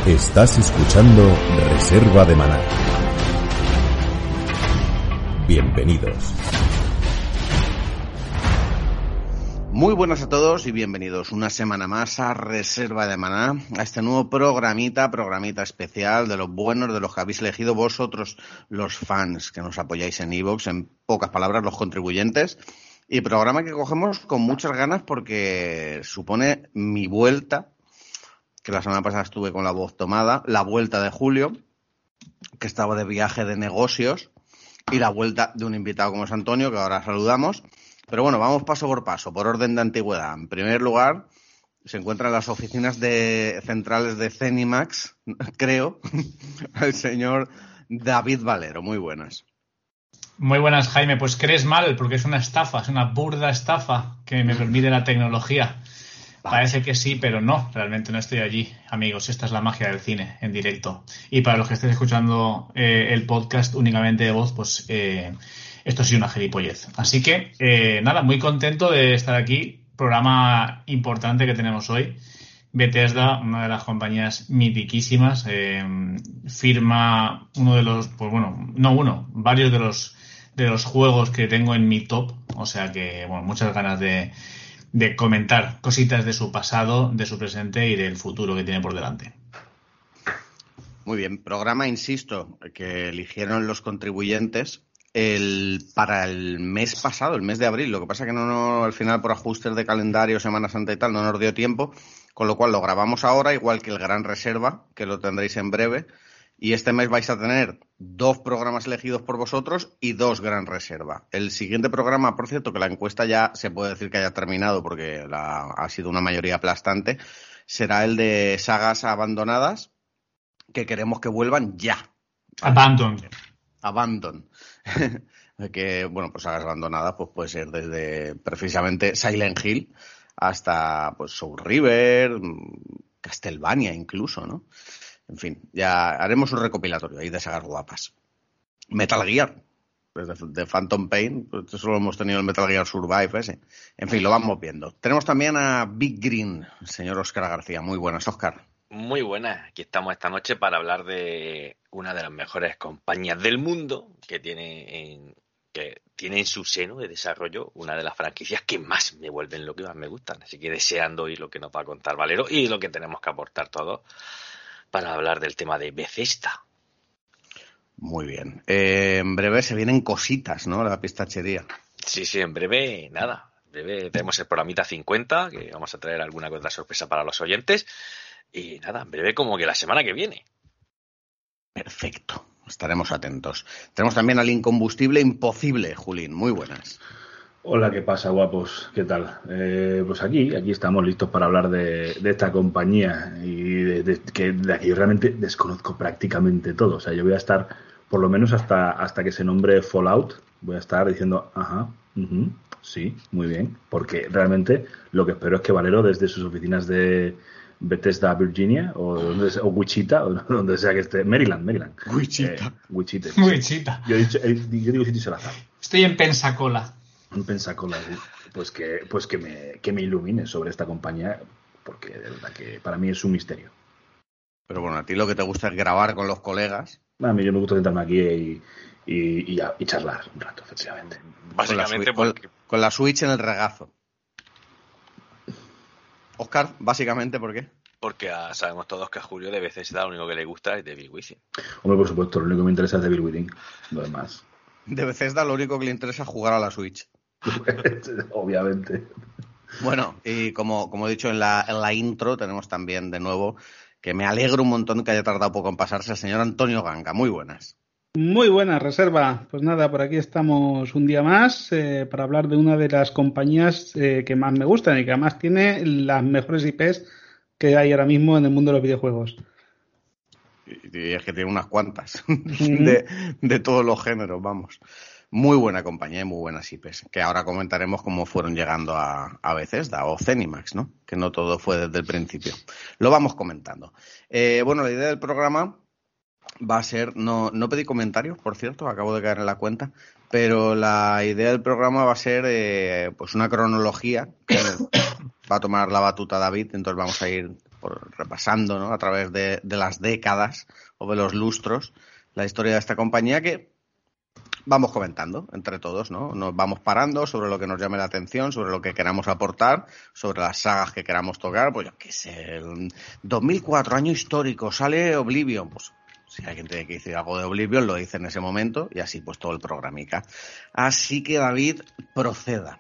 Estás escuchando Reserva de Maná. Bienvenidos. Muy buenas a todos y bienvenidos una semana más a Reserva de Maná, a este nuevo programita especial de los buenos, de los que habéis elegido vosotros, los fans que nos apoyáis en iVoox, en pocas palabras, los contribuyentes. Y programa que cogemos con muchas ganas porque supone mi vuelta, que la semana pasada estuve con la voz tomada, la vuelta de Julio, que estaba de viaje de negocios, y la vuelta de un invitado como es Antonio, que ahora saludamos. Pero bueno, vamos paso por paso, por orden de antigüedad. En primer lugar, se encuentra en las oficinas centrales de Zenimax, creo, el señor David Valero. Muy buenas. Muy buenas, Jaime. Pues crees mal, porque es una estafa, es una burda estafa que me permite la tecnología. Parece que sí, pero no, realmente no estoy allí, amigos. Esta es la magia del cine en directo. Y para los que estén escuchando el podcast únicamente de voz, pues esto sí una gilipollez. Así que, nada, muy contento de estar aquí. Programa importante que tenemos hoy. Bethesda, una de las compañías mitiquísimas, firma uno de los, pues bueno, no uno, varios de los juegos que tengo en mi top. O sea que, bueno, muchas ganas de comentar cositas de su pasado, de su presente y del futuro que tiene por delante. Muy bien, programa, insisto, que eligieron los contribuyentes para el mes pasado, el mes de abril. Lo que pasa que no al final por ajustes de calendario, Semana Santa y tal, no nos dio tiempo, con lo cual lo grabamos ahora, igual que el Gran Reserva, que lo tendréis en breve. Y este mes vais a tener 2 programas elegidos por vosotros y 2 Gran Reserva. El siguiente programa, por cierto, que la encuesta ya se puede decir que haya terminado porque ha sido una mayoría aplastante, será el de sagas abandonadas que queremos que vuelvan ya. Abandon. Que, bueno, pues sagas abandonadas pues puede ser desde precisamente Silent Hill hasta pues Soul River, Castlevania incluso, ¿no? En fin, ya haremos un recopilatorio ahí de sagas guapas. Metal Gear, de Phantom Pain, pues solo hemos tenido el Metal Gear Survive ese. En fin, lo vamos viendo. Tenemos también a Big Green, el señor Óscar García. Muy buenas, Óscar. Muy buenas. Aquí estamos esta noche para hablar de una de las mejores compañías del mundo que tiene en su seno de desarrollo una de las franquicias que más me vuelven lo que más me gustan. Así que deseando oír lo que nos va a contar Valero y lo que tenemos que aportar todos para hablar del tema de Bethesda. Muy bien. En breve se vienen cositas, ¿no? La pistachería. Sí, en breve, nada. En breve tenemos el programita 50, que vamos a traer alguna otra sorpresa para los oyentes. Y nada, en breve como que la semana que viene. Perfecto. Estaremos atentos. Tenemos también al incombustible imposible, Julín. Muy buenas. Hola, ¿qué pasa, guapos? ¿Qué tal? Pues aquí estamos listos para hablar de esta compañía y de que realmente desconozco prácticamente todo. O sea, yo voy a estar, por lo menos hasta que se nombre Fallout, voy a estar diciendo, ajá, sí, muy bien, porque realmente lo que espero es que Valero, desde sus oficinas de Bethesda, Virginia, o Wichita, o donde sea que esté, Maryland. Wichita. Wichita. Yo digo sitio Salazar. Estoy en Pensacola. Un Pensacola, pues que me ilumine sobre esta compañía, porque de verdad que para mí es un misterio. Pero bueno, a ti lo que te gusta es grabar con los colegas. A mí yo me gusta sentarme aquí y charlar un rato, efectivamente. Básicamente con la Switch en el regazo. Óscar, básicamente, ¿por qué? Porque sabemos todos que a Julio de Bethesda lo único que le gusta es Devil Within. Hombre, por supuesto, lo único que me interesa es Devil Within, lo demás. De Bethesda lo único que le interesa es jugar a la Switch. Obviamente. Bueno, y como he dicho en la intro, tenemos también de nuevo, que me alegro un montón que haya tardado poco en pasarse, el señor Antonio Ganga. Muy buenas. Muy buenas, Reserva. Pues nada, por aquí estamos un día más para hablar de una de las compañías que más me gustan y que además tiene las mejores IPs que hay ahora mismo en el mundo de los videojuegos. Y es que tiene unas cuantas de todos los géneros, vamos. Muy buena compañía y muy buenas IPs, que ahora comentaremos cómo fueron llegando a Bethesda o Zenimax, ¿no? Que no todo fue desde el principio. Lo vamos comentando. Bueno, la idea del programa va a ser, no pedí comentarios, por cierto, acabo de caer en la cuenta, pero la idea del programa va a ser pues una cronología que va a tomar la batuta David, entonces vamos a ir repasando, ¿no?, a través de las décadas o de los lustros la historia de esta compañía, que vamos comentando entre todos, ¿no? Nos vamos parando sobre lo que nos llame la atención, sobre lo que queramos aportar, sobre las sagas que queramos tocar. Pues yo qué sé, el 2004, año histórico, sale Oblivion. Pues si alguien tiene que decir algo de Oblivion, lo dice en ese momento, y así pues todo el programica. Así que, David, proceda.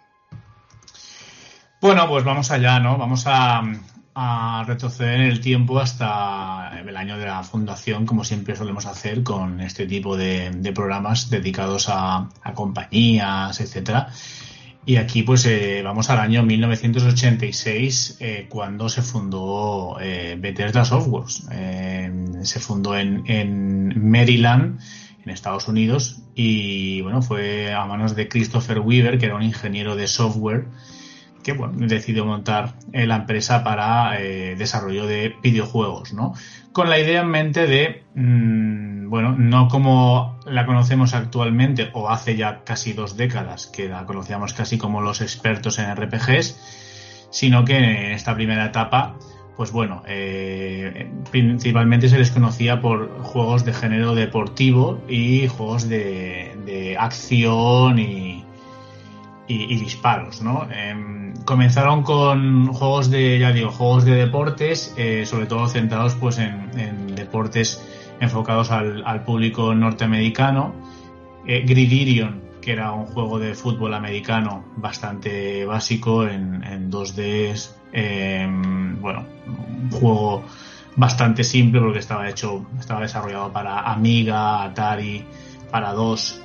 Bueno, pues vamos allá, ¿no? Vamos a retroceder en el tiempo hasta el año de la fundación, como siempre solemos hacer con este tipo de programas dedicados a compañías, etcétera. Y aquí pues vamos al año 1986, cuando se fundó Bethesda Softworks. Se fundó en Maryland, en Estados Unidos, y bueno, fue a manos de Christopher Weaver, que era un ingeniero de software, que bueno, decidió montar la empresa para desarrollo de videojuegos, ¿no? Con la idea en mente de, bueno, no como la conocemos actualmente, o hace ya casi 2 décadas, que la conocíamos casi como los expertos en RPGs, sino que en esta primera etapa, pues bueno, principalmente se les conocía por juegos de género deportivo y juegos de acción y disparos, ¿no? Comenzaron con juegos de deportes, sobre todo centrados pues en deportes enfocados al público norteamericano. Gridirion, que era un juego de fútbol americano bastante básico en 2D, bueno, un juego bastante simple porque estaba desarrollado para Amiga, Atari, para DOS.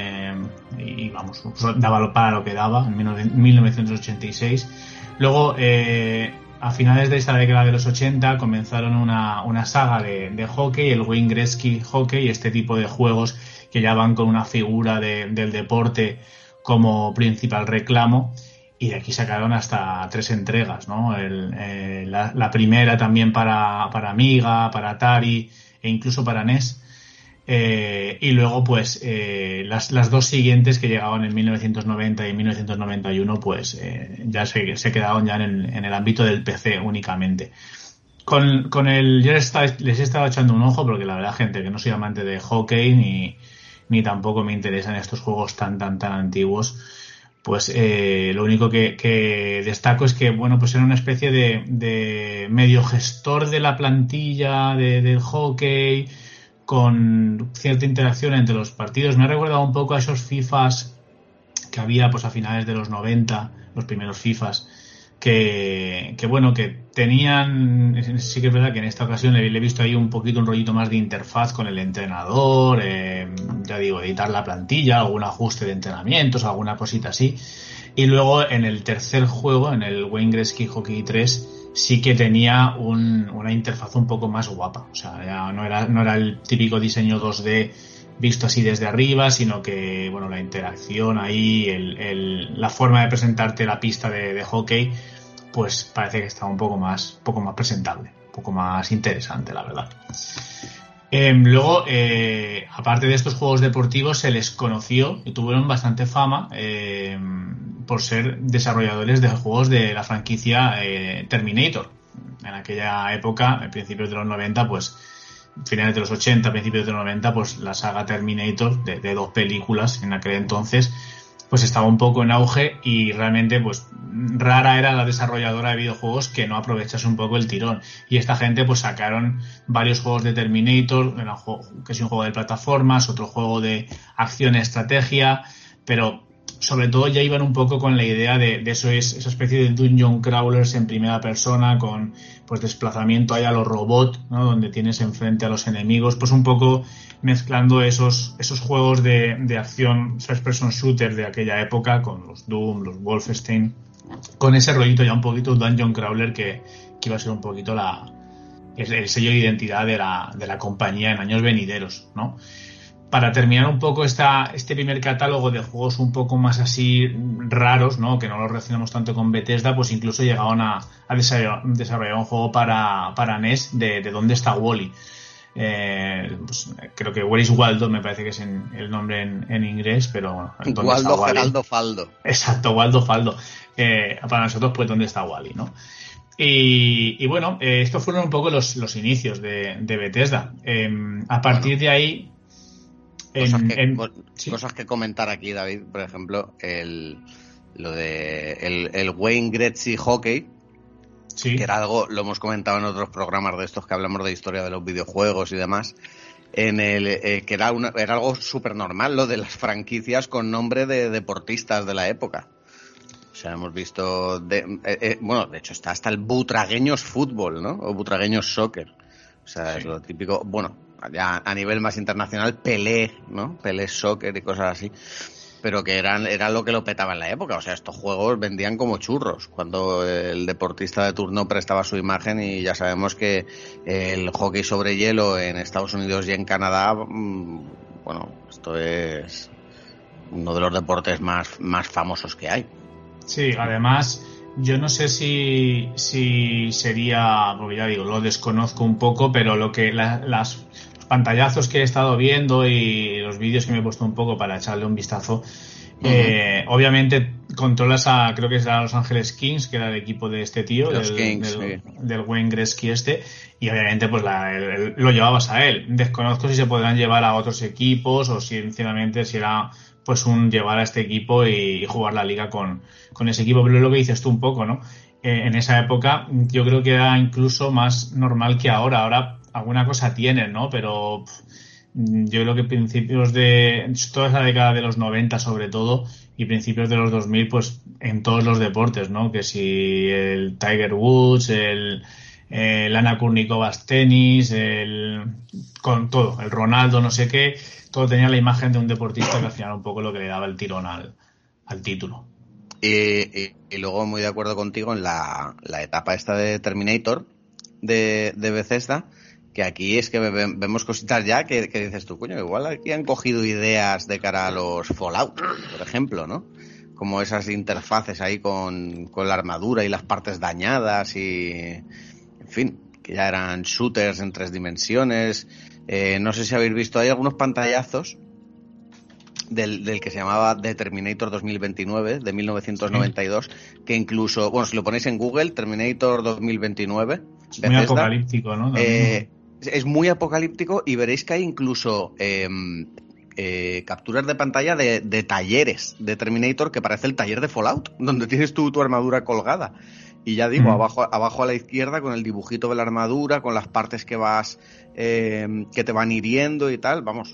Y vamos, daba para lo que daba en 1986. Luego, a finales de esta década de los 80, comenzaron una saga de hockey, el Wayne Gretzky Hockey, este tipo de juegos que ya van con una figura del deporte como principal reclamo, y de aquí sacaron hasta 3 entregas, ¿no? La primera también para Amiga, para Atari e incluso para NES. Y luego pues las 2 siguientes, que llegaban en 1990 y 1991, pues ya se quedaron ya en el ámbito del PC únicamente. Con el yo les he estado echando un ojo, porque la verdad, gente, que no soy amante de hockey ni tampoco me interesan estos juegos tan antiguos, pues lo único que destaco es que, bueno, pues era una especie de medio gestor de la plantilla del hockey, con cierta interacción entre los partidos. Me ha recordado un poco a esos FIFAs que había pues a finales de los 90, los primeros FIFAs, que bueno, que tenían, sí que es verdad que en esta ocasión le he visto ahí un poquito un rollito más de interfaz con el entrenador, ya digo, editar la plantilla, algún ajuste de entrenamientos, alguna cosita así. Y luego en el tercer juego, en el Wayne Gretzky Hockey 3, sí que tenía una interfaz un poco más guapa. O sea, ya no era el típico diseño 2D visto así desde arriba, sino que, bueno, la interacción ahí, la forma de presentarte la pista de hockey, pues parece que estaba un poco más presentable, un poco más interesante, la verdad. Luego, aparte de estos juegos deportivos, se les conoció y tuvieron bastante fama por ser desarrolladores de juegos de la franquicia Terminator. En aquella época, a principios de los 90, pues finales de los 80, principios de los 90, pues la saga Terminator de 2 películas en aquel entonces, pues estaba un poco en auge, y realmente pues rara era la desarrolladora de videojuegos que no aprovechase un poco el tirón. Y esta gente pues sacaron varios juegos de Terminator, que es un juego de plataformas, otro juego de acción y estrategia, pero sobre todo ya iban un poco con la idea de esa especie de dungeon crawlers en primera persona, con pues desplazamiento ahí a los robots, ¿no? Donde tienes enfrente a los enemigos, pues un poco mezclando esos juegos de acción first person shooter de aquella época, con los Doom, los Wolfenstein, con ese rollito ya un poquito dungeon crawler que iba a ser un poquito el sello de identidad de la compañía en años venideros, ¿no? Para terminar un poco este primer catálogo de juegos un poco más así raros, ¿no? Que no los relacionamos tanto con Bethesda, pues incluso llegaron a desarrollar un juego para NES de ¿Dónde está Wally? Pues creo que Where is Waldo me parece que es el nombre en inglés, pero bueno, Waldo Geraldo Faldo. Exacto, Waldo Faldo. Para nosotros, pues ¿dónde está Wally?, ¿no? Y bueno, estos fueron un poco los inicios de Bethesda. A partir de ahí... Cosas que comentar aquí, David, por ejemplo, el Wayne Gretzky Hockey, sí, que era algo, lo hemos comentado en otros programas de estos que hablamos de historia de los videojuegos y demás, que era algo súper normal, lo de las franquicias con nombre de deportistas de la época. O sea, hemos visto, de hecho está hasta el Butragueños Fútbol, ¿no? O Butragueños Soccer. O sea, es lo típico, bueno, ya a nivel más internacional, Pelé, ¿no? Pelé Soccer y cosas así. Pero que era lo que lo petaba en la época. O sea, estos juegos vendían como churros cuando el deportista de turno prestaba su imagen, y ya sabemos que el hockey sobre hielo en Estados Unidos y en Canadá, bueno, esto es uno de los deportes más famosos que hay. Sí, además, yo no sé si sería, porque ya digo, lo desconozco un poco, pero lo que los pantallazos que he estado viendo y los vídeos que me he puesto un poco para echarle un vistazo, obviamente controlas creo que es a Los Ángeles Kings, que era el equipo de este tío, del Wayne Gretzky y obviamente pues lo llevabas a él. Desconozco si se podrán llevar a otros equipos o si sinceramente si era pues llevar a este equipo y jugar la liga con ese equipo, pero es lo que dices tú un poco, ¿no? En esa época yo creo que era incluso más normal que ahora alguna cosa tienen, ¿no? Pero yo creo que principios de toda esa década de los 90 sobre todo y principios de los 2000, pues en todos los deportes, ¿no? Que si el Tiger Woods, el Ana Kurnikovas tenis, con todo, el Ronaldo no sé qué, todo tenía la imagen de un deportista que al final un poco lo que le daba el tirón al título. Y luego muy de acuerdo contigo en la etapa esta de Terminator de Bethesda, que aquí es que vemos cositas ya que dices tú, coño, igual aquí han cogido ideas de cara a los Fallout, por ejemplo, ¿no? Como esas interfaces ahí con la armadura y las partes dañadas y, en fin, que ya eran shooters en 3 dimensiones. No sé si habéis visto, hay algunos pantallazos del que se llamaba The Terminator 2029, de 1992, sí, que incluso, bueno, si lo ponéis en Google, Terminator 2029... Es muy apocalíptico, ¿no? Es muy apocalíptico y veréis que hay incluso capturas de pantalla de talleres de Terminator que parece el taller de Fallout, donde tienes tu armadura colgada. Y ya digo, abajo a la izquierda con el dibujito de la armadura, con las partes que que te van hiriendo y tal. Vamos,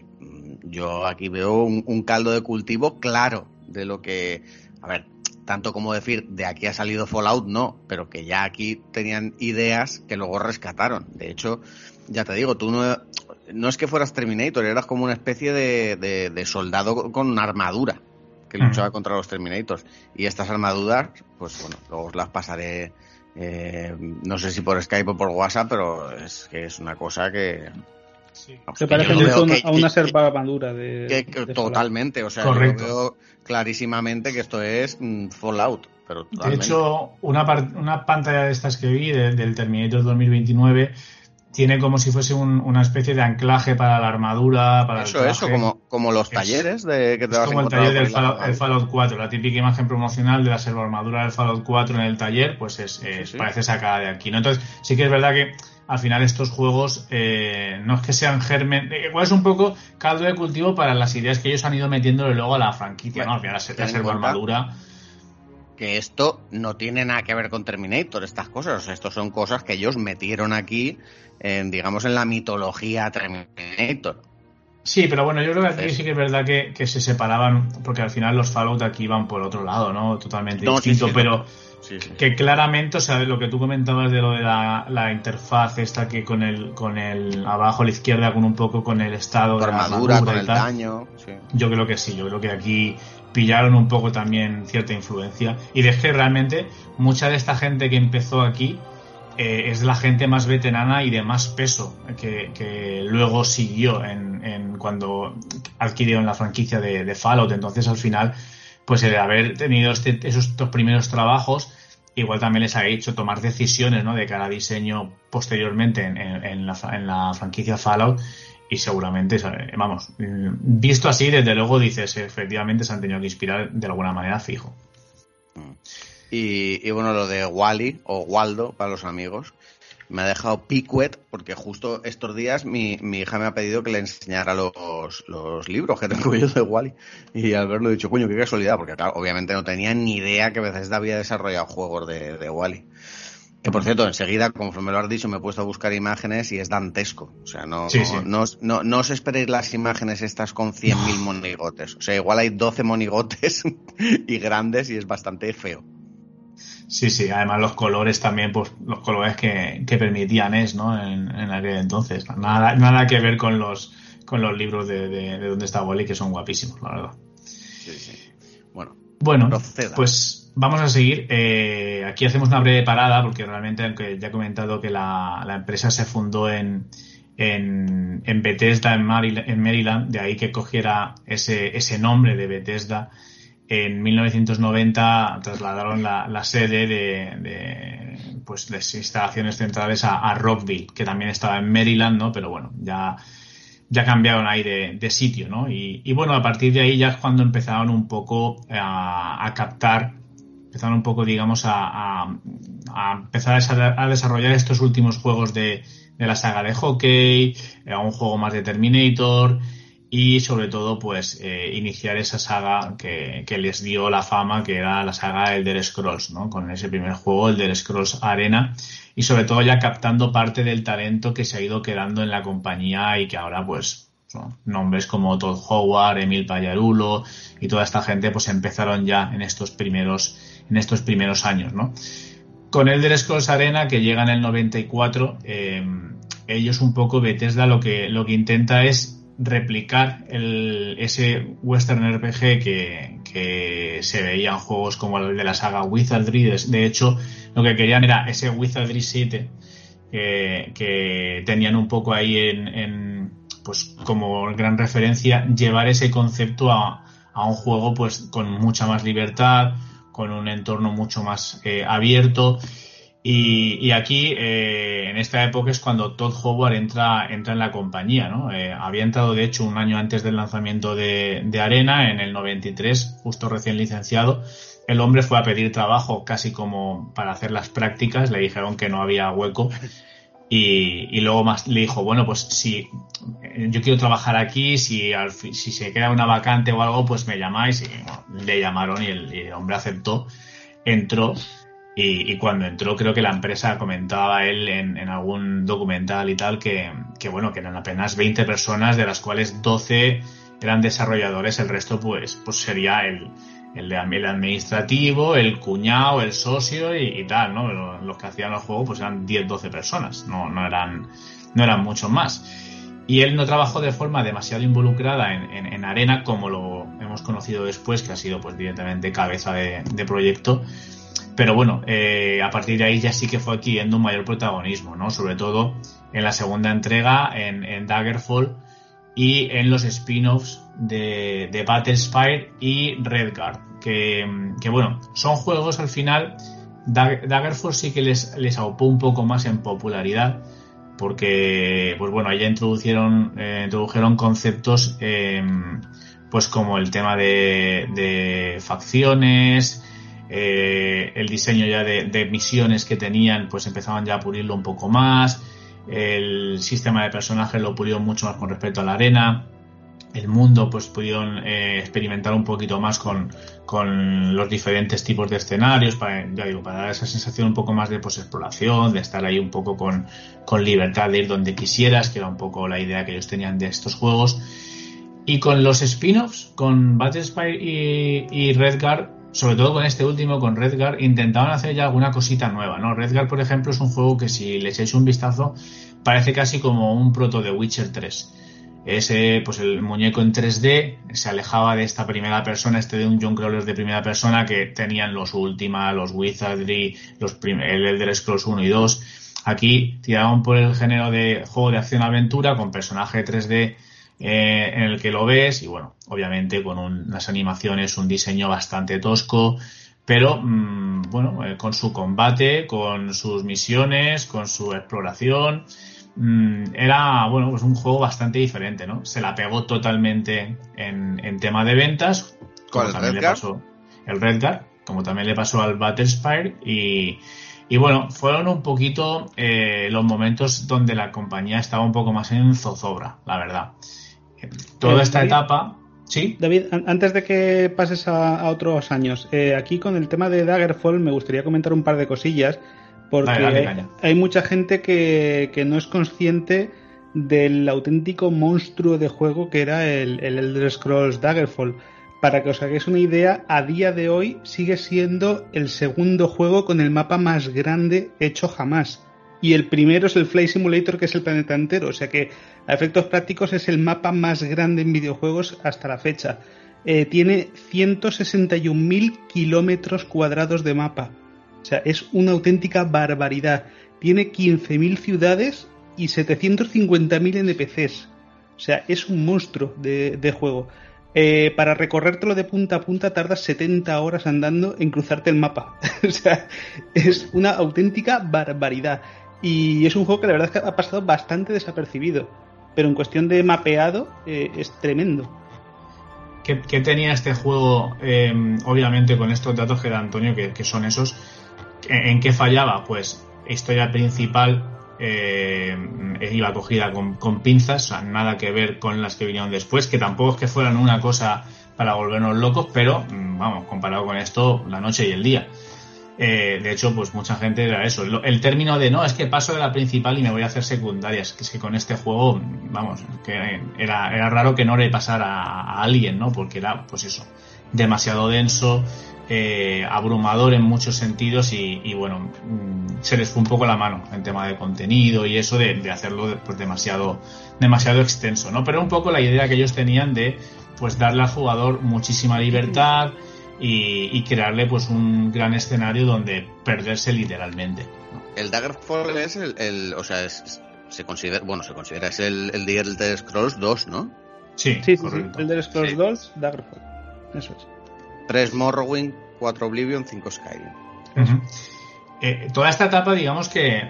yo aquí veo un caldo de cultivo claro de lo que... A ver, tanto como decir, de aquí ha salido Fallout, no, pero que ya aquí tenían ideas que luego rescataron. De hecho, ya te digo, tú no es que fueras Terminator, eras como una especie de soldado con una armadura que luchaba contra los Terminators. Y estas armaduras, pues bueno, luego os las pasaré, no sé si por Skype o por WhatsApp, pero es que es una cosa que... Sí. Se parece mucho a una serpa armadura de totalmente, o sea, correcto. Yo veo clarísimamente que esto es Fallout, pero totalmente. De hecho, una pantalla de estas que vi del Terminator 2029 tiene como si fuese una especie de anclaje para la armadura, para el traje. Como los talleres que te vas a encontrar. Como el taller del Fallout 4, la típica imagen promocional de la servoarmadura del Fallout 4 en el taller, pues sí. Parece sacada de aquí, ¿no? Entonces, sí que es verdad que al final estos juegos no es que sean germen, igual es un poco caldo de cultivo para las ideas que ellos han ido metiéndole luego a la franquicia, ¿no? Al final la servoarmadura... Que esto no tiene nada que ver con Terminator, estas cosas. O sea, estos son cosas que ellos metieron aquí, digamos, en la mitología Terminator. Sí, pero bueno, yo creo que aquí sí que es verdad que se separaban, porque al final los Fallout aquí van por otro lado, ¿no? Totalmente distinto, sí, pero sí. Que claramente, o sea, lo que tú comentabas de lo de la interfaz esta que con el abajo a la izquierda con un poco con el estado de la armadura con el daño, sí. Yo creo que sí, yo creo que aquí pillaron un poco también cierta influencia y es que realmente mucha de esta gente que empezó aquí es la gente más veterana y de más peso que luego siguió en cuando adquirieron la franquicia de Fallout. Entonces al final pues el haber tenido esos primeros trabajos igual también les ha hecho tomar decisiones, ¿no? De cara a diseño posteriormente en la franquicia Fallout. Y seguramente, vamos, visto así, desde luego dices, efectivamente se han tenido que inspirar de alguna manera fijo. Y bueno, lo de Wally o Waldo para los amigos me ha dejado picuet, porque justo estos días mi hija me ha pedido que le enseñara los libros que tengo yo de Wally, y al verlo he dicho, coño, qué casualidad, porque claro, obviamente no tenía ni idea que Bethesda había desarrollado juegos de Wally. Que por cierto, enseguida, conforme lo has dicho, me he puesto a buscar imágenes y es dantesco. O sea, no os esperéis las imágenes estas con 100.000 monigotes. O sea, igual hay 12 monigotes y grandes y es bastante feo. Sí, además los colores también, pues los colores que permitían ¿no? En aquel entonces. Nada que ver con los libros de Dónde está Wally, que son guapísimos, la verdad. Sí. Bueno, proceda. Pues vamos a seguir. Aquí hacemos una breve parada, porque realmente, aunque ya he comentado que la empresa se fundó en Bethesda, en Maryland, de ahí que cogiera ese nombre de Bethesda. En 1990 trasladaron la sede de las instalaciones centrales a Rockville, que también estaba en Maryland, ¿no? Pero bueno, ya cambiaron ahí de sitio, ¿no? Y bueno, a partir de ahí ya es cuando empezaron un poco a captar, empezaron un poco, digamos, a empezar a desarrollar estos últimos juegos de la saga de hockey, a un juego más de Terminator. Y sobre todo, pues, iniciar esa saga que les dio la fama, que era la saga Elder Scrolls, ¿no? Con ese primer juego, Elder Scrolls Arena, y sobre todo ya captando parte del talento que se ha ido quedando en la compañía y que ahora, pues, son nombres como Todd Howard, Emil Pagliarulo y toda esta gente, pues, empezaron ya en estos primeros años, ¿no? Con Elder Scrolls Arena, que llega en el 94, ellos un poco, Bethesda, lo que intenta es replicar ese western RPG que se veía en juegos como el de la saga Wizardry. De hecho, lo que querían era ese Wizardry 7 que tenían un poco ahí pues como gran referencia, llevar ese concepto a un juego pues con mucha más libertad, con un entorno mucho más abierto. Y aquí, en esta época es cuando Todd Howard entra en la compañía, ¿no? Había entrado, de hecho, un año antes del lanzamiento de Arena, en el 93, justo recién licenciado. El hombre fue a pedir trabajo casi como para hacer las prácticas, le dijeron que no había hueco. Y luego más le dijo, bueno, pues si yo quiero trabajar aquí, si se queda una vacante o algo, pues me llamáis. Y bueno, le llamaron y el hombre aceptó, entró. Y cuando entró, creo que la empresa comentaba él en algún documental y tal que bueno, que eran apenas 20 personas, de las cuales 12 eran desarrolladores, el resto pues sería el administrativo, el cuñado, el socio y tal, ¿no? Los que hacían el juego pues eran 10-12 personas, no eran muchos más. Y él no trabajó de forma demasiado involucrada en Arena, como lo hemos conocido después, que ha sido pues directamente cabeza de proyecto. Pero bueno, a partir de ahí ya sí que fue adquiriendo un mayor protagonismo, ¿no? Sobre todo en la segunda entrega, en Daggerfall, y en los spin-offs de Battlespire y Redguard, que bueno, son juegos al final. Daggerfall sí que les aupó un poco más en popularidad, porque pues bueno, ahí introdujeron conceptos pues como el tema de facciones. El diseño ya de misiones que tenían, pues empezaban ya a pulirlo un poco más. El sistema de personajes lo pulieron mucho más con respecto a la arena. El mundo, pues pudieron experimentar un poquito más con los diferentes tipos de escenarios, para dar esa sensación un poco más de pues exploración, de estar ahí un poco con libertad de ir donde quisieras, que era un poco la idea que ellos tenían de estos juegos. Y con los spin-offs, con Battlespire y Redguard, sobre todo con este último, con Redguard, intentaban hacer ya alguna cosita nueva, ¿no? Redguard, por ejemplo, es un juego que si le echáis un vistazo parece casi como un proto de Witcher 3. Ese, pues el muñeco en 3D se alejaba de esta primera persona, de un John Crawler de primera persona que tenían los Ultima, los Wizardry, el Elder Scrolls 1 y 2. Aquí tiraban por el género de juego de acción-aventura con personaje 3D en el que lo ves, y bueno, obviamente con unas animaciones, un diseño bastante tosco, pero bueno, con su combate, con sus misiones, con su exploración, era bueno, pues un juego bastante diferente, ¿no? Se la pegó totalmente en tema de ventas. ¿Con el Redguard? El Redguard, como también le pasó al Battlespire, y bueno, fueron un poquito los momentos donde la compañía estaba un poco más en zozobra, la verdad. Toda esta etapa... Sí. David, antes de que pases a otros años, aquí con el tema de Daggerfall me gustaría comentar un par de cosillas, porque hay mucha gente que no es consciente del auténtico monstruo de juego que era el Elder Scrolls Daggerfall. Para que os hagáis una idea, a día de hoy sigue siendo el segundo juego con el mapa más grande hecho jamás. Y el primero es el Flight Simulator, que es el planeta entero. O sea que, a efectos prácticos, es el mapa más grande en videojuegos hasta la fecha. Tiene 161.000 kilómetros cuadrados de mapa. O sea, es una auténtica barbaridad. Tiene 15.000 ciudades y 750.000 NPCs. O sea, es un monstruo de juego. Para recorrértelo de punta a punta tardas 70 horas andando en cruzarte el mapa. O sea, es una auténtica barbaridad. Y es un juego que la verdad es que ha pasado bastante desapercibido, pero en cuestión de mapeado es tremendo. ¿Qué tenía este juego? Obviamente con estos datos que da Antonio, que son esos, ¿en qué fallaba? Pues historia principal iba cogida con pinzas, o sea, nada que ver con las que vinieron después, que tampoco es que fueran una cosa para volvernos locos, pero vamos, comparado con esto, la noche y el día. De hecho, pues mucha gente era eso. El término de no, es que paso de la principal y me voy a hacer secundarias. Que es que con este juego, vamos, que era raro que no le pasara a alguien, ¿no? Porque era, pues eso, demasiado denso, abrumador en muchos sentidos y bueno, se les fue un poco la mano en tema de contenido y eso de hacerlo pues demasiado extenso, ¿no? Pero un poco la idea que ellos tenían de pues darle al jugador muchísima libertad y crearle pues un gran escenario donde perderse literalmente, ¿no? El Daggerfall es se considera es el de Elder Scrolls 2, ¿no? Sí, correcto. El Elder Scrolls 2, Daggerfall. Eso es. 3 Morrowind, 4 Oblivion, 5 Skyrim. Uh-huh. Toda esta etapa, digamos que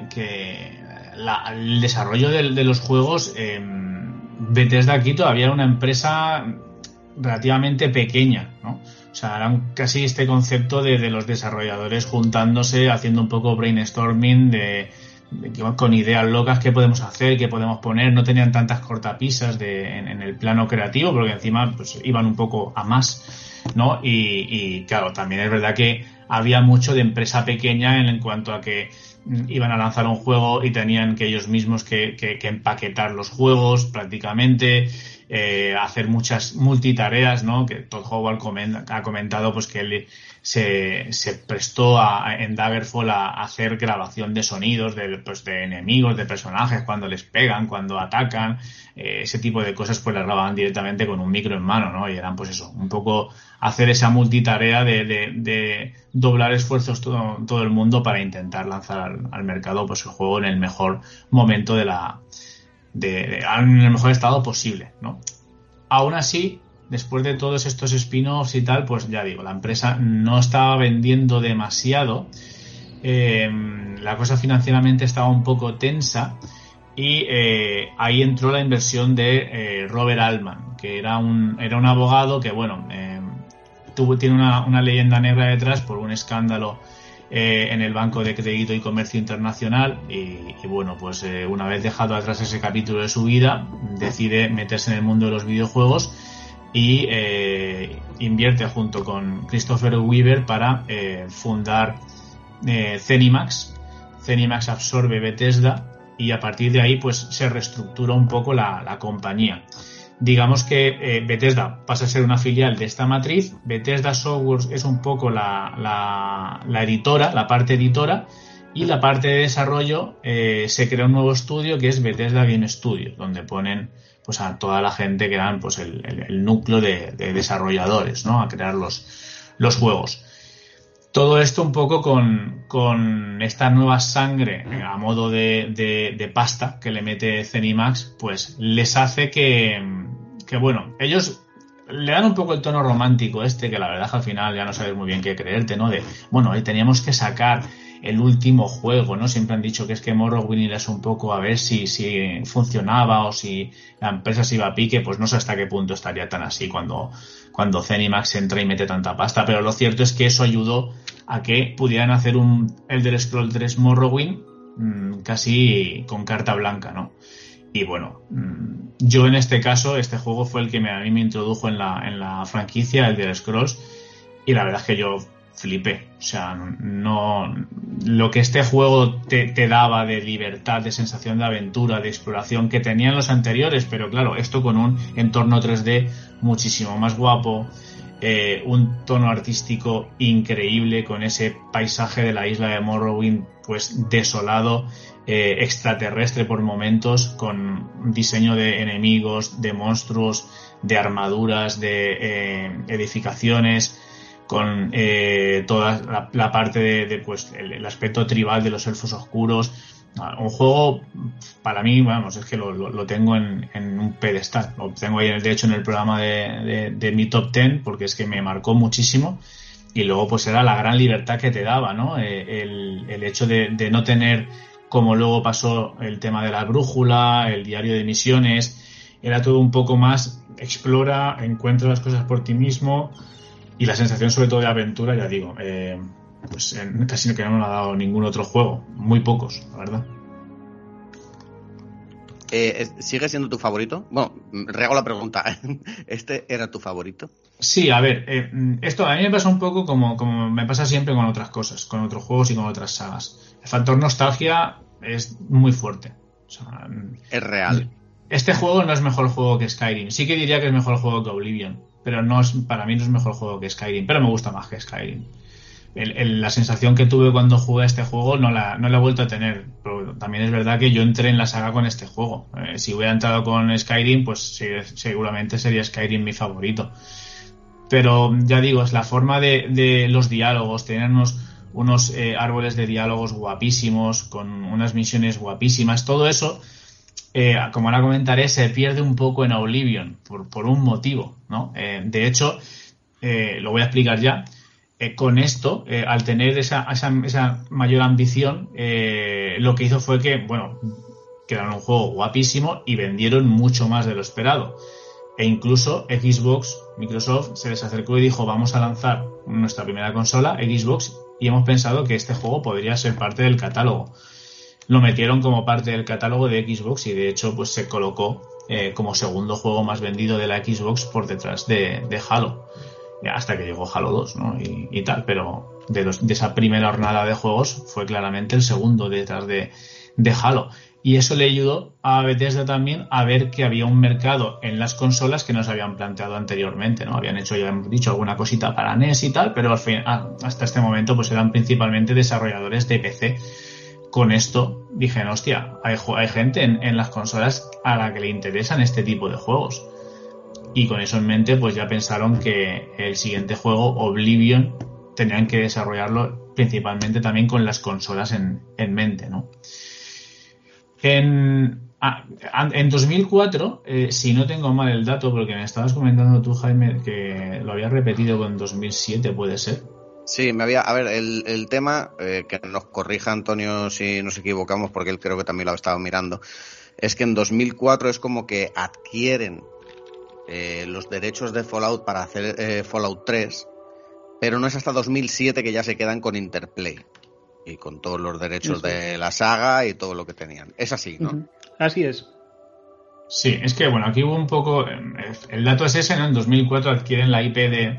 el desarrollo de los juegos, Bethesda aquí todavía era una empresa relativamente pequeña, ¿no? O sea, era casi este concepto de los desarrolladores juntándose, haciendo un poco brainstorming con ideas locas, qué podemos hacer, qué podemos poner. No tenían tantas cortapisas en el plano creativo, porque encima pues iban un poco a más, ¿no? Y claro, también es verdad que había mucho de empresa pequeña en cuanto a que iban a lanzar un juego y tenían que ellos mismos que empaquetar los juegos prácticamente, hacer muchas multitareas, ¿no? Que Todd Howard ha comentado pues que él se prestó en Daggerfall a hacer grabación de sonidos de enemigos, de personajes, cuando les pegan, cuando atacan, ese tipo de cosas pues las grababan directamente con un micro en mano, ¿no? Y eran pues eso, un poco hacer esa multitarea de doblar esfuerzos todo el mundo para intentar lanzar al mercado pues el juego en el mejor momento en el mejor estado posible, ¿no? Aún así, después de todos estos spin-offs y tal, pues ya digo, la empresa no estaba vendiendo demasiado, la cosa financieramente estaba un poco tensa y ahí entró la inversión de Robert Altman, que era un abogado que, bueno, tiene una leyenda negra detrás por un escándalo en el Banco de Crédito y Comercio Internacional y bueno, pues una vez dejado atrás ese capítulo de su vida, decide meterse en el mundo de los videojuegos y invierte junto con Christopher Weaver para fundar Zenimax. Zenimax absorbe Bethesda y a partir de ahí pues se reestructura un poco la compañía. Digamos que Bethesda pasa a ser una filial de esta matriz. Bethesda Softworks es un poco la editora, la parte editora, y la parte de desarrollo se crea un nuevo estudio que es Bethesda Game Studios, donde ponen pues a toda la gente que eran pues el núcleo de desarrolladores, ¿no? A crear los juegos. Todo esto un poco con esta nueva sangre a modo de pasta que le mete Zenimax, pues les hace que bueno, ellos le dan un poco el tono romántico que la verdad al final ya no sabes muy bien qué creerte, ¿no? De, bueno, teníamos que sacar el último juego, ¿no? Siempre han dicho que es que Morrowind era un poco a ver si funcionaba o si la empresa se iba a pique, pues no sé hasta qué punto estaría tan así cuando Zenimax entra y mete tanta pasta, pero lo cierto es que eso ayudó a que pudieran hacer un Elder Scrolls 3 Morrowind casi con carta blanca, ¿no? Y bueno, yo en este caso, este juego fue el que a mí me introdujo en la franquicia, el de Scrolls, y la verdad es que yo flipé. O sea, no lo que este juego te daba de libertad, de sensación de aventura, de exploración que tenían los anteriores, pero claro, esto con un entorno 3D muchísimo más guapo, un tono artístico increíble con ese paisaje de la isla de Morrowind pues desolado, extraterrestre por momentos, con diseño de enemigos, de monstruos, de armaduras, de edificaciones, con toda la parte de pues el aspecto tribal de los elfos oscuros. Un juego, para mí, vamos, es que lo tengo en un pedestal. Lo tengo ahí, de hecho, en el programa de mi top 10, porque es que me marcó muchísimo. Y luego, pues era la gran libertad que te daba, ¿no? El hecho de no tener, como luego pasó el tema de la brújula, el diario de misiones, era todo un poco más explora, encuentra las cosas por ti mismo, y la sensación sobre todo de aventura, ya digo, pues casi que no me lo ha dado ningún otro juego, muy pocos, la verdad. ¿Sigue siendo tu favorito? Bueno, rehago la pregunta. ¿Este era tu favorito? Sí, a ver, esto a mí me pasa un poco como me pasa siempre con otras cosas, con otros juegos y con otras sagas. El factor nostalgia es muy fuerte. O sea, es real. Este juego no es mejor juego que Skyrim. Sí que diría que es mejor juego que Oblivion, pero para mí no es mejor juego que Skyrim, pero me gusta más que Skyrim. La sensación que tuve cuando jugué a este juego no la he vuelto a tener, pero también es verdad que yo entré en la saga con este juego. Si hubiera entrado con Skyrim, pues sí, seguramente sería Skyrim mi favorito. Pero ya digo, es la forma de los diálogos, tener unos árboles de diálogos guapísimos, con unas misiones guapísimas, todo eso, como ahora comentaré, se pierde un poco en Oblivion, por un motivo, ¿no? De hecho, lo voy a explicar ya. Con esto, al tener esa mayor ambición, lo que hizo fue que, bueno, crearon un juego guapísimo y vendieron mucho más de lo esperado. E incluso Microsoft se les acercó y dijo, vamos a lanzar nuestra primera consola, Xbox, y hemos pensado que este juego podría ser parte del catálogo. Lo metieron como parte del catálogo de Xbox y de hecho pues se colocó como segundo juego más vendido de la Xbox por detrás de Halo. Hasta que llegó Halo 2, ¿no? Y tal, pero de esa primera hornada de juegos fue claramente el segundo detrás de Halo. Y eso le ayudó a Bethesda también a ver que había un mercado en las consolas que no se habían planteado anteriormente, ¿no? Habían hecho, ya hemos dicho, alguna cosita para NES y tal, pero al fin, hasta este momento pues eran principalmente desarrolladores de PC. Con esto dije, hostia, hay gente en las consolas a la que le interesan este tipo de juegos. Y con eso en mente, pues ya pensaron que el siguiente juego, Oblivion, tenían que desarrollarlo principalmente también con las consolas en mente, ¿no? En 2004, si no tengo mal el dato, porque me estabas comentando tú, Jaime, que lo habías repetido con 2007, ¿puede ser? Sí, a ver, el tema, que nos corrija Antonio si nos equivocamos, porque él creo que también lo ha estado mirando, es que en 2004 es como que adquieren los derechos de Fallout para hacer Fallout 3, pero no es hasta 2007 que ya se quedan con Interplay y con todos los derechos de la saga y todo lo que tenían. Es así, ¿no? Uh-huh. Así es. Sí, es que bueno, aquí hubo un poco, el dato es ese, ¿no? En 2004 adquieren la IP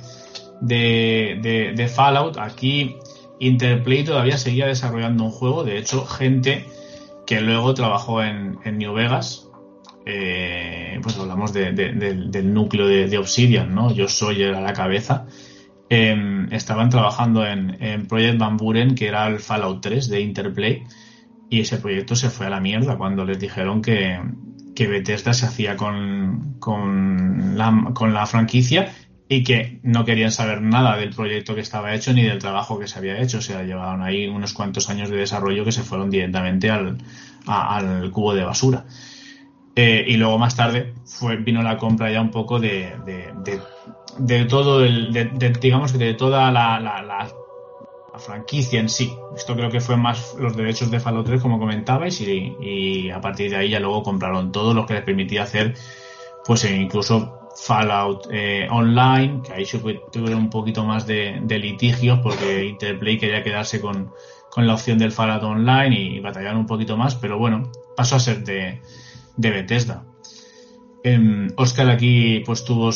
de Fallout. Aquí Interplay todavía seguía desarrollando un juego, de hecho gente que luego trabajó en New Vegas, pues hablamos del núcleo de Obsidian, ¿no? Yo soy a la cabeza. Estaban trabajando en Project Van Buren, que era el Fallout 3 de Interplay, y ese proyecto se fue a la mierda cuando les dijeron que Bethesda se hacía con la franquicia y que no querían saber nada del proyecto que estaba hecho ni del trabajo que se había hecho. O sea, llevaron ahí unos cuantos años de desarrollo que se fueron directamente al cubo de basura. Y luego más tarde vino la compra ya un poco de todo digamos que de toda franquicia en sí. Esto creo que fue más los derechos de Fallout 3, como comentabais, y a partir de ahí ya luego compraron todo lo que les permitía hacer, pues incluso Fallout Online, que ahí tuvieron un poquito más de litigios porque Interplay quería quedarse con la opción del Fallout Online y batallaron un poquito más, pero bueno, pasó a ser de Bethesda. Oscar aquí pues tuvo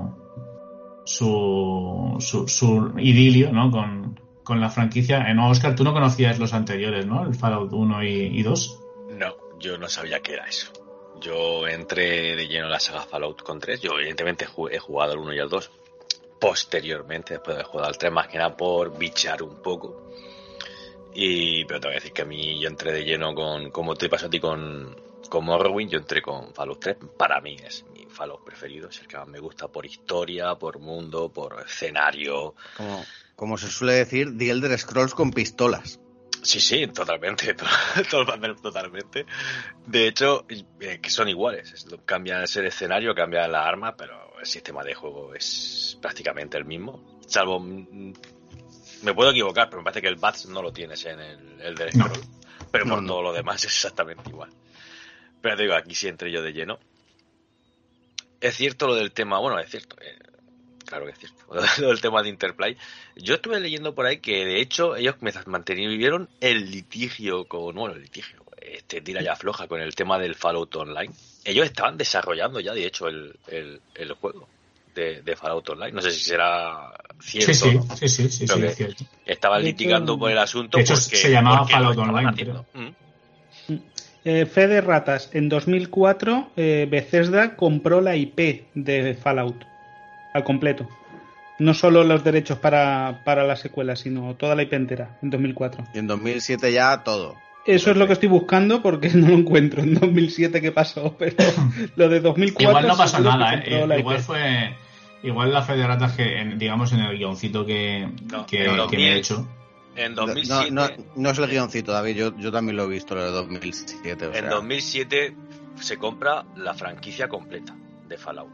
su idilio, ¿no? con la franquicia. No, Oscar, tú no conocías los anteriores, ¿no? El Fallout 1 y 2. No, yo no sabía qué era eso. Yo entré de lleno en la saga Fallout con 3. Yo evidentemente he jugado al 1 y al 2 posteriormente, después de haber jugado al 3, más que nada por bichar un poco. Pero tengo que decir que a mí yo entré de lleno como te pasó a ti con Morrowind, yo entré con Fallout 3. Para mí es mi Fallout preferido, es el que más me gusta por historia, por mundo, por escenario. Como se suele decir, The Elder Scrolls con pistolas. Sí, totalmente, totalmente. De hecho, que son iguales. Cambia el escenario, cambia la arma, pero el sistema de juego es prácticamente el mismo. Salvo, me puedo equivocar, pero me parece que el Bats no lo tienes en el Elder Scrolls. No. Pero por todo lo demás es exactamente igual. Pero te digo, aquí sí entré yo de lleno. Es cierto lo del tema, bueno, es cierto, claro que es cierto, lo del tema de Interplay. Yo estuve leyendo por ahí que de hecho ellos vivieron el litigio tira ya floja con el tema del Fallout Online. Ellos estaban desarrollando ya de hecho el juego de Fallout Online. No sé si será cierto. Sí, es cierto. Estaban litigando por el asunto. De hecho, se llamaba Fallout Online, creo. Fe de ratas. En 2004 Bethesda compró la IP de Fallout al completo. No solo los derechos para la secuela, sino toda la IP entera en 2004. Y en 2007 ya todo. Eso es lo que estoy buscando porque no lo encuentro en 2007 qué pasó, pero lo de 2004... Igual no pasó nada, Igual la fe de ratas que, digamos, en el guioncito que me he hecho... En 2007... No es el guioncito, David, yo también lo he visto, lo de 2007. En 2007 se compra la franquicia completa de Fallout.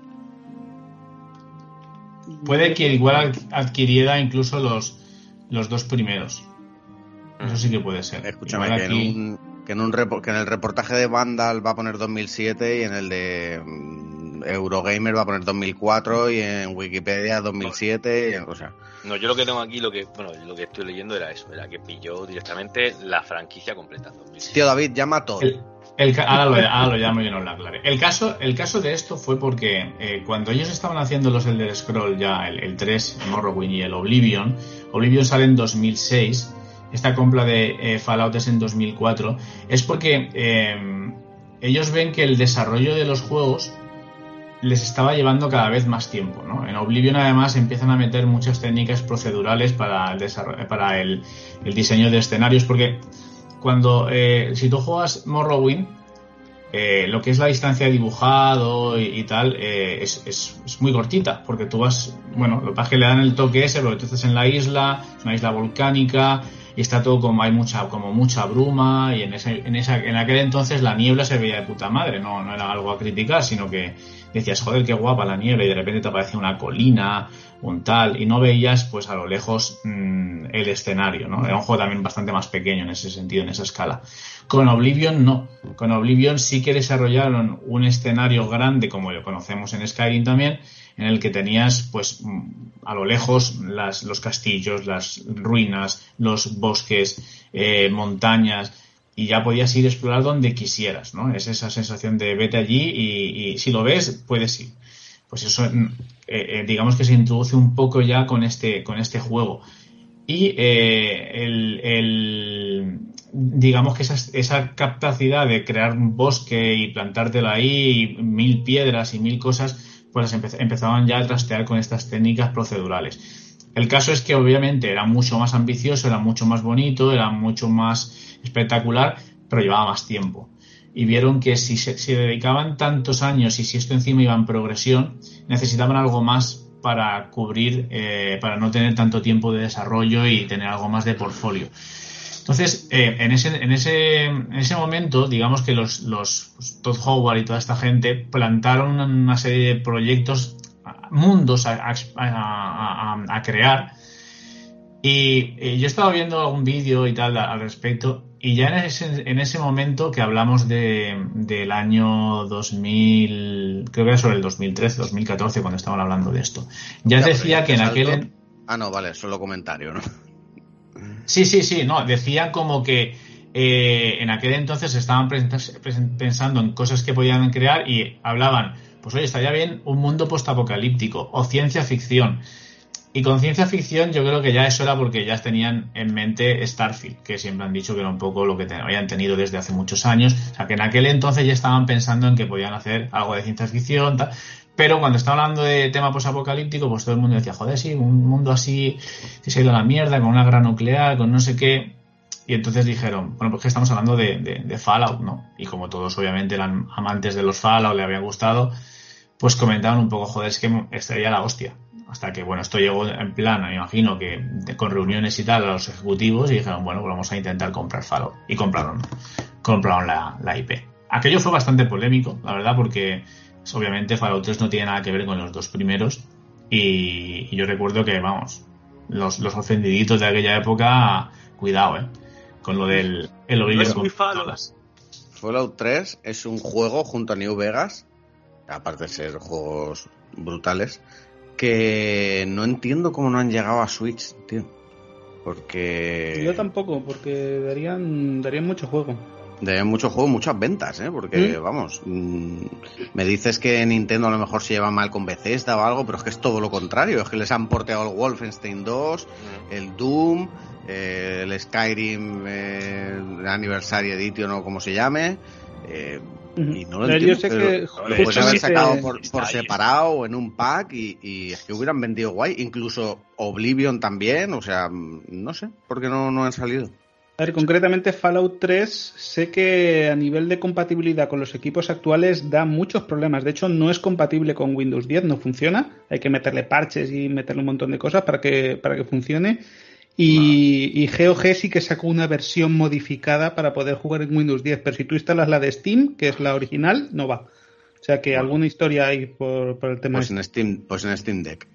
Puede que igual adquiriera incluso los dos primeros. Eso sí que puede ser. Escúchame, que en el reportaje de Vandal va a poner 2007 y en el de Eurogamer va a poner 2004 y en Wikipedia 2007, o sea... No, yo lo que tengo aquí, lo que estoy leyendo era eso, era que pilló directamente la franquicia completa en 2007. Tío, David, llama a todo. Ahora lo llamo y no lo aclaré. El caso de esto fue porque cuando ellos estaban haciendo los Elder Scrolls ya, el 3, el Morrowind y el Oblivion sale en 2006, esta compra de Fallout es en 2004, es porque ellos ven que el desarrollo de los juegos les estaba llevando cada vez más tiempo, ¿no? En Oblivion además empiezan a meter muchas técnicas procedurales para el diseño de escenarios, porque cuando si tú juegas Morrowind, lo que es la distancia de dibujado y tal es muy cortita, porque tú vas, bueno, lo que pasa es que le dan el toque ese, porque tú estás en la isla, es una isla volcánica y está todo hay mucha bruma, y en aquel entonces la niebla se veía de puta madre, no era algo a criticar, sino que decías, joder, qué guapa la niebla, y de repente te aparecía una colina, un tal, y no veías pues a lo lejos el escenario, ¿no? Era un juego también bastante más pequeño en ese sentido, en esa escala. Con Oblivion no, con Oblivion sí que desarrollaron un escenario grande, como lo conocemos en Skyrim también, en el que tenías pues a lo lejos los castillos, las ruinas, los bosques, montañas, y ya podías ir a explorar donde quisieras, ¿no? Es esa sensación de vete allí y si lo ves, puedes ir. Pues eso, digamos que se introduce un poco ya con este juego. Y digamos que esa capacidad de crear un bosque y plantártelo ahí, y 1000 piedras y 1000 cosas, pues empezaban ya a trastear con estas técnicas procedurales. El caso es que obviamente era mucho más ambicioso, era mucho más bonito, era mucho más espectacular, pero llevaba más tiempo. Y vieron que si se dedicaban tantos años y si esto encima iba en progresión, necesitaban algo más para cubrir, para no tener tanto tiempo de desarrollo y tener algo más de portfolio. Entonces, en ese momento, digamos que los Todd Howard y toda esta gente plantaron una serie de proyectos, mundos a crear, Y yo estaba viendo algún vídeo y tal al respecto, y ya en ese momento que hablamos del año 2000, creo que era sobre el 2013, 2014, cuando estaban hablando de esto, ya decía que en aquel... Ah, no, vale, solo comentario, ¿no? Sí, no, decían como que en aquel entonces estaban pensando en cosas que podían crear y hablaban, pues oye, estaría bien un mundo postapocalíptico o ciencia ficción. Y con ciencia ficción yo creo que ya eso era porque ya tenían en mente Starfield, que siempre han dicho que era un poco lo que habían tenido desde hace muchos años. O sea, que en aquel entonces ya estaban pensando en que podían hacer algo de ciencia ficción, tal. Pero cuando estaba hablando de tema posapocalíptico, pues todo el mundo decía, joder, sí, un mundo así que se ha ido a la mierda, con una guerra nuclear, con no sé qué. Y entonces dijeron, bueno, pues que estamos hablando de Fallout, ¿no? Y como todos obviamente eran amantes de los Fallout, le había gustado, pues comentaban un poco, joder, es que estaría la hostia. Hasta que, bueno, esto llegó en plan, me imagino que con reuniones y tal a los ejecutivos y dijeron, bueno, pues vamos a intentar comprar Fallout. Y compraron la IP. Aquello fue bastante polémico, la verdad, porque obviamente Fallout 3 no tiene nada que ver con los dos primeros. Y yo recuerdo que, vamos, los ofendiditos de aquella época, cuidado, con lo del el Origin con todas. Fallout 3 es un juego junto a New Vegas, aparte de ser juegos brutales, que no entiendo cómo no han llegado a Switch, tío. Porque... Yo tampoco, porque darían mucho juego. Darían mucho juego, muchas ventas, porque, vamos, me dices que Nintendo a lo mejor se lleva mal con Bethesda o algo, pero es que es todo lo contrario. Es que les han porteado el Wolfenstein 2, el Doom, el Skyrim Anniversary Edition o como se llame... y no lo entiendo, yo sé que lo pueden haber sacado por separado o en un pack y es que hubieran vendido guay, incluso Oblivion también, o sea, no sé por qué no han salido. A ver, concretamente Fallout 3 sé que a nivel de compatibilidad con los equipos actuales da muchos problemas. De hecho, no es compatible con Windows 10, no funciona. Hay que meterle parches y meterle un montón de cosas para que funcione. Y GOG sí que sacó una versión modificada para poder jugar en Windows 10, pero si tú instalas la de Steam, que es la original, no va. O sea que alguna historia hay por el tema. Pues en Steam Deck.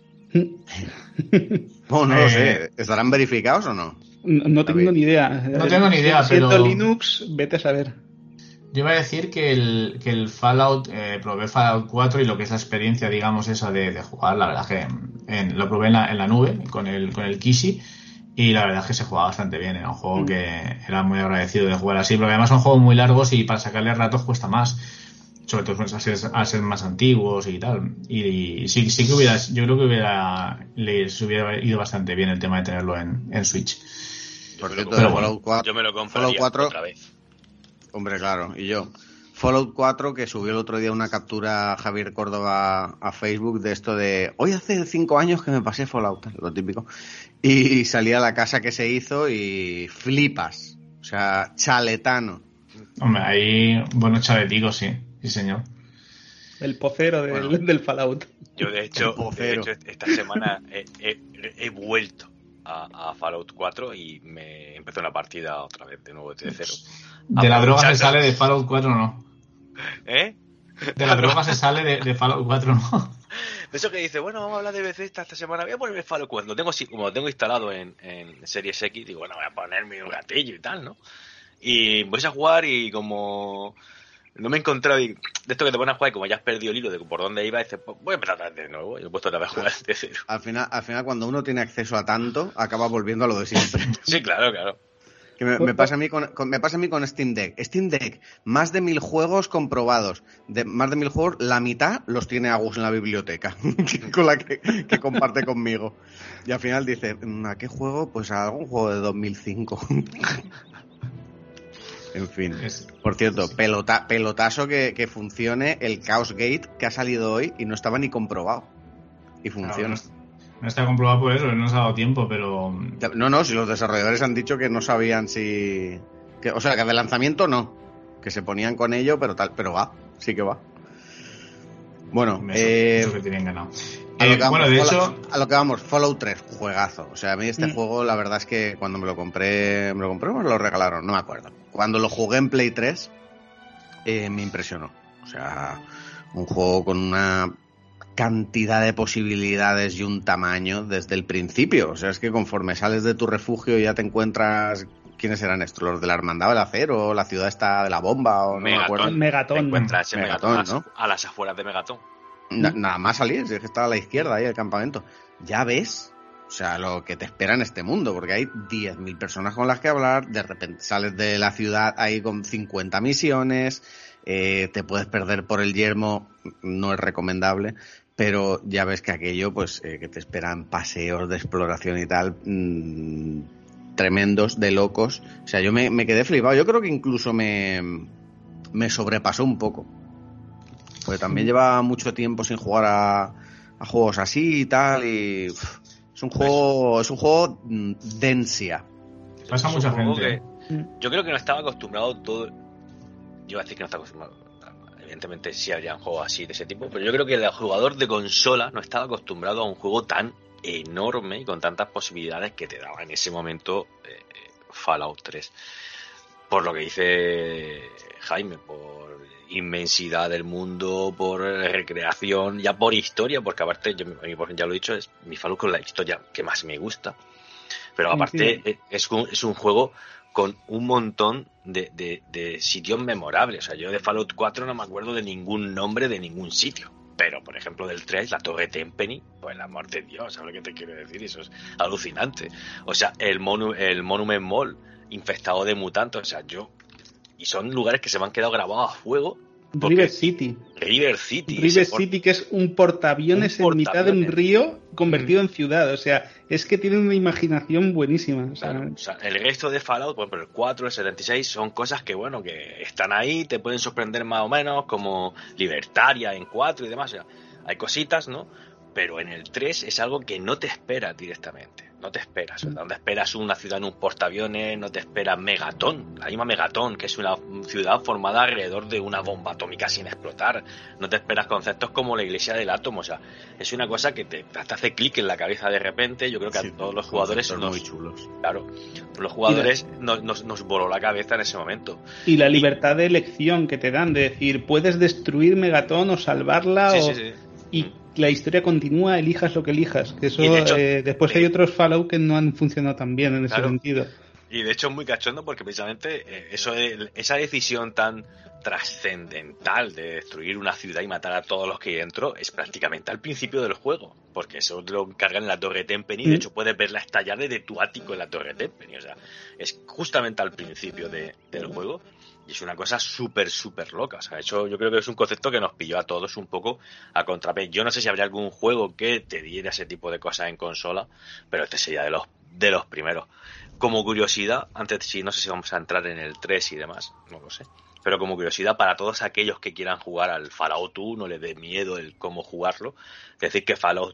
No lo sé. ¿Estarán verificados o no? No tengo ni idea. No tengo ni idea, siendo pero... Linux, vete a saber. Yo iba a decir que el Fallout, probé Fallout 4 y lo que es la experiencia, digamos, esa de jugar, la verdad que lo probé en la nube con el Kishi y la verdad es que se jugaba bastante bien. Era un juego que era muy agradecido de jugar así, porque además son juegos muy largos y para sacarle ratos cuesta más, sobre todo a ser más antiguos y tal. Y sí que yo creo que les hubiera ido bastante bien el tema de tenerlo en Switch. Por cierto, pero Fallout 4, yo me lo compraría Fallout 4, otra vez. Hombre, claro, y yo. Fallout 4, que subió el otro día una captura Javier Córdoba a Facebook de esto de hoy hace 5 años que me pasé Fallout, lo típico, y salí a la casa que se hizo y flipas, o sea, chaletano. Hombre, ahí buenos chaleticos, sí señor. El pocero del Fallout. Yo de hecho esta semana he vuelto a Fallout 4 y me empezó una partida otra vez de nuevo desde cero. ¿De la droga se sale de Fallout 4 o no? ¿Eh? De la droga se sale de Fallout 4, ¿no? De eso que dice, bueno, vamos a hablar de Bethesda esta semana, voy a ponerme Fallout 4. Como lo tengo instalado en Series X, digo, bueno, voy a ponerme un gatillo y tal, ¿no? Y voy a jugar y como no me he encontrado de esto que te pones a jugar y como ya has perdido el hilo de por dónde iba, dices, pues voy a empezar de nuevo y he puesto otra vez a jugar de cero. Al final cuando uno tiene acceso a tanto, acaba volviendo a lo de siempre. Sí, claro. Que me pasa a mí con Steam Deck. Steam Deck, más de 1000 juegos comprobados. De más de 1000 juegos, la mitad los tiene Agus en la biblioteca, con la que comparte conmigo. Y al final dice, ¿a qué juego? Pues a algún juego de 2005. En fin. Por cierto, pelotazo que funcione el Chaos Gate que ha salido hoy y no estaba ni comprobado. Y funciona. No está comprobado por eso, no se ha dado tiempo, pero... No, si los desarrolladores han dicho que no sabían si... o sea, que de lanzamiento no. Que se ponían con ello, pero va. Sí que va. Bueno, eso que tienen ganado. A lo que vamos, Fallout 3, juegazo. O sea, a mí este juego, la verdad es que cuando me lo compré o me lo regalaron, no me acuerdo. Cuando lo jugué en Play 3, me impresionó. O sea, un juego con una cantidad de posibilidades y un tamaño desde el principio. O sea, es que conforme sales de tu refugio ya te encuentras... ¿Quiénes eran estos? ¿Los de la Hermandad del Acero? ¿La ciudad esta de la bomba? O no me acuerdo. Megatón. Te encuentras en Megatón, ¿no? a las afueras de Megatón. Nada más salir, es que está a la izquierda ahí el campamento. Ya ves, o sea, lo que te espera en este mundo, porque hay 10.000 personas con las que hablar, de repente sales de la ciudad ahí con 50 misiones, te puedes perder por el yermo, no es recomendable, pero ya ves que aquello, pues, que te esperan paseos de exploración y tal, tremendos, de locos. O sea, yo me quedé flipado. Yo creo que incluso me sobrepasó un poco. Porque también lleva mucho tiempo sin jugar a juegos así y tal. Y es un juego densia. Pasa a mucha gente. Yo creo que no estaba acostumbrado todo. Yo iba a decir que no estaba acostumbrado. Evidentemente sí habrían juegos así de ese tipo, pero yo creo que el jugador de consola no estaba acostumbrado a un juego tan enorme y con tantas posibilidades que te daba en ese momento Fallout 3. Por lo que dice Jaime, por inmensidad del mundo, por recreación, ya por historia, porque aparte, ya lo he dicho, es mi Fallout con la historia que más me gusta, pero aparte sí. Es un juego con un montón de sitios memorables. O sea, yo de Fallout 4 no me acuerdo de ningún nombre de ningún sitio. Pero, por ejemplo, del 3, la Torre Tenpenny, pues el amor de Dios, ¿sabes lo que te quiero decir? Eso es alucinante. O sea, el Monument Mall infestado de mutantes, o sea, y son lugares que se me han quedado grabados a fuego. River City, que es un portaaviones en mitad de un río convertido en ciudad. O sea, es que tiene una imaginación buenísima. Claro, o sea, el resto de Fallout, por ejemplo, el 4, el 76, son cosas que, bueno, que están ahí, te pueden sorprender más o menos, como Libertaria en 4 y demás. O sea, hay cositas, ¿no? Pero en el 3 es algo que no te esperas directamente. No te esperas. O sea, no te esperas una ciudad en un portaaviones, no te esperas Megatón, la misma Megatón, que es una ciudad formada alrededor de una bomba atómica sin explotar. No te esperas conceptos como la iglesia del átomo. O sea, es una cosa que te hace clic en la cabeza de repente. Yo creo que a todos los jugadores son muy chulos. Claro, los jugadores nos voló la cabeza en ese momento. Y la libertad de elección que te dan, de decir, puedes destruir Megatón o salvarla y la historia continúa, elijas lo que elijas. Que eso, de hecho, después hay otros Fallout que no han funcionado tan bien en ese sentido. Y de hecho es muy cachondo porque precisamente esa decisión tan trascendental de destruir una ciudad y matar a todos los que hay dentro es prácticamente al principio del juego, porque eso lo encargan en la Torre Tenpenny. De hecho puedes verla estallar desde tu ático en la Torre Tenpenny. O sea, es justamente al principio del juego. Y es una cosa súper loca. O sea, yo creo que es un concepto que nos pilló a todos un poco a contrapé. Yo no sé si habría algún juego que te diera ese tipo de cosas en consola, pero este sería de los primeros. Como curiosidad, no sé si vamos a entrar en el 3 y demás, no lo sé. Pero como curiosidad para todos aquellos que quieran jugar al Fallout 1, les dé miedo el cómo jugarlo, decir que Fallout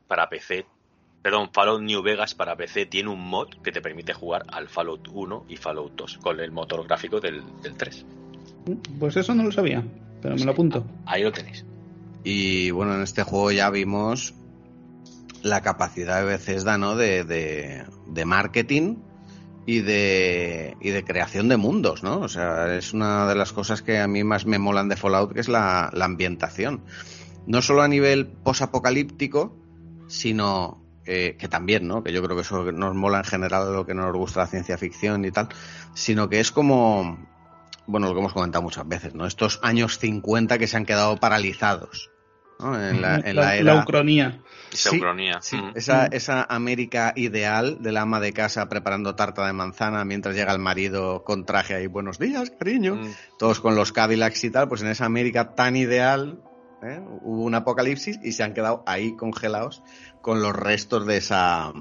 New Vegas para PC tiene un mod que te permite jugar al Fallout 1 y Fallout 2 con el motor gráfico del 3. Pues eso no lo sabía, pero me lo apunto. Ahí lo tenéis. Y bueno, en este juego ya vimos la capacidad de Bethesda, ¿no? De marketing y de creación de mundos, ¿no? O sea, es una de las cosas que a mí más me molan de Fallout, que es la ambientación. No solo a nivel posapocalíptico, sino que también, ¿no? Que yo creo que eso nos mola en general, lo que nos gusta la ciencia ficción y tal, sino que es como, bueno, lo que hemos comentado muchas veces, ¿no? Estos años 50 que se han quedado paralizados, ¿no? En la era... La ucronía. Sí, esa América ideal de la ama de casa preparando tarta de manzana mientras llega el marido con traje ahí, buenos días, cariño, todos con los Cadillacs y tal, pues en esa América tan ideal, hubo un apocalipsis y se han quedado ahí congelados con los restos de esa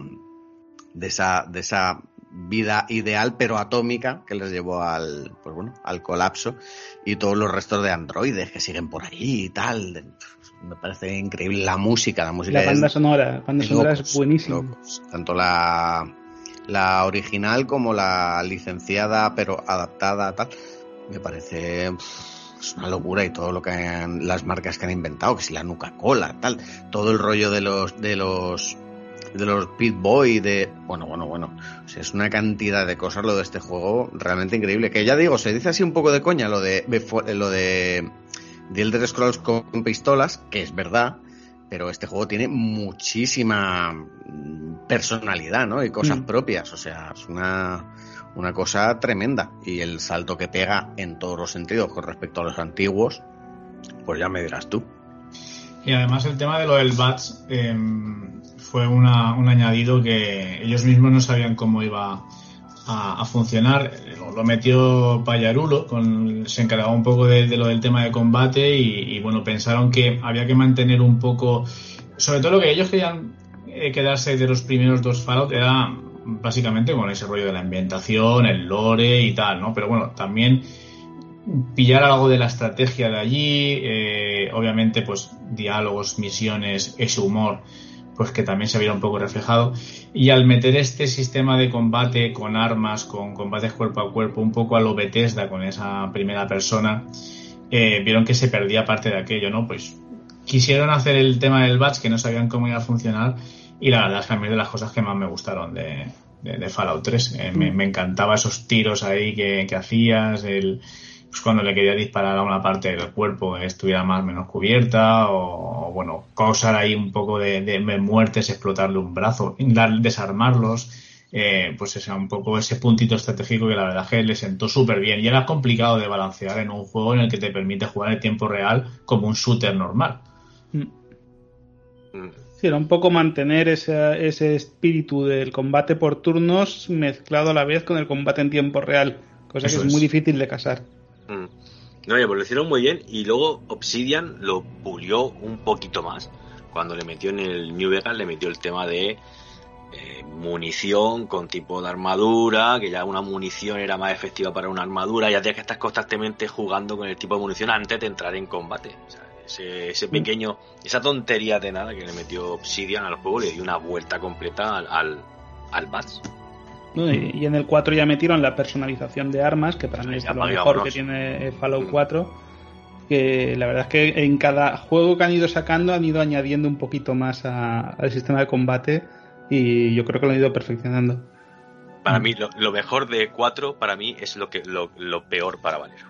vida ideal pero atómica que les llevó al colapso, y todos los restos de androides que siguen por ahí y tal. Me parece increíble la música. La banda sonora es buenísima. Tanto la original como la licenciada pero adaptada tal, me parece es una locura. Y todo lo que las marcas que han inventado, que si la Nuka-Cola tal, todo el rollo de los Pit Boy, bueno, o sea, es una cantidad de cosas lo de este juego realmente increíble, que ya digo, se dice así un poco de coña lo de The Elder Scrolls con pistolas, que es verdad, pero este juego tiene muchísima personalidad, ¿no? Y cosas propias, o sea, es una cosa tremenda. Y el salto que pega en todos los sentidos con respecto a los antiguos, pues ya me dirás tú. Y además el tema de lo del BATS fue un añadido que ellos mismos no sabían cómo iba a funcionar. Lo metió Payarulo, se encargaba un poco de lo del tema de combate y bueno, pensaron que había que mantener un poco, sobre todo lo que ellos querían quedarse de los primeros 2 Fallout era básicamente con ese rollo de la ambientación, el lore y tal, ¿no? Pero bueno, también pillar algo de la estrategia de allí, obviamente pues diálogos, misiones, ese humor, pues que también se viera un poco reflejado, y al meter este sistema de combate con armas, con combates cuerpo a cuerpo, un poco a lo Bethesda con esa primera persona, vieron que se perdía parte de aquello, ¿no? Pues quisieron hacer el tema del batch, que no sabían cómo iba a funcionar, y la verdad es que a mí es de las cosas que más me gustaron de Fallout 3. Me encantaba esos tiros ahí que hacías, pues cuando le quería disparar a una parte del cuerpo que estuviera más o menos cubierta, o bueno, causar ahí un poco de muertes, explotarle un brazo, desarmarlos, pues es un poco ese puntito estratégico que la verdad es que le sentó súper bien, y era complicado de balancear en un juego en el que te permite jugar en tiempo real como un shooter normal. Sí, era un poco mantener ese espíritu del combate por turnos mezclado a la vez con el combate en tiempo real, cosa que es muy difícil de casar. No, pues lo hicieron muy bien, y luego Obsidian lo pulió un poquito más cuando le metió en el New Vegas, le metió el tema de munición con tipo de armadura, que ya una munición era más efectiva para una armadura, ya tienes que estar constantemente jugando con el tipo de munición antes de entrar en combate. O sea, ese pequeño, esa tontería de nada que le metió Obsidian al juego le dio una vuelta completa al BATS. ¿No? Y en el 4 ya metieron la personalización de armas, que para mí es lo mejor que tiene Fallout 4, que la verdad es que en cada juego que han ido sacando han ido añadiendo un poquito más al sistema de combate, y yo creo que lo han ido perfeccionando. Para mí lo mejor de 4 para mí es lo peor para Valero.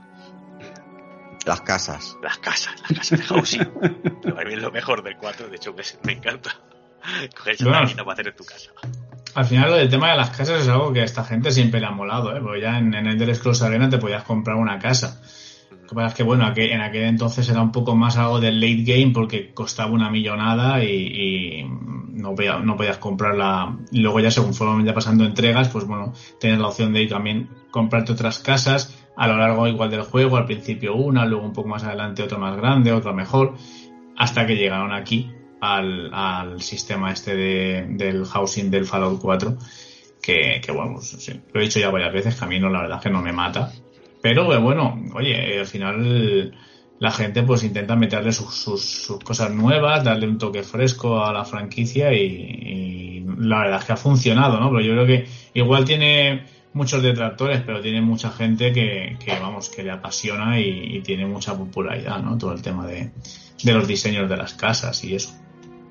Las casas de housing. Para mí es lo mejor del 4, de hecho me encanta coger esa máquina para hacer en tu casa. Al final lo del tema de las casas es algo que a esta gente siempre le ha molado, porque ya en Elder Scrolls Arena te podías comprar una casa. Lo que pasa es que bueno, en aquel entonces era un poco más algo del late game porque costaba una millonada y no podías comprarla. Y luego ya según fueron ya pasando entregas, pues bueno, tenías la opción de ir también comprarte otras casas a lo largo igual del juego, al principio una, luego un poco más adelante otra más grande, otra mejor, hasta que llegaron aquí al sistema este del housing del Fallout 4, que bueno, pues, sí, lo he dicho ya varias veces, que a mí no, la verdad es que no me mata, pero bueno, oye, al final la gente pues intenta meterle sus cosas nuevas, darle un toque fresco a la franquicia, y la verdad es que ha funcionado, ¿no? Pero yo creo que igual tiene muchos detractores, pero tiene mucha gente que le apasiona y tiene mucha popularidad, ¿no? Todo el tema de los diseños de las casas y eso.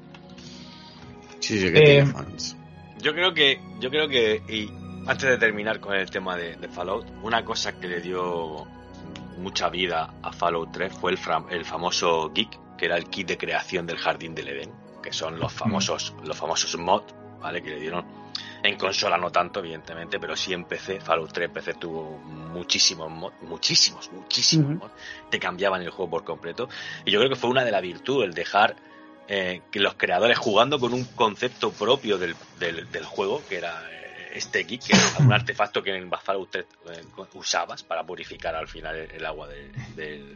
Sí, que tiene fans. Yo creo que y antes de terminar con el tema de Fallout, una cosa que le dio mucha vida a Fallout 3 fue el famoso Geek, que era el kit de creación del Jardín del Edén, que son los famosos mods, ¿vale? Que le dieron en consola, no tanto evidentemente, pero sí en PC. Fallout 3 en PC tuvo muchísimos mods, muchísimos mods, te cambiaban el juego por completo, y yo creo que fue una de las virtudes el dejar que los creadores jugando con un concepto propio del juego, que era este Geek, que era un artefacto que en Fallout 3 usabas para purificar al final el agua de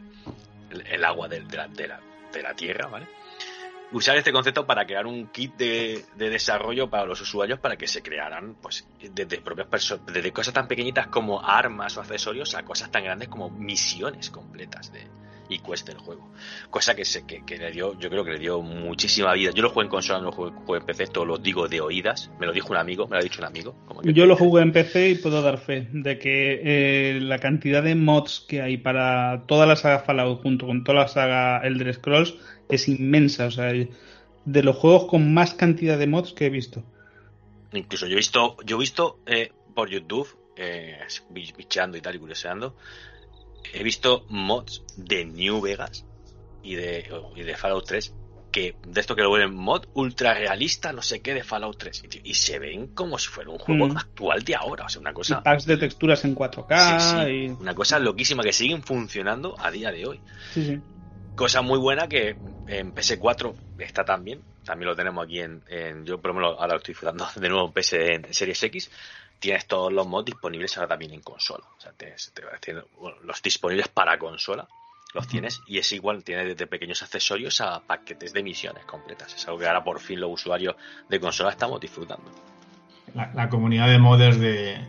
la tierra, ¿vale? Usar este concepto para crear un kit de desarrollo para los usuarios, para que se crearan pues desde propias personas, desde cosas tan pequeñitas como armas o accesorios a cosas tan grandes como misiones completas y quest del juego, cosa que le dio, yo creo que le dio muchísima vida. Yo lo jugué en consola, no lo jugué en PC, todo lo digo de oídas, me lo ha dicho un amigo. Yo lo jugué en PC y puedo dar fe de que la cantidad de mods que hay para toda la saga Fallout junto con toda la saga Elder Scrolls es inmensa, o sea, de los juegos con más cantidad de mods que he visto. Incluso yo he visto por YouTube, bicheando y tal y curioseando, he visto mods de New Vegas y de Fallout 3 que de esto que lo vuelven mod ultra realista, no sé qué, de Fallout 3. Y se ven como si fuera un juego actual de ahora. O sea, una cosa... Y packs de texturas en 4K. Sí. Y... una cosa loquísima que siguen funcionando a día de hoy. Sí. Cosa muy buena que en PS4 está también lo tenemos aquí yo por lo menos ahora lo estoy disfrutando de nuevo en Series X. Tienes todos los mods disponibles ahora también en consola. O sea, los disponibles para consola los tienes, y es igual, tiene desde pequeños accesorios a paquetes de misiones completas. Es algo que ahora por fin los usuarios de consola estamos disfrutando. La comunidad de modders de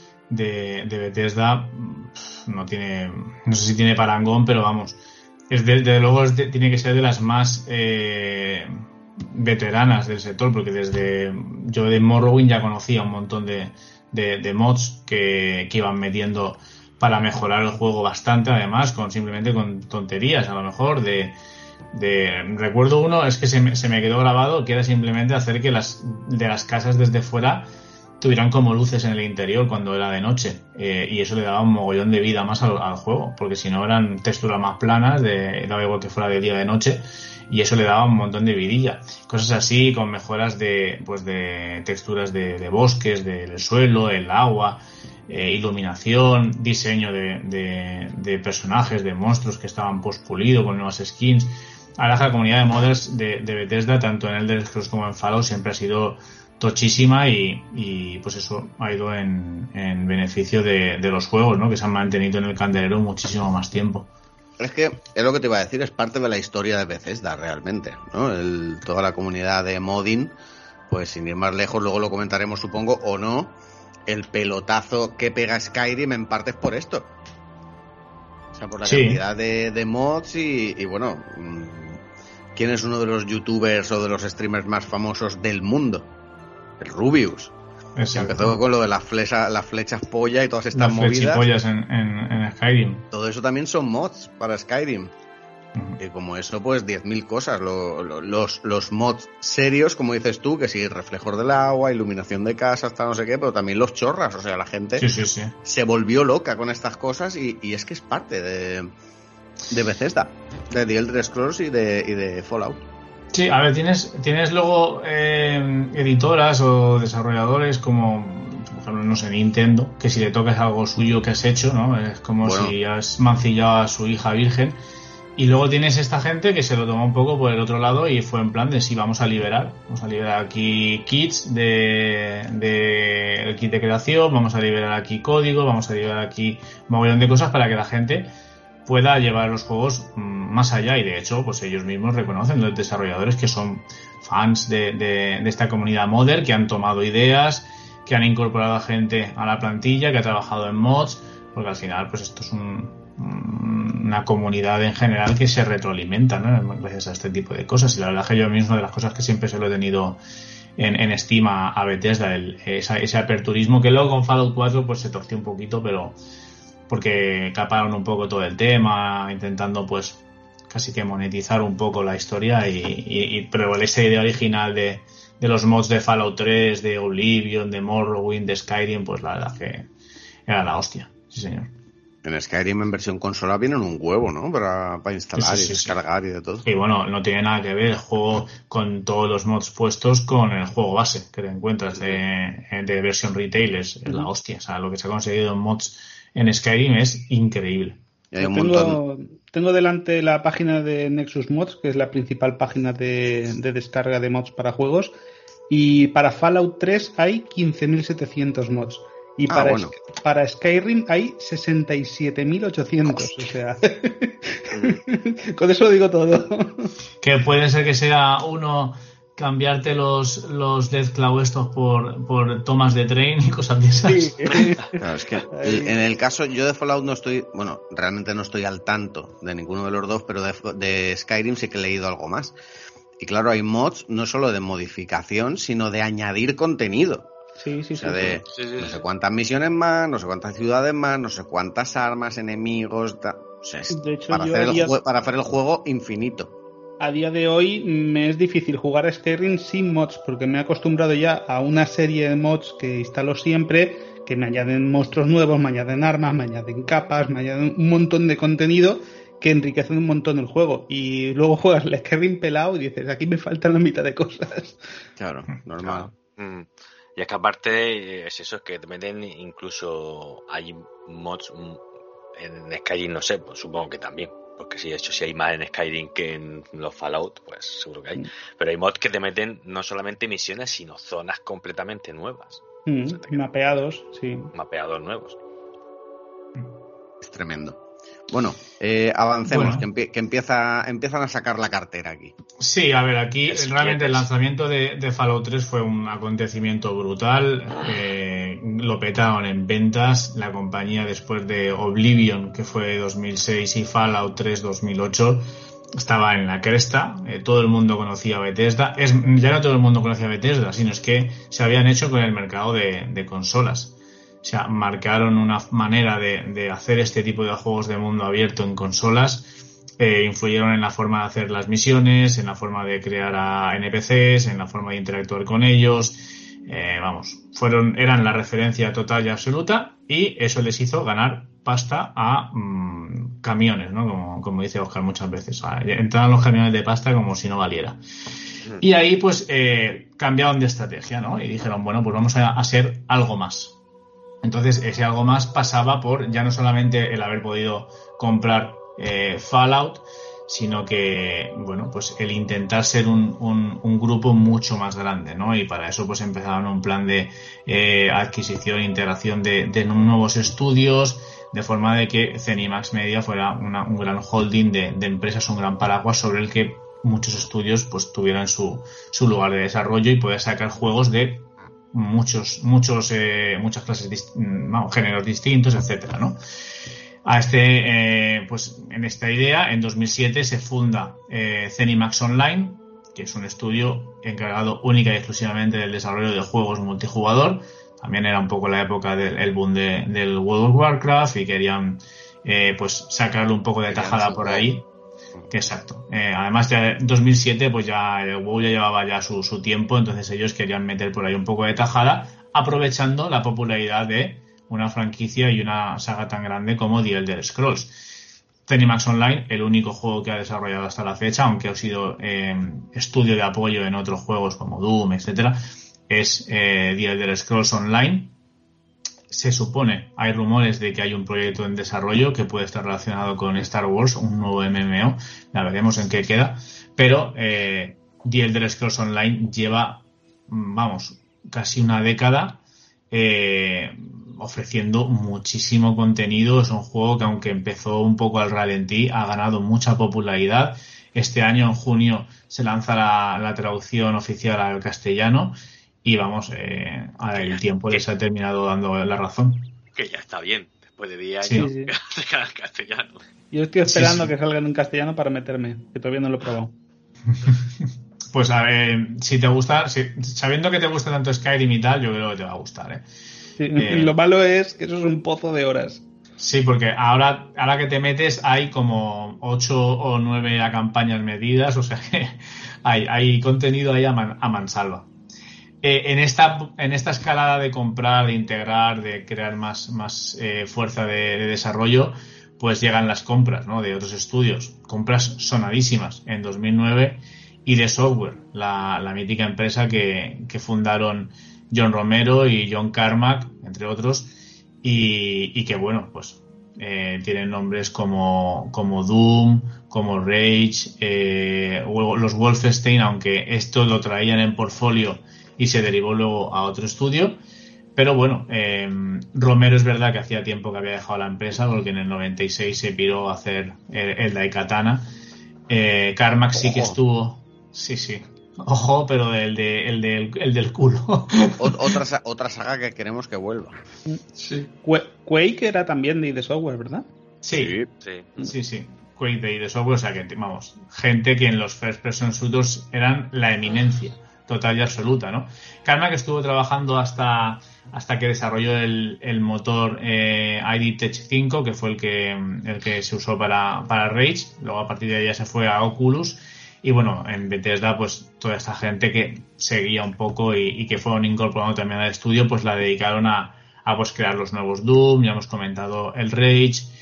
Bethesda no sé si tiene parangón, pero vamos, desde luego tiene que ser de las más veteranas del sector, porque yo de Morrowind ya conocía un montón de mods que iban metiendo para mejorar el juego bastante, además, simplemente con tonterías, a lo mejor, recuerdo uno, es que se me quedó grabado, que era simplemente hacer que las casas desde fuera tuvieran como luces en el interior cuando era de noche, y eso le daba un mogollón de vida más al juego, porque si no eran texturas más planas, daba igual que fuera de día o de noche, y eso le daba un montón de vidilla. Cosas así, con mejoras de texturas de bosques, del suelo, el agua, iluminación, diseño de personajes, de monstruos que estaban pulido con nuevas skins. Ahora la comunidad de modders de Bethesda, tanto en Elder Scrolls como en Fallout, siempre ha sido tochísima, y pues eso ha ido en beneficio de los juegos, ¿no? Que se han mantenido en el candelero muchísimo más tiempo. Es que es lo que te iba a decir, es parte de la historia de Bethesda realmente, ¿no? Toda la comunidad de modding, pues sin ir más lejos, luego lo comentaremos supongo, o no, el pelotazo que pega Skyrim en parte es por esto. O sea, por la cantidad de mods y bueno, ¿quién es uno de los youtubers o de los streamers más famosos del mundo? El Rubius. Exacto. Empezó con lo de las flechas polla y todas estas las movidas. Las en Skyrim. Todo eso también son mods para Skyrim. Y como eso, pues 10.000 cosas. Los mods serios, como dices tú, que sí, reflejos del agua, iluminación de casa, hasta no sé qué, pero también los chorras. O sea, la gente se volvió loca con estas cosas, y es que es parte de Bethesda, de The Elder Scrolls y de Fallout. Sí, a ver, tienes luego editoras o desarrolladores como, por ejemplo, no sé, Nintendo, que si le tocas algo suyo que has hecho, ¿no? Es como si has mancillado a su hija virgen. Y luego tienes esta gente que se lo tomó un poco por el otro lado y fue en plan de sí, vamos a liberar aquí kits el kit de creación, vamos a liberar aquí código, vamos a liberar aquí un montón de cosas para que la gente pueda llevar los juegos más allá. Y de hecho, pues ellos mismos reconocen, los desarrolladores, que son fans de esta comunidad modder, que han tomado ideas, que han incorporado a gente a la plantilla, que ha trabajado en mods, porque al final pues esto es una comunidad en general que se retroalimenta, ¿no? Gracias a este tipo de cosas. Y la verdad que yo mismo, de las cosas que siempre se lo he tenido en estima a Bethesda, ese aperturismo, que luego con Fallout 4 pues se torció un poquito, pero porque caparon un poco todo el tema, intentando pues casi que monetizar un poco la historia, pero esa idea original de los mods de Fallout 3, de Oblivion, de Morrowind, de Skyrim, pues la verdad que era la hostia, sí señor. En Skyrim en versión consola vienen un huevo, ¿no? Para instalar y descargar y de todo. Y bueno, no tiene nada que ver el juego con todos los mods puestos con el juego base que te encuentras de versión retail, es la hostia. O sea, lo que se ha conseguido en mods en Skyrim es increíble. Tengo delante la página de Nexus Mods, que es la principal página de descarga de mods para juegos, y para Fallout 3 hay 15.700 mods. Y para Skyrim hay 67.800, o sea, con eso lo digo todo. Que puede ser que sea uno cambiarte los Deathclaw estos por tomas de tren y cosas de esas. Sí. Claro, es que en el caso, yo de Fallout realmente no estoy al tanto de ninguno de los dos, pero de Skyrim sí que he leído algo más. Y claro, hay mods no solo de modificación, sino de añadir contenido. Sí. No sé cuántas misiones más, no sé cuántas ciudades más, no sé cuántas armas, enemigos, o sea, de hecho, para hacer el juego infinito. A día de hoy me es difícil jugar a Skyrim sin mods, porque me he acostumbrado ya a una serie de mods que instalo siempre, que me añaden monstruos nuevos, me añaden armas, me añaden capas, me añaden un montón de contenido que enriquecen un montón el juego. Y luego juegas el Skyrim pelado y dices, aquí me faltan la mitad de cosas. Claro, normal. Y es que aparte es eso, es que te meten incluso hay mods en Skyrim, no sé, pues supongo que también, porque si hay más en Skyrim que en los Fallout, pues seguro que hay. Pero hay mods que te meten no solamente misiones, sino zonas completamente nuevas. Mapeados, sí. Mapeados nuevos. Es tremendo. Bueno, avancemos, que empiezan a sacar la cartera aquí. Sí, a ver, aquí realmente el lanzamiento de Fallout 3 fue un acontecimiento brutal. Lo petaron en ventas. La compañía, después de Oblivion, que fue 2006, y Fallout 3 2008, estaba en la cresta. Todo el mundo conocía a Bethesda. Ya no todo el mundo conocía a Bethesda, sino es que se habían hecho con el mercado de consolas. O sea, marcaron una manera de hacer este tipo de juegos de mundo abierto en consolas, influyeron en la forma de hacer las misiones, en la forma de crear a NPCs, en la forma de interactuar con ellos. Eran la referencia total y absoluta, y eso les hizo ganar pasta a camiones, ¿no? Como dice Oscar muchas veces. Entraron los camiones de pasta como si no valiera. Y ahí pues cambiaron de estrategia, ¿no? Y dijeron, bueno, pues vamos a ser algo más. Entonces ese algo más pasaba por ya no solamente el haber podido comprar Fallout, sino que, bueno, pues el intentar ser un grupo mucho más grande, ¿no? Y para eso pues empezaron un plan de adquisición e integración de nuevos estudios, de forma de que Zenimax Media fuera un gran holding de empresas, un gran paraguas sobre el que muchos estudios pues tuvieran su lugar de desarrollo y poder sacar juegos de muchas clases, géneros distintos, etcétera, ¿no? Pues en esta idea, en 2007 se funda Zenimax Online, que es un estudio encargado única y exclusivamente del desarrollo de juegos multijugador. También era un poco la época del boom del World of Warcraft y querían pues sacarle un poco de tajada por ahí. Exacto. Además, ya en 2007 pues ya el WoW ya llevaba ya su tiempo, entonces ellos querían meter por ahí un poco de tajada, aprovechando la popularidad de una franquicia y una saga tan grande como The Elder Scrolls. Zenimax Online, el único juego que ha desarrollado hasta la fecha, aunque ha sido estudio de apoyo en otros juegos como Doom, etcétera, es The Elder Scrolls Online. Se supone, hay rumores de que hay un proyecto en desarrollo que puede estar relacionado con Star Wars, un nuevo MMO, ya veremos en qué queda, pero The Elder Scrolls Online lleva, casi una década ofreciendo muchísimo contenido. Es un juego que, aunque empezó un poco al ralentí, ha ganado mucha popularidad. Este año, en junio, se lanza la traducción oficial al castellano. Y el tiempo les ha terminado dando la razón. Que ya está bien, después de 10 años que salga en castellano. Yo estoy esperando que salgan en castellano para meterme, que todavía no lo he probado. Pues a ver, si te gusta, sabiendo que te gusta tanto Skyrim y tal, yo creo que te va a gustar, Sí, lo malo es que eso es un pozo de horas. Sí, porque ahora que te metes hay como 8 o 9 campañas medidas, o sea que hay contenido ahí a mansalva. En esta escalada de comprar, de integrar, de crear más fuerza de desarrollo, pues llegan las compras, ¿no?, de otros estudios. Compras sonadísimas en 2009 y de Software, la mítica empresa que fundaron John Romero y John Carmack, entre otros, y que, bueno, pues tienen nombres como Doom, como Rage, los Wolfenstein, aunque esto lo traían en portfolio y se derivó luego a otro estudio. Pero bueno, Romero es verdad que hacía tiempo que había dejado la empresa, porque en el 96 se piró a hacer el Daikatana. Carmack sí que estuvo... Sí. Ojo, pero el del culo. Otra saga que queremos que vuelva. Sí. Quake era también de ID Software, ¿verdad? Sí. Quake de ID Software, o sea que, gente que en los first person shooters eran la eminencia total y absoluta, ¿no? Carmack estuvo trabajando hasta que desarrolló el motor ID Tech 5, que fue el que se usó para Rage. Luego, a partir de ahí ya se fue a Oculus. Y bueno, en Bethesda, pues toda esta gente que seguía un poco y que fueron incorporando también al estudio, pues la dedicaron a pues crear los nuevos Doom. Ya hemos comentado el Rage.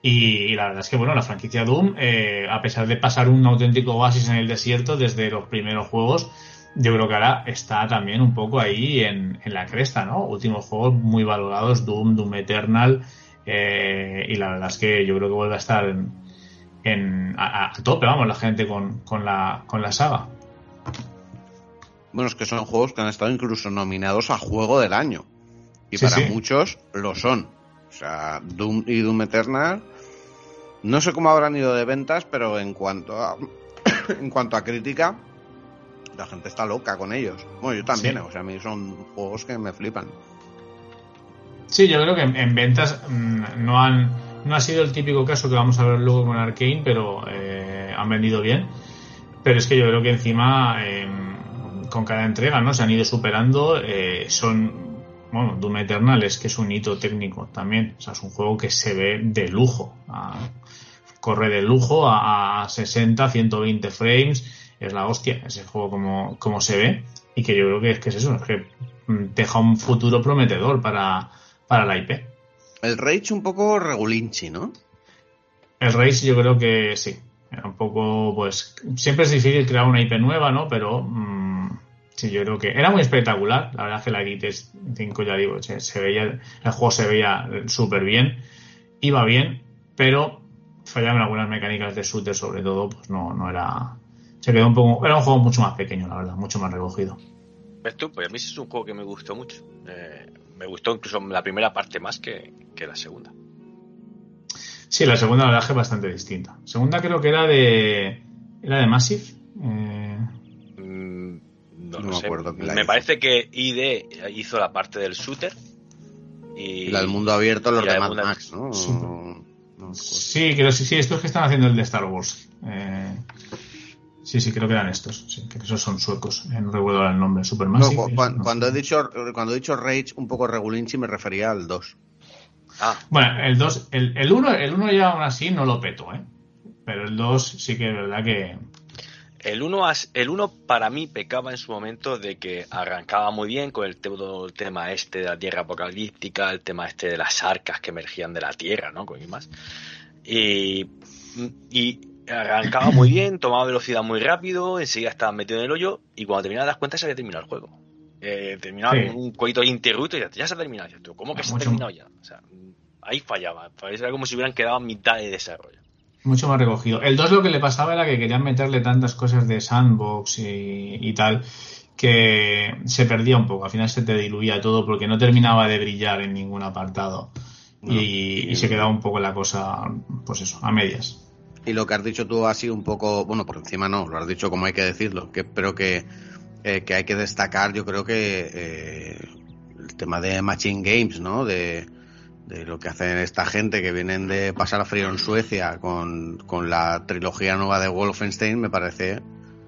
Y la verdad es que, bueno, la franquicia Doom, a pesar de pasar un auténtico oasis en el desierto desde los primeros juegos, yo creo que ahora está también un poco ahí en la cresta, ¿no? Últimos juegos muy valorados, Doom Eternal, y la verdad es que yo creo que vuelve a estar a tope, vamos, la gente con la saga. Bueno, es que son juegos que han estado incluso nominados a Juego del Año. Y Sí, para sí. muchos lo son. O sea, Doom y Doom Eternal, no sé cómo habrán ido de ventas, pero en cuanto a crítica, la gente está loca con ellos. Bueno, yo también, Sí. o sea, a mí son juegos que me flipan. Sí, yo creo que en ventas no ha sido el típico caso que vamos a ver luego con Arcane, pero han vendido bien. Pero es que yo creo que encima con cada entrega, ¿no? Se han ido superando. Bueno, Doom Eternal es que es un hito técnico también. O sea, es un juego que se ve de lujo. Corre de lujo a 60, 120 frames. Es la hostia ese juego como se ve. Y que yo creo que es eso. Es que deja un futuro prometedor para la IP. El Rage un poco regulinchi, ¿no? El Rage yo creo que sí. Era un poco, pues, siempre es difícil crear una IP nueva, ¿no? Pero sí, yo creo que era muy espectacular. La verdad es que la Elite 5, ya digo, se veía, el juego se veía súper bien, iba bien, pero fallaban algunas mecánicas de shooter, sobre todo, pues no era. Se quedó un poco. Era un juego mucho más pequeño, la verdad, mucho más recogido. ¿Ves tú? Pues a mí sí es un juego que me gustó mucho. Me gustó incluso la primera parte más que la segunda. Sí, la segunda la verdad es que es bastante distinta. La segunda creo que era de Massive. No me sé. acuerdo quién la Me hizo. parece que ID hizo la parte del shooter. Y la del mundo abierto, los y la de del Mad mundo- Max, ¿no? Sí. No me acuerdo. Sí, creo sí, estos que están haciendo el de Star Wars. Sí, creo que eran estos. Sí, que esos son suecos. No recuerdo ahora el nombre. No, Supermassive. cuando he dicho Rage un poco regulinchi me refería al 2. Bueno, el 2, el 1 ya aún así no lo peto, ¿eh? Pero el 2 sí que es verdad que. El 1 para mí pecaba en su momento de que arrancaba muy bien con todo el tema de la tierra apocalíptica, el tema de las arcas que emergían de la tierra, ¿no? Y más. Y arrancaba muy bien, tomaba velocidad muy rápido, enseguida estaba metido en el hoyo y cuando terminaba das cuenta se había terminado el juego. Terminaba Sí. con un cuello interrupto y ya se ha terminado. Y yo, ¿cómo que se ha Mucho- terminado ya? O sea, ahí fallaba. Parecía como si hubieran quedado a mitad de desarrollo. Mucho más recogido. El 2 lo que le pasaba era que querían meterle tantas cosas de sandbox y tal que se perdía un poco. Al final se te diluía todo porque no terminaba de brillar en ningún apartado. Y se quedaba un poco la cosa, pues eso, a medias. Y lo que has dicho tú ha sido un poco, bueno, por encima no, lo has dicho como hay que decirlo, pero que hay que destacar, yo creo que el tema de Machine Games, ¿no? De lo que hacen esta gente que vienen de pasar frío en Suecia con la trilogía nueva de Wolfenstein, me parece,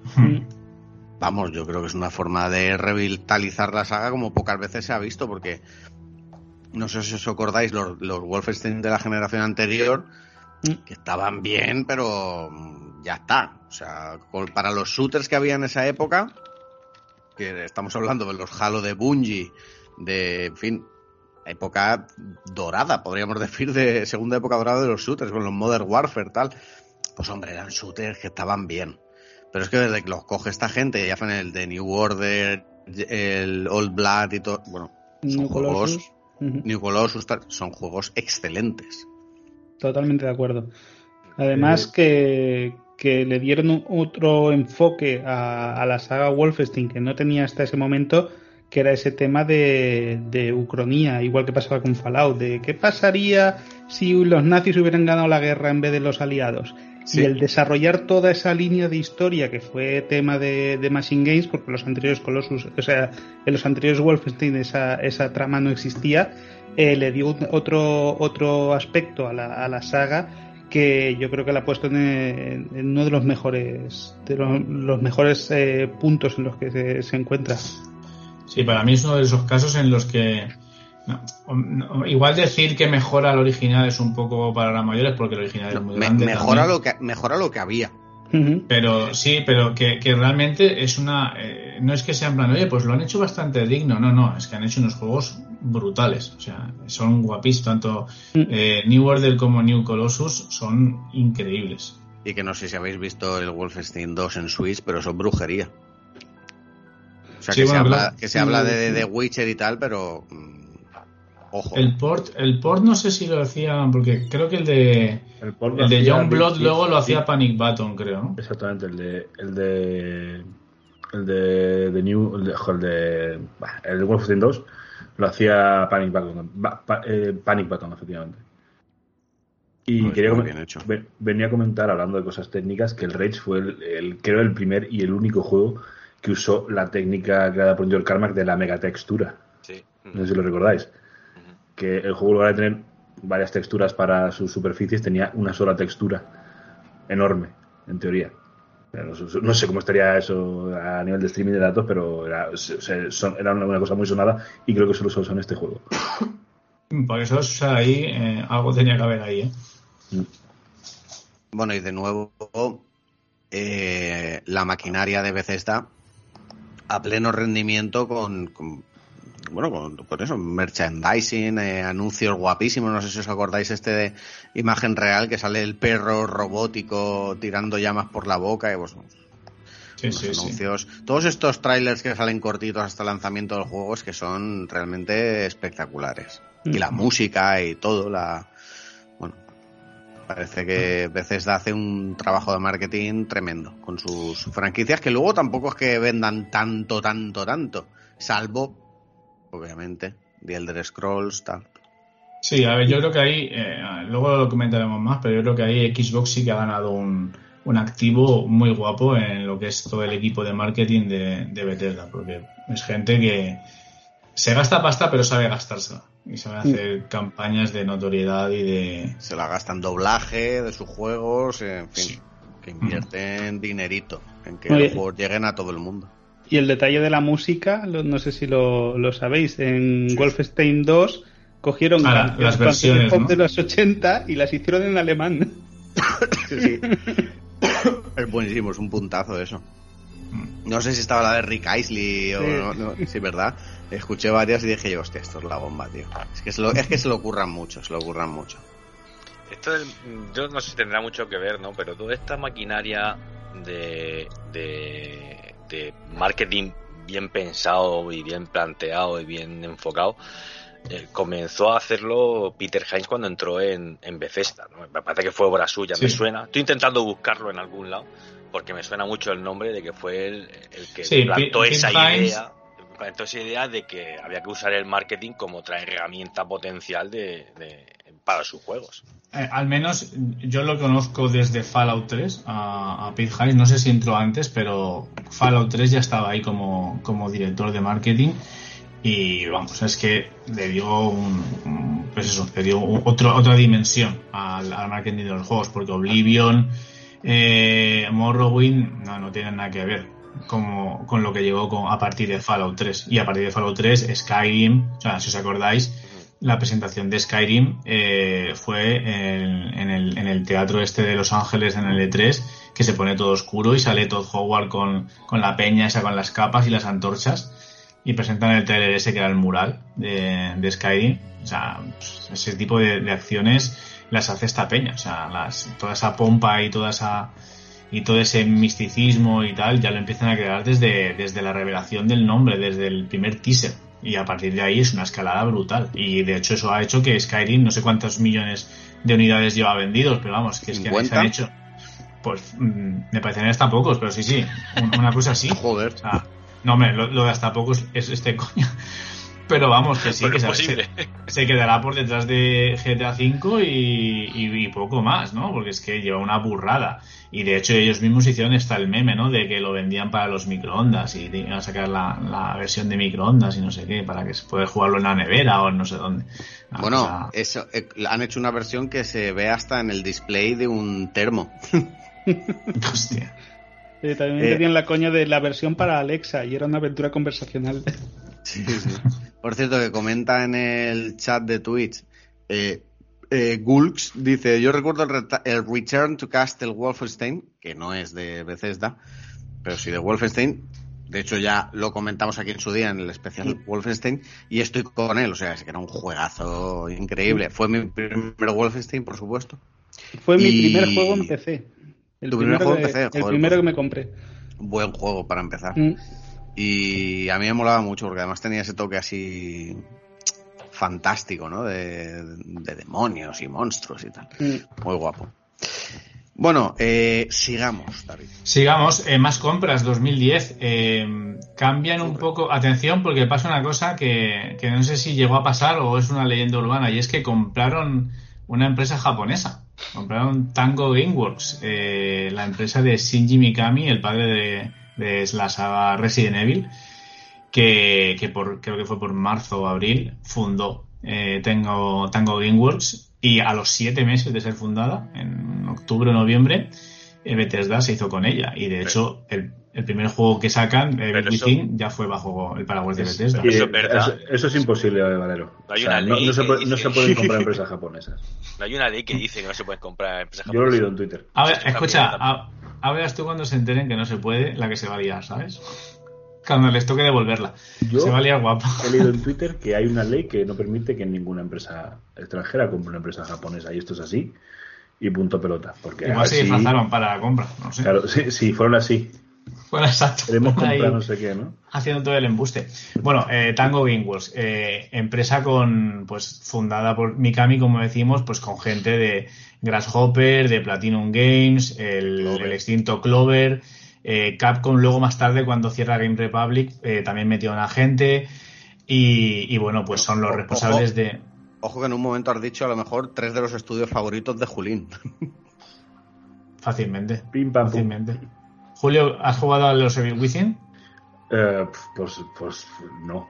vamos, yo creo que es una forma de revitalizar la saga como pocas veces se ha visto, porque no sé si os acordáis, los Wolfenstein de la generación anterior, que estaban bien, pero ya está. O sea, para los shooters que había en esa época, que estamos hablando de los Halo de Bungie, en fin, época dorada, podríamos decir, de segunda época dorada de los shooters, con los Modern Warfare, tal. Pues hombre, eran shooters que estaban bien. Pero es que desde que los coge esta gente, ya hacen el de New Order, el Old Blood y todo, bueno, son juegos, New Colossus, son juegos excelentes. Totalmente de acuerdo. Además que le dieron otro enfoque a la saga Wolfenstein que no tenía hasta ese momento, que era ese tema de ucronía, igual que pasaba con Fallout, de qué pasaría si los nazis hubieran ganado la guerra en vez de los aliados. Sí. Y el desarrollar toda esa línea de historia que fue tema de Machine Games, porque los anteriores Colossus, o sea, en los anteriores Wolfenstein esa trama no existía, le dio otro aspecto a la saga que yo creo que la ha puesto en uno de los mejores puntos en los que se encuentra. Sí, para mí es uno de esos casos en los que igual decir que mejora el original es un poco para mayores, porque el original es muy grande. Mejora lo que había. Pero sí, pero que realmente es no es que sea en plan, oye, pues lo han hecho bastante digno. No, es que han hecho unos juegos brutales. O sea, son guapísimos. Tanto New Order como New Colossus son increíbles. Y que no sé si habéis visto el Wolfenstein 2 en Switch, pero son brujería. O sea, sí, se habla de The Witcher y tal, pero... ojo. El port no sé si lo hacía, porque creo que el de Youngblood luego lo hacía Panic Button, creo, ¿no? Exactamente, el de Wolfenstein 2 lo hacía Panic Button, efectivamente. Y no, quería venía a comentar, hablando de cosas técnicas, que el Rage fue creo el primer y el único juego que usó la técnica creada por George Carmack de la megatextura. Sí. No sé si lo recordáis. Que el juego, en lugar de tener varias texturas para sus superficies, tenía una sola textura enorme, en teoría. No sé cómo estaría eso a nivel de streaming de datos, pero era una cosa muy sonada y creo que solo se usó en este juego. Por eso ahí algo tenía que haber ahí, ¿eh? Bueno, y de nuevo la maquinaria de Bethesda a pleno rendimiento con eso, merchandising, anuncios guapísimos. No sé si os acordáis de imagen real que sale el perro robótico tirando llamas por la boca y anuncios. Sí. Todos estos trailers que salen cortitos hasta el lanzamiento del juego es que son realmente espectaculares. Y la música y todo, parece que Bethesda hace un trabajo de marketing tremendo con sus franquicias, que luego tampoco es que vendan tanto, salvo, obviamente, The Elder Scrolls, tal. Sí, a ver, yo creo que ahí, luego lo comentaremos más, pero yo creo que ahí Xbox sí que ha ganado un activo muy guapo en lo que es todo el equipo de marketing de Bethesda, porque es gente que se gasta pasta pero sabe gastársela y sabe hacer campañas de notoriedad y de... Se la gasta en doblaje de sus juegos, en fin, sí. Que invierten dinerito en que los juegos lleguen a todo el mundo. Y el detalle de la música, no sé si lo sabéis, en Wolfenstein 2 cogieron las versiones pop de los 80 y las hicieron en alemán. Sí. Es buenísimo, es un puntazo eso. No sé si estaba la de Rick Astley o no, sí, ¿verdad? Escuché varias y dije yo, hostia, esto es la bomba, tío. Es que se lo ocurran mucho, Esto yo no sé si tendrá mucho que ver, ¿no? Pero toda esta maquinaria de marketing bien pensado y bien planteado y bien enfocado, comenzó a hacerlo Peter Hines cuando entró en Bethesda, ¿no? Me parece que fue obra suya, sí. Me suena. Estoy intentando buscarlo en algún lado porque me suena mucho el nombre de que fue el que plantó esa idea de que había que usar el marketing como otra herramienta potencial para sus juegos. Al menos yo lo conozco desde Fallout 3 a Pete Hines, no sé si entró antes, pero Fallout 3 ya estaba ahí como director de marketing y vamos, es que le dio otra dimensión al marketing de los juegos, porque Oblivion, Morrowind no tienen nada que ver con lo que llegó a partir de Fallout 3, y a partir de Fallout 3 Skyrim, o sea, si os acordáis, la presentación de Skyrim fue en el teatro de Los Ángeles, en el E3, que se pone todo oscuro y sale Todd Howard con la peña esa, con las capas y las antorchas, y presentan el trailer ese que era el mural de Skyrim. O sea, pues, ese tipo de acciones las hace esta peña, o sea, toda esa pompa y todo ese misticismo y tal, ya lo empiezan a crear desde la revelación del nombre, desde el primer teaser. Y a partir de ahí es una escalada brutal. Y de hecho eso ha hecho que Skyrim, no sé cuántos millones de unidades lleva vendidos, pero vamos, que es que se han hecho. Pues me parecen hasta pocos, pero sí, una cosa así. Joder. O sea, no, hombre, lo de hasta pocos es este coño. Pero vamos, que sí, que se quedará por detrás de GTA V y poco más, ¿no? Porque es que lleva una burrada. Y de hecho ellos mismos hicieron el meme, ¿no? De que lo vendían para los microondas y iban a sacar la versión de microondas y no sé qué, para que se pueda jugarlo en la nevera o en no sé dónde. Bueno, eso han hecho una versión que se ve hasta en el display de un termo. Hostia. También tenían la coña de la versión para Alexa y era una aventura conversacional. Sí. Por cierto, que comenta en el chat de Twitch, Gulks dice: yo recuerdo el Return to Castle Wolfenstein, que no es de Bethesda, pero sí de Wolfenstein, De hecho, ya lo comentamos aquí en su día en el especial Wolfenstein y estoy con él. O sea, es que era un juegazo increíble. Fue mi primer Wolfenstein, por supuesto. Fue mi primer juego en PC. ¿Tu primer juego en PC? El primero que me compré. Buen juego para empezar. Y a mí me molaba mucho porque además tenía ese toque así fantástico, ¿no? De demonios y monstruos y tal. Muy guapo. Bueno, sigamos, David. Sigamos, más compras 2010. Cambian un poco. Atención, porque pasa una cosa que no sé si llegó a pasar o es una leyenda urbana, y es que compraron una empresa japonesa. Compraron Tango Gameworks, la empresa de Shinji Mikami, el padre de la saga Resident Evil, que creo que fue por marzo o abril, fundó Tango Gameworks. Y a los 7 meses de ser fundada, en octubre o noviembre, Bethesda se hizo con ella. Y de hecho, el primer juego que sacan, Evil Within, ya fue bajo el paraguas de Bethesda. Eso es imposible, Valero. No se pueden comprar empresas japonesas. No hay una ley que dice que no se pueden comprar empresas japonesas. Yo lo he leído en Twitter. A ver, escucha, a verás tú cuando se enteren que no se puede, la que se va a liar, ¿sabes? Cuando les toque devolverla. Se va a liar guapo. He leído en Twitter que hay una ley que no permite que ninguna empresa extranjera compre una empresa japonesa, y esto es así, y punto pelota. Porque igual se disfrazaron para la compra, no sé. Claro, si fueron así. Bueno, exacto. Queremos comprar no sé qué, ¿no? Haciendo todo el embuste. Bueno, Tango Gameworks, empresa fundada por Mikami, como decimos, pues con gente de Grasshopper, de Platinum Games, el extinto Clover. Capcom luego más tarde, cuando cierra Game Republic, también metió a una gente y bueno, pues son los responsables de... Ojo que en un momento has dicho a lo mejor 3 de los estudios favoritos de Julín. Fácilmente. Pim, pam, fácilmente. Pum. Julio, ¿has jugado a los Evil Within? Pues no.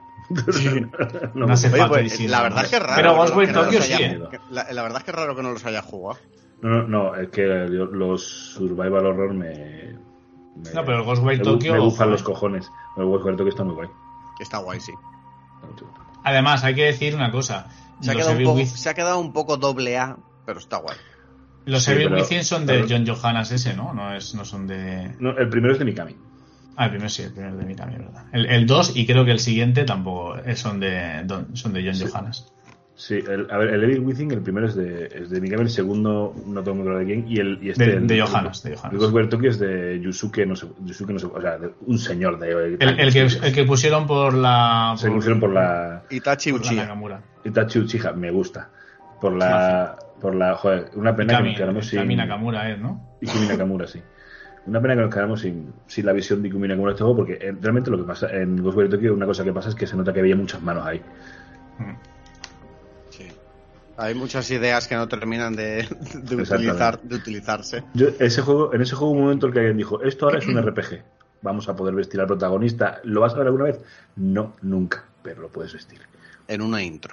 No hace falta. La verdad es que es raro. Pero Ghostwire Tokyo sí. La verdad es que es raro que no los haya jugado. No, es que los Survival Horror no, pero el Ghostwire Tokyo... Me gustan los cojones. El Ghostwire Tokyo está muy guay. Está guay, sí. Además, hay que decir una cosa. Se ha quedado un poco doble A, pero está guay. Los Evil Within son de John Johannes ese, ¿no? No son de... No, el primero es de Mikami. El primero sí, el primero es de Mikami, ¿verdad? El 2 y creo que el siguiente tampoco son de John Johannes. Sí, el Evil Within, el primero es de Mikami, el segundo no tengo muy claro de quién, de Johannes. El Ghostwire Tokyo es de Yusuke, no sé, o sea, de un señor de... El que pusieron por la... Se pusieron por la... Itachi Uchiha. Itachi Uchiha, me gusta. Por la... Joder, una pena que nos quedamos sin... Ikumi Nakamura ¿no? Ikumi Nakamura, sí. Una pena que nos quedamos sin la visión de Ikumi Nakamura de este juego, porque realmente lo que pasa en Ghostwire Tokyo, una cosa que pasa es que se nota que había muchas manos ahí. Hay muchas ideas que no terminan de utilizarse. En ese juego hubo un momento en el que alguien dijo, esto ahora es un RPG. Vamos a poder vestir al protagonista. ¿Lo vas a ver alguna vez? No, nunca, pero lo puedes vestir. En una intro.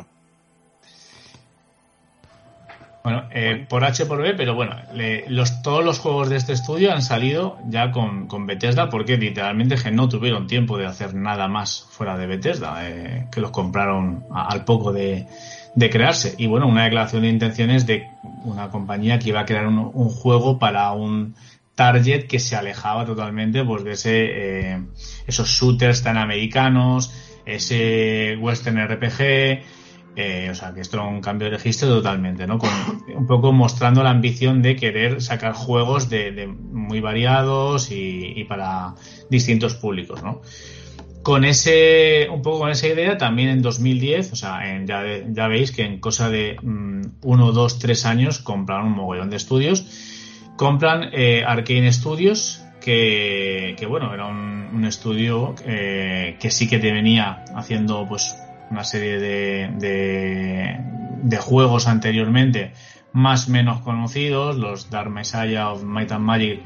Bueno, por H por B, pero bueno, todos los juegos de este estudio han salido ya con Bethesda, porque literalmente que no tuvieron tiempo de hacer nada más fuera de Bethesda, que los compraron al poco de crearse. Y bueno, una declaración de intenciones de una compañía que iba a crear un juego para un target que se alejaba totalmente pues de esos shooters tan americanos, ese western RPG. O sea, que esto era un cambio de registro totalmente, ¿no? Un poco mostrando la ambición de querer sacar juegos de muy variados y para distintos públicos, ¿no? Un poco con esa idea, también en 2010, o sea, ya veis que en cosa de 1, 2, 3 años compraron un mogollón de estudios. Compran Arkane Studios, que bueno, era un estudio que sí que te venía haciendo pues una serie de juegos anteriormente más o menos conocidos, los Dark Messiah of Might and Magic,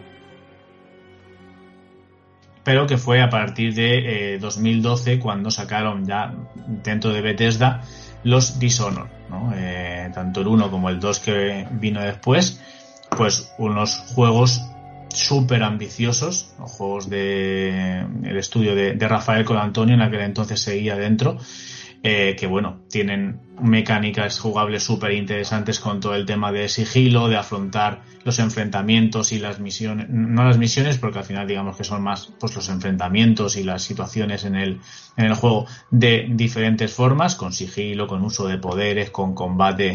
pero que fue a partir de 2012 cuando sacaron ya dentro de Bethesda los Dishonored, ¿no? Tanto el 1 como el 2 que vino después, pues unos juegos súper ambiciosos, los juegos el estudio de Rafael Colantonio, en aquel entonces seguía dentro, que bueno, tienen mecánicas jugables súper interesantes con todo el tema de sigilo, de afrontar los enfrentamientos y las misiones, no las misiones porque al final digamos que son más pues los enfrentamientos y las situaciones en el juego de diferentes formas, con sigilo, con uso de poderes, con combate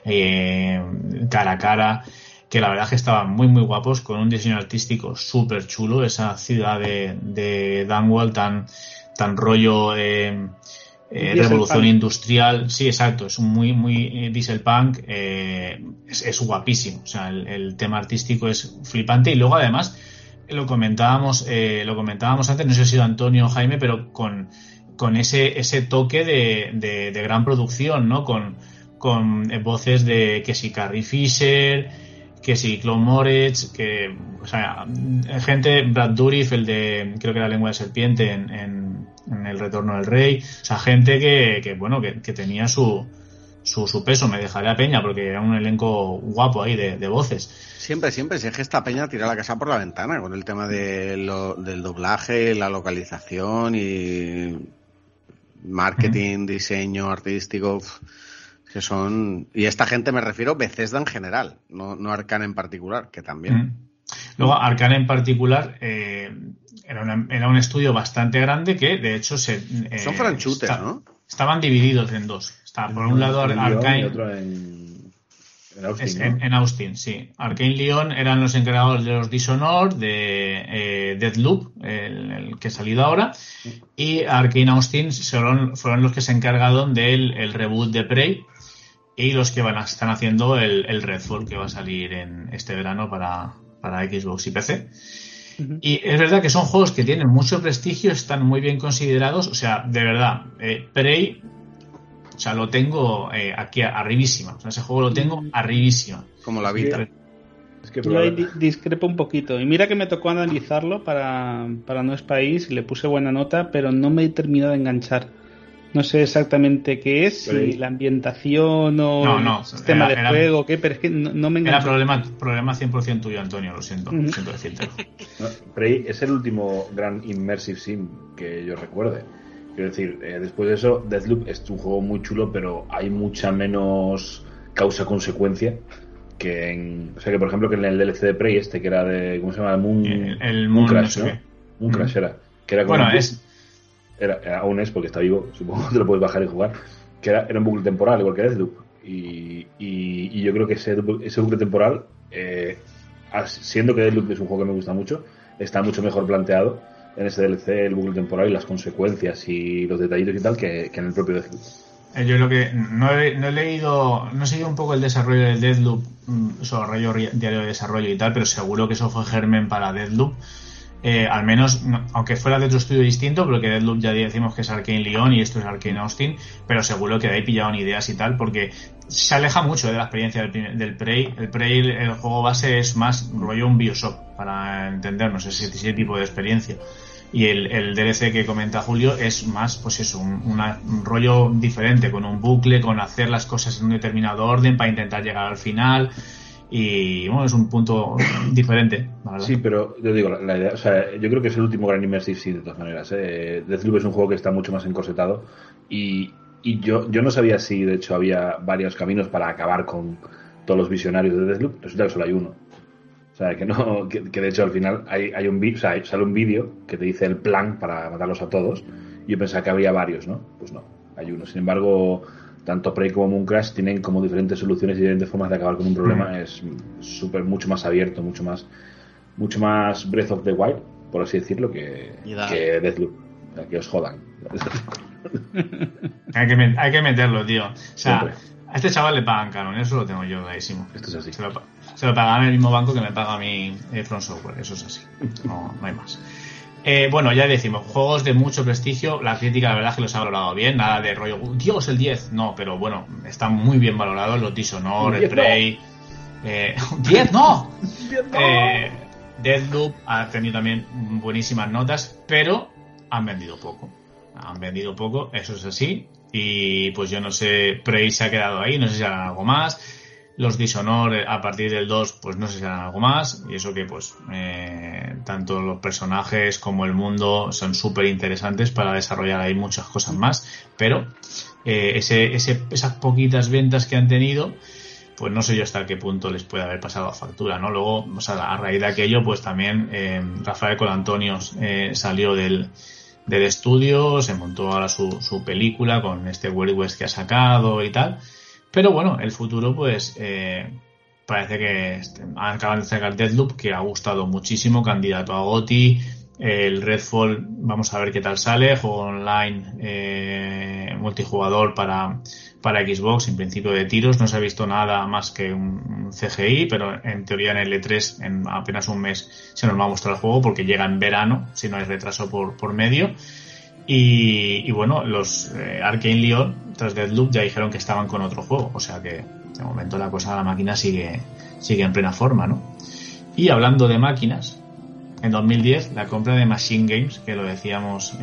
cara a cara, que la verdad es que estaban muy muy guapos, con un diseño artístico súper chulo, esa ciudad de Dunwall tan rollo revolución industrial, sí, exacto, es un muy dieselpunk, es guapísimo, o sea, el tema artístico es flipante, y luego además lo comentábamos antes, no sé si ha sido Antonio o Jaime, pero con ese toque de gran producción, ¿no? Con voces de que si Carrie Fisher, que si Claude Moretz, que, o sea, gente, Brad Dourif, el de, creo que era Lengua de Serpiente en El Retorno del Rey, o sea, gente que tenía su peso. Me dejaré a Peña porque era un elenco guapo ahí de voces. Siempre, si es que esta Peña tira la casa por la ventana con el tema del doblaje, la localización y marketing, diseño artístico, que son... Y esta gente me refiero Bethesda en general, no Arcane en particular, que también. Luego, Arcane en particular era un estudio bastante grande que, de hecho, son franchutes, ¿no? Estaban divididos en dos. Está por un lado Arcane y otro en Austin, ¿no? En Austin, sí. Arcane Lyon eran los encargados de los Dishonored, de Deathloop, el que ha salido ahora, y Arcane Austin fueron los que se encargaron del reboot de Prey y los que están haciendo el Redfall, que va a salir en este verano para Xbox y PC. Y es verdad que son juegos que tienen mucho prestigio, están muy bien considerados, o sea, de verdad, Prey, o sea, lo tengo aquí arribísima, o sea, ese juego lo tengo arribísima. Como la vida. Yo ahí discrepo un poquito, y mira que me tocó analizarlo para No es País, y le puse buena nota, pero no me he terminado de enganchar. No sé exactamente qué es, si la ambientación o el sistema de juego, qué, pero es que no me engancho. Era problema 100% tuyo, Antonio, lo siento decírtelo. Prey es el último gran immersive sim que yo recuerde. Quiero decir, después de eso, Deathloop es un juego muy chulo, pero hay mucha menos causa-consecuencia que o sea, que por ejemplo que en el DLC de Prey que era de, ¿cómo se llama? Mooncrash, ¿no? Mooncrash era. Que era como aún es, porque está vivo, supongo que te lo puedes bajar y jugar, que era un bucle temporal, igual que Deathloop. Y yo creo que ese bucle temporal, siendo que Deathloop es un juego que me gusta mucho, está mucho mejor planteado en ese DLC, el bucle temporal y las consecuencias y los detallitos y tal, que en el propio Deathloop. Yo lo que no he leído, no he seguido un poco el desarrollo del Deathloop, su diario de desarrollo y tal, pero seguro que eso fue germen para Deathloop. Al menos, aunque fuera de otro estudio distinto, pero que Deathloop ya decimos que es Arcane Lyon y esto es Arcane Austin, pero seguro que de ahí pillaron ideas y tal, porque se aleja mucho de la experiencia del Prey. El Prey, el juego base es más rollo un Bioshock, para entendernos, ese tipo de experiencia. Y el DLC que comenta Julio es más, pues eso, un rollo diferente, con un bucle, con hacer las cosas en un determinado orden para intentar llegar al final. Y bueno, es un punto diferente, la verdad. Sí, pero yo digo, la idea, o sea, yo creo que es el último gran immersive, sí, de todas maneras. Deathloop es un juego que está mucho más encorsetado y yo no sabía si de hecho había varios caminos para acabar con todos los visionarios de Deathloop. Resulta que solo hay uno. O sea, que de hecho al final hay un vídeo, o sea, sale un vídeo que te dice el plan para matarlos a todos. Y yo pensaba que habría varios, ¿no? Pues no, hay uno. Sin embargo, tanto Prey como Mooncrash tienen como diferentes soluciones y diferentes formas de acabar con un problema. Es mucho más abierto, mucho más Breath of the Wild, por así decirlo, que Deathloop. O sea, que os jodan. Hay que meterlo, tío. O sea, siempre. A este chaval le pagan canon, eso lo tengo yo clarísimo. Esto es así. Se lo pagan el mismo banco que me paga a mí Front Software, eso es así. No hay más. Bueno, ya decimos, juegos de mucho prestigio, la crítica la verdad es que los ha valorado bien, nada de rollo, Dios, el 10, no, pero bueno, están muy bien valorados los Dishonored, el Prey, 10 no, Deathloop ha tenido también buenísimas notas, pero han vendido poco, eso es así, y pues yo no sé, Prey se ha quedado ahí, no sé si harán algo más, Los Dishonored a partir del 2 pues no sé si harán algo más, y eso que pues tanto los personajes como el mundo son súper interesantes para desarrollar ahí muchas cosas más, pero esas poquitas ventas que han tenido, pues no sé yo hasta qué punto les puede haber pasado a factura, ¿no? Luego, o sea, a raíz de aquello, pues también Rafael Colantonios salió del estudio, se montó ahora su película con este Wild West que ha sacado y tal. Pero bueno, el futuro pues parece que acaban de sacar Deathloop, que ha gustado muchísimo, candidato a GOTY. El Redfall, vamos a ver qué tal sale, juego online multijugador para Xbox, en principio de tiros. No se ha visto nada más que un CGI, pero en teoría en el E3 en apenas un mes se nos va a mostrar el juego, porque llega en verano, si no hay retraso por medio. Y bueno, los Arkane Lyon tras Deathloop ya dijeron que estaban con otro juego, o sea que de momento la cosa de la máquina sigue en plena forma, ¿no? Y hablando de máquinas, en 2010 la compra de Machine Games, que lo decíamos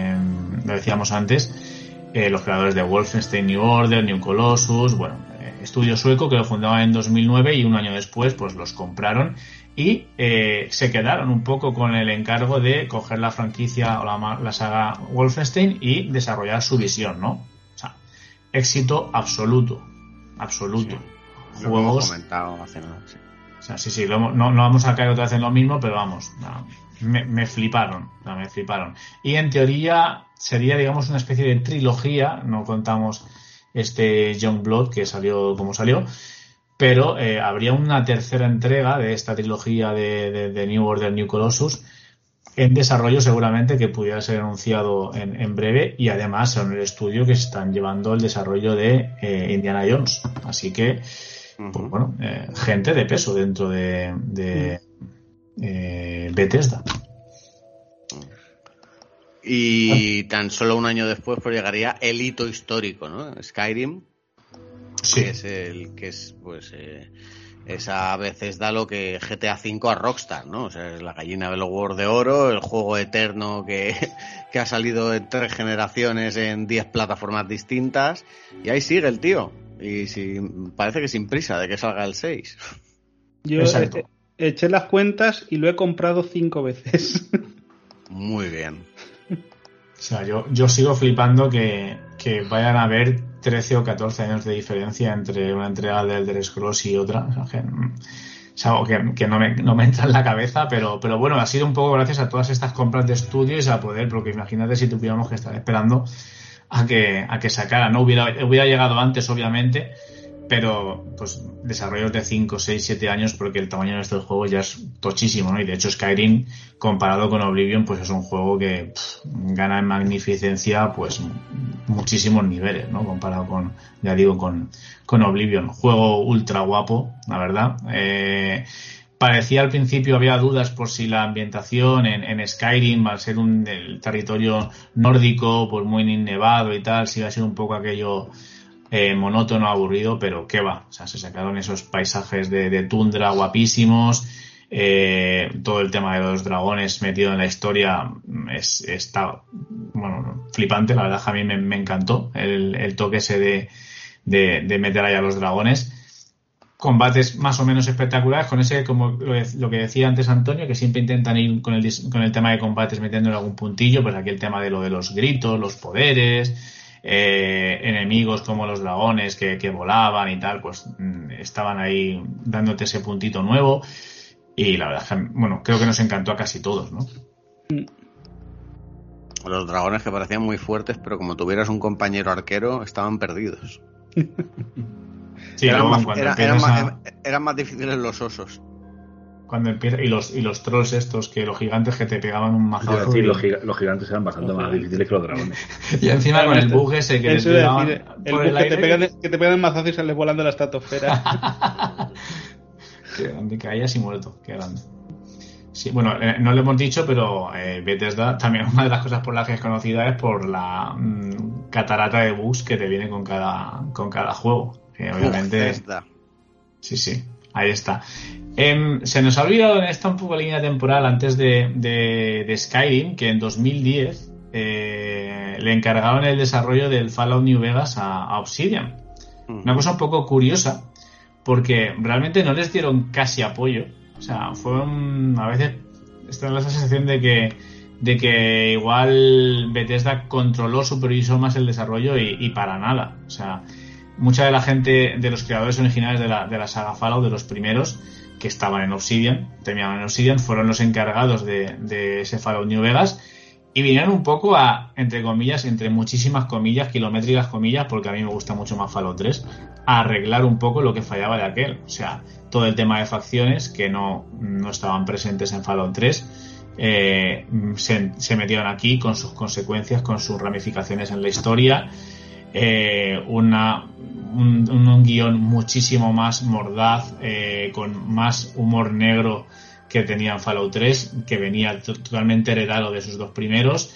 antes, los creadores de Wolfenstein New Order, New Colossus, bueno, estudio sueco que lo fundaban en 2009 y un año después pues los compraron. Y se quedaron un poco con el encargo de coger la franquicia o la saga Wolfenstein y desarrollar su visión, ¿no? O sea, éxito absoluto. Sí, Juegos. Lo hemos comentado hace nada, sí. O sea, sí, no vamos a caer otra vez en lo mismo, pero vamos, me fliparon. Y en teoría sería, digamos, una especie de trilogía, no contamos este Youngblood que salió como salió. Pero habría una tercera entrega de esta trilogía de New Order, New Colossus en desarrollo, seguramente, que pudiera ser anunciado en breve, y además son el estudio que están llevando el desarrollo de Indiana Jones. Así que, pues bueno, gente de peso dentro de Bethesda. Y tan solo un año después pues llegaría el hito histórico, ¿no? Skyrim. Sí. Que es pues esa Bethesda lo que GTA V a Rockstar, ¿no? O sea, es la gallina de los huevos de oro, el juego eterno que ha salido en 3 generaciones en 10 plataformas distintas, y ahí sigue el tío, y parece que sin prisa de que salga el 6. Yo eché las cuentas y lo he comprado 5 veces. Muy bien. O sea, yo sigo flipando que vayan a haber 13 o 14 años de diferencia entre una entrega de Elder Scrolls y otra. O sea, es algo que no me entra en la cabeza, pero bueno, ha sido un poco gracias a todas estas compras de estudios a poder, porque imagínate si tuviéramos que estar esperando a que sacara, ¿no? Hubiera llegado antes, obviamente, pero pues desarrollos de 5, 6, 7 años, porque el tamaño de este juego ya es tochísimo, ¿no? Y de hecho Skyrim, comparado con Oblivion, pues es un juego que gana en magnificencia pues muchísimos niveles, ¿no? Comparado con, ya digo, con Oblivion. Juego ultra guapo, la verdad. Parecía al principio, había dudas por si la ambientación en Skyrim, al ser el territorio nórdico, pues muy nevado y tal, si iba a ser un poco aquello monótono, aburrido, pero qué va. O sea, se sacaron esos paisajes de tundra guapísimos. Todo el tema de los dragones metido en la historia está, bueno, flipante. La verdad, a mí me encantó el toque ese de meter ahí a los dragones. Combates más o menos espectaculares, con ese, como lo que decía antes Antonio, que siempre intentan ir con el tema de combates metiéndole algún puntillo. Pues aquí el tema de los gritos, los poderes, enemigos como los dragones que volaban y tal, pues estaban ahí dándote ese puntito nuevo. Y la verdad, bueno, creo que nos encantó a casi todos, ¿no? Los dragones, que parecían muy fuertes, pero como tuvieras un compañero arquero, estaban perdidos. Sí, eran más difíciles los osos. Cuando empieza, y los trolls estos, que los gigantes que te pegaban un mazazo. Sí, los gigantes eran bastante más difíciles que los dragones. Y encima con el bug ese que te pegaban el bug que te pegan el mazazo y sales volando a la estratosfera. Qué grande, caías y muerto, qué grande. Sí, bueno, no lo hemos dicho, pero Bethesda, también una de las cosas por las que es conocida es por la catarata de bugs que te viene con cada juego. Que obviamente. Bethesda. Sí, ahí está. Se nos ha olvidado en esta un poco línea temporal antes de Skyrim, que en 2010 le encargaron el desarrollo del Fallout New Vegas a Obsidian. Una cosa un poco curiosa, porque realmente no les dieron casi apoyo. O sea, a veces está en la sensación de que igual Bethesda controló, supervisó más el desarrollo y para nada. O sea, mucha de la gente, de los creadores originales de la saga Fallout, de los primeros, que estaban en Obsidian, terminaban en Obsidian, fueron los encargados de ese Fallout New Vegas y vinieron un poco a, entre comillas, entre muchísimas comillas, kilométricas comillas, porque a mí me gusta mucho más Fallout 3, a arreglar un poco lo que fallaba de aquel. O sea, todo el tema de facciones que no estaban presentes en Fallout 3 se metieron aquí con sus consecuencias, con sus ramificaciones en la historia. Un guión muchísimo más mordaz, con más humor negro que tenía en Fallout 3, que venía totalmente heredado de sus dos primeros.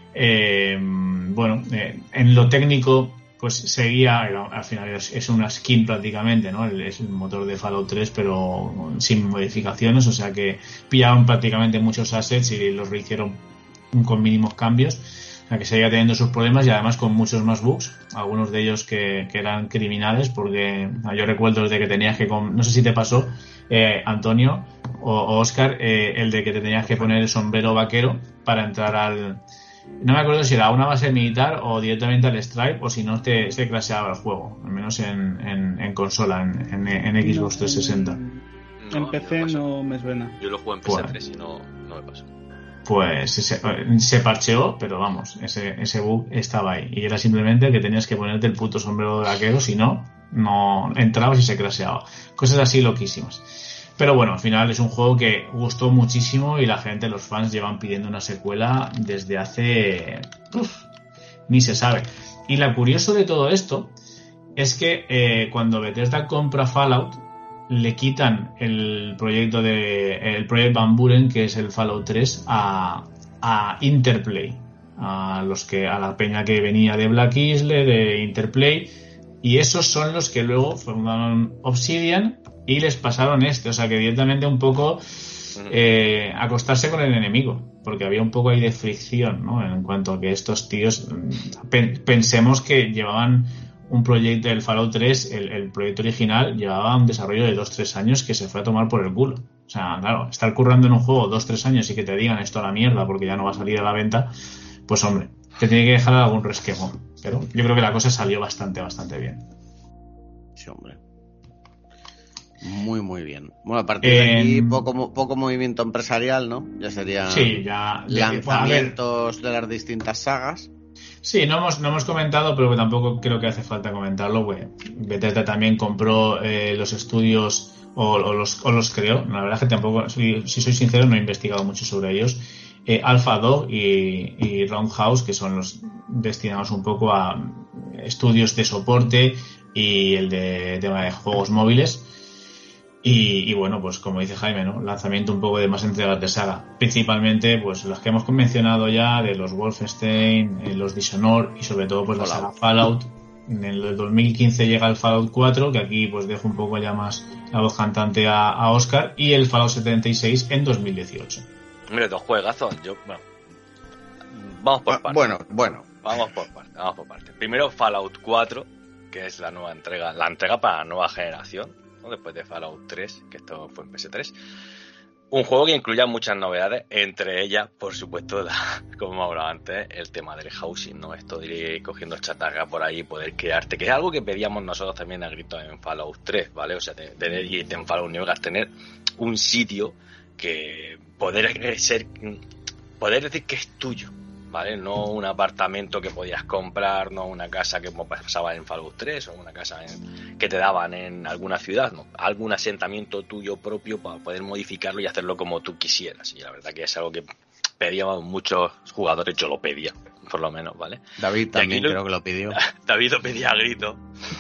En lo técnico pues seguía, al final es una skin prácticamente, ¿no? Es el motor de Fallout 3 pero sin modificaciones, o sea que pillaron prácticamente muchos assets y los rehicieron con mínimos cambios. O sea que seguía teniendo sus problemas y además con muchos más bugs, algunos de ellos que eran criminales, porque yo recuerdo desde que tenías que, no sé si te pasó, Antonio o Oscar, el de que te tenías que poner el sombrero vaquero para entrar no me acuerdo si era a una base militar o directamente al Stripe, o si no se crasheaba el juego, al menos en consola, en Xbox 360. En PC no me suena. Yo lo juego en PS3 y no me pasó. Pues se parcheó, pero vamos, ese bug estaba ahí. Y era simplemente que tenías que ponerte el puto sombrero de vaquero, si no entrabas y se crasheaba. Cosas así loquísimas. Pero bueno, al final es un juego que gustó muchísimo y la gente, los fans, llevan pidiendo una secuela desde hace... ni se sabe. Y lo curioso de todo esto es que cuando Bethesda compra Fallout, le quitan el proyecto Van Buren, que es el Fallout 3, a Interplay, a la peña que venía de Black Isle, de Interplay, y esos son los que luego formaron Obsidian y les pasaron o sea que directamente un poco acostarse con el enemigo, porque había un poco ahí de fricción, ¿no? En cuanto a que estos tíos pensemos que llevaban un proyecto del Fallout 3, el proyecto original llevaba un desarrollo de 2-3 años que se fue a tomar por el culo. O sea, claro, estar currando en un juego 2-3 años y que te digan esto a la mierda porque ya no va a salir a la venta, pues hombre, te tiene que dejar algún resquemo. Pero yo creo que la cosa salió bastante bien. Sí, hombre. Muy, muy bien. Bueno, a partir de aquí, poco movimiento empresarial, ¿no? Ya sería lanzamientos de las distintas sagas. Sí, no hemos comentado, pero que tampoco creo que hace falta comentarlo, pues Bethesda también compró los estudios o los creó. La verdad es que tampoco, si soy sincero, no he investigado mucho sobre ellos. Alpha Dog y Roundhouse, que son los destinados un poco a estudios de soporte y el de tema de juegos móviles. Y bueno, pues como dice Jaime, ¿no? Lanzamiento un poco de más entregas de saga. Principalmente, pues las que hemos mencionado ya, de los Wolfenstein, los Dishonored y sobre todo pues la saga Fallout. En el 2015 llega el Fallout 4, que aquí pues dejo un poco ya más la voz cantante a Oscar, y el Fallout 76 en 2018. Hombre, dos juegazos. Vamos por partes. Bueno. Vamos por partes. Primero Fallout 4, que es la nueva entrega, la entrega para la nueva generación, ¿no? Después de Fallout 3, que esto fue en PS3. Un juego que incluía muchas novedades, entre ellas, por supuesto, como hemos hablado antes, el tema del housing, ¿no? Esto de ir cogiendo chatarra por ahí, poder crearte, que es algo que pedíamos nosotros también a gritos en Fallout 3, ¿vale? O sea, tener, y en Fallout New Vegas, tener un sitio que poder decir que es tuyo, ¿vale? No un apartamento que podías comprar, no una casa que pasaba en Fallout 3 o una casa que te daban en alguna ciudad, ¿no? Algún asentamiento tuyo propio para poder modificarlo y hacerlo como tú quisieras. Y la verdad que es algo que pedíamos muchos jugadores, yo lo pedía, por lo menos, ¿vale? David también creo que lo pidió. David lo pedía a grito.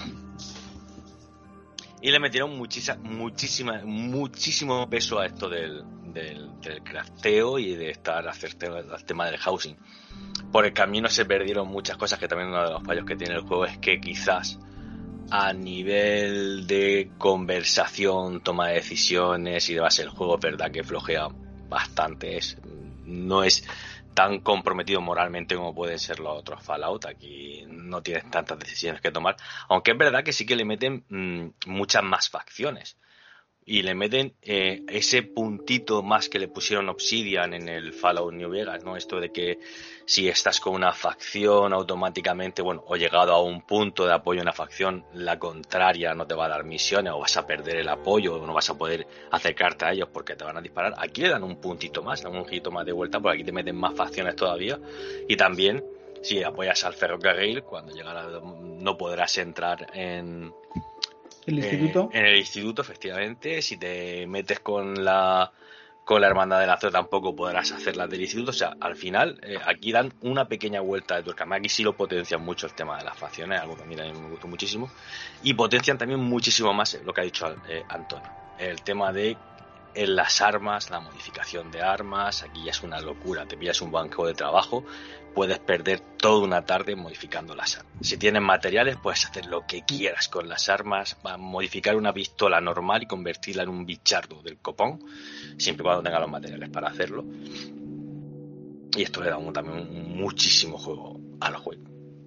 Y le metieron muchísimo peso a esto del crafteo y de hacer el tema del housing. Por el camino se perdieron muchas cosas, que también uno de los fallos que tiene el juego es que quizás a nivel de conversación, toma de decisiones y demás, el juego es verdad que flojea bastante. No es tan comprometido moralmente como pueden ser los otros Fallout. Aquí no tienes tantas decisiones que tomar, aunque es verdad que sí que le meten muchas más facciones. Y le meten ese puntito más que le pusieron Obsidian en el Fallout New Vegas, ¿no? Esto de que si estás con una facción automáticamente, bueno, o llegado a un punto de apoyo a una facción, la contraria no te va a dar misiones o vas a perder el apoyo o no vas a poder acercarte a ellos porque te van a disparar. Aquí le dan un puntito más, dan un giro más de vuelta, porque aquí te meten más facciones todavía. Y también, si apoyas al ferrocarril, cuando llegará no podrás entrar en... ¿El instituto? En el instituto, efectivamente. Si te metes con la hermandad del acero tampoco podrás hacer las del instituto. O sea, al final aquí dan una pequeña vuelta de tuerca. Aquí sí lo potencian mucho el tema de las facciones, algo que a mí también me gustó muchísimo. Y potencian también muchísimo más lo que ha dicho Antonio, el tema de las armas, la modificación de armas. Aquí ya es una locura. Te pillas un banco de trabajo, puedes perder toda una tarde modificando las armas. Si tienes materiales, puedes hacer lo que quieras con las armas, modificar una pistola normal y convertirla en un bichardo del copón, siempre y cuando tengas los materiales para hacerlo. Y esto le da también muchísimo juego al juego.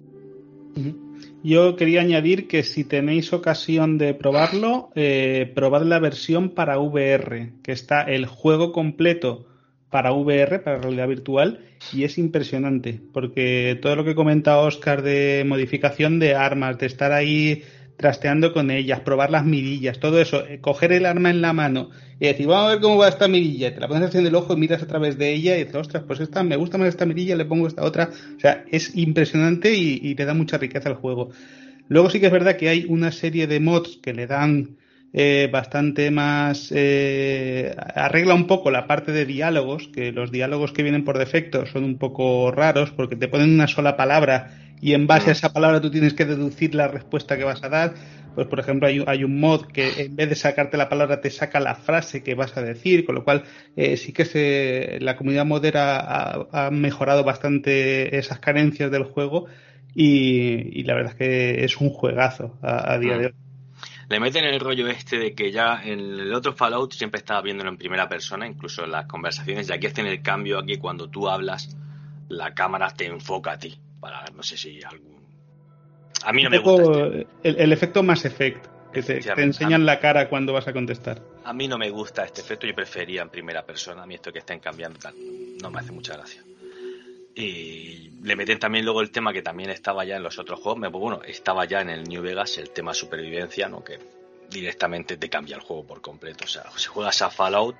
Yo quería añadir que si tenéis ocasión de probarlo, probad la versión para VR, que está el juego completo para VR, para realidad virtual, y es impresionante, porque todo lo que comenta Óscar de modificación de armas, de estar ahí trasteando con ellas, probar las mirillas, todo eso, coger el arma en la mano y decir, vamos a ver cómo va esta mirilla, y te la pones hacia el ojo y miras a través de ella y dices, ostras, pues esta, me gusta más esta mirilla, le pongo esta otra. O sea, es impresionante y le da mucha riqueza al juego. Luego sí que es verdad que hay una serie de mods que le dan bastante más, arregla un poco la parte de diálogos, que los diálogos que vienen por defecto son un poco raros porque te ponen una sola palabra y en base a esa palabra tú tienes que deducir la respuesta que vas a dar. Pues por ejemplo hay un mod que en vez de sacarte la palabra te saca la frase que vas a decir, con lo cual sí que la comunidad modera ha mejorado bastante esas carencias del juego y la verdad es que es un juegazo a día de hoy. Le meten el rollo este de que ya en el otro Fallout siempre estaba viéndolo en primera persona, incluso en las conversaciones, y aquí hacen el cambio. Aquí cuando tú hablas, la cámara te enfoca a ti, para no sé si algún... A mí no me gusta el efecto Mass Effect, que te enseñan la cara cuando vas a contestar. A mí no me gusta este efecto, yo prefería en primera persona. A mí esto que estén cambiando tal, no me hace mucha gracia. Y le meten también luego el tema que también estaba ya en los otros juegos, bueno, estaba ya en el New Vegas, el tema supervivencia, ¿no? Que directamente te cambia el juego por completo. O sea, si juegas a Fallout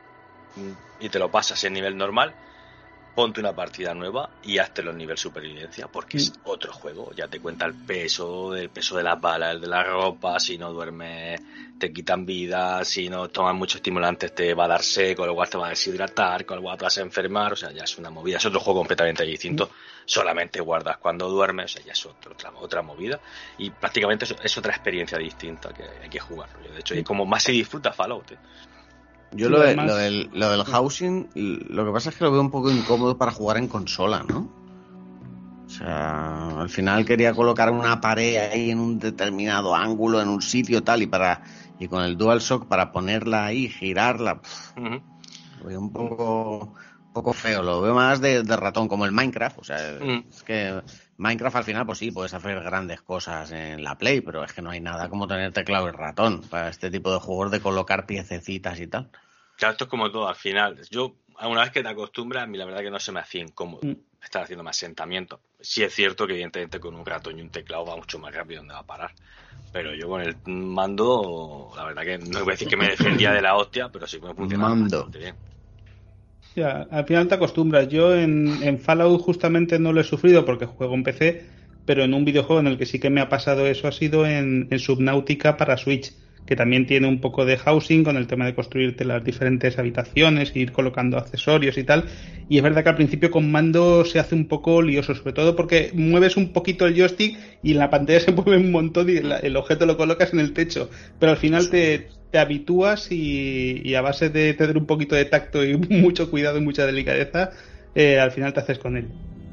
y te lo pasas en nivel normal, ponte una partida nueva y hazte los nivel supervivencia, porque es otro juego. Ya te cuenta el peso de las balas, el de la ropa, si no duermes te quitan vida, si no tomas muchos estimulantes te va a dar seco, con lo cual te va a deshidratar, con lo cual te vas a enfermar. O sea, ya es una movida, es otro juego completamente distinto. Solamente guardas cuando duermes, o sea, ya es otra movida, y prácticamente es otra experiencia distinta que hay que jugarlo. De hecho, es como más se disfruta Fallout, Yo lo del housing, lo que pasa es que lo veo un poco incómodo para jugar en consola, ¿no? O sea, al final quería colocar una pared ahí en un determinado ángulo, en un sitio tal, y con el DualShock para ponerla ahí, girarla. Lo veo un poco feo, lo veo más de ratón, como el Minecraft. O sea, es que Minecraft al final, pues sí, puedes hacer grandes cosas en la Play, pero es que no hay nada como tener teclado y ratón para este tipo de juegos de colocar piececitas y tal. Claro, esto es como todo, al final. Yo, una vez que te acostumbras, a mí la verdad que no se me hacía incómodo estar haciendo más asentamiento. Sí es cierto que evidentemente con un ratón y un teclado va mucho más rápido donde va a parar. Pero yo con el mando, la verdad que no voy a decir que me defendía de la hostia, pero sí me funcionaba bastante bien. Ya, al final te acostumbras. Yo en Fallout justamente no lo he sufrido porque juego en PC, pero en un videojuego en el que sí que me ha pasado eso ha sido en Subnautica para Switch, que también tiene un poco de housing con el tema de construirte las diferentes habitaciones e ir colocando accesorios y tal. Y es verdad que al principio con mando se hace un poco lioso, sobre todo porque mueves un poquito el joystick y en la pantalla se mueve un montón y el objeto lo colocas en el techo. Pero al final te habitúas y a base de tener un poquito de tacto y mucho cuidado y mucha delicadeza, al final te haces con él.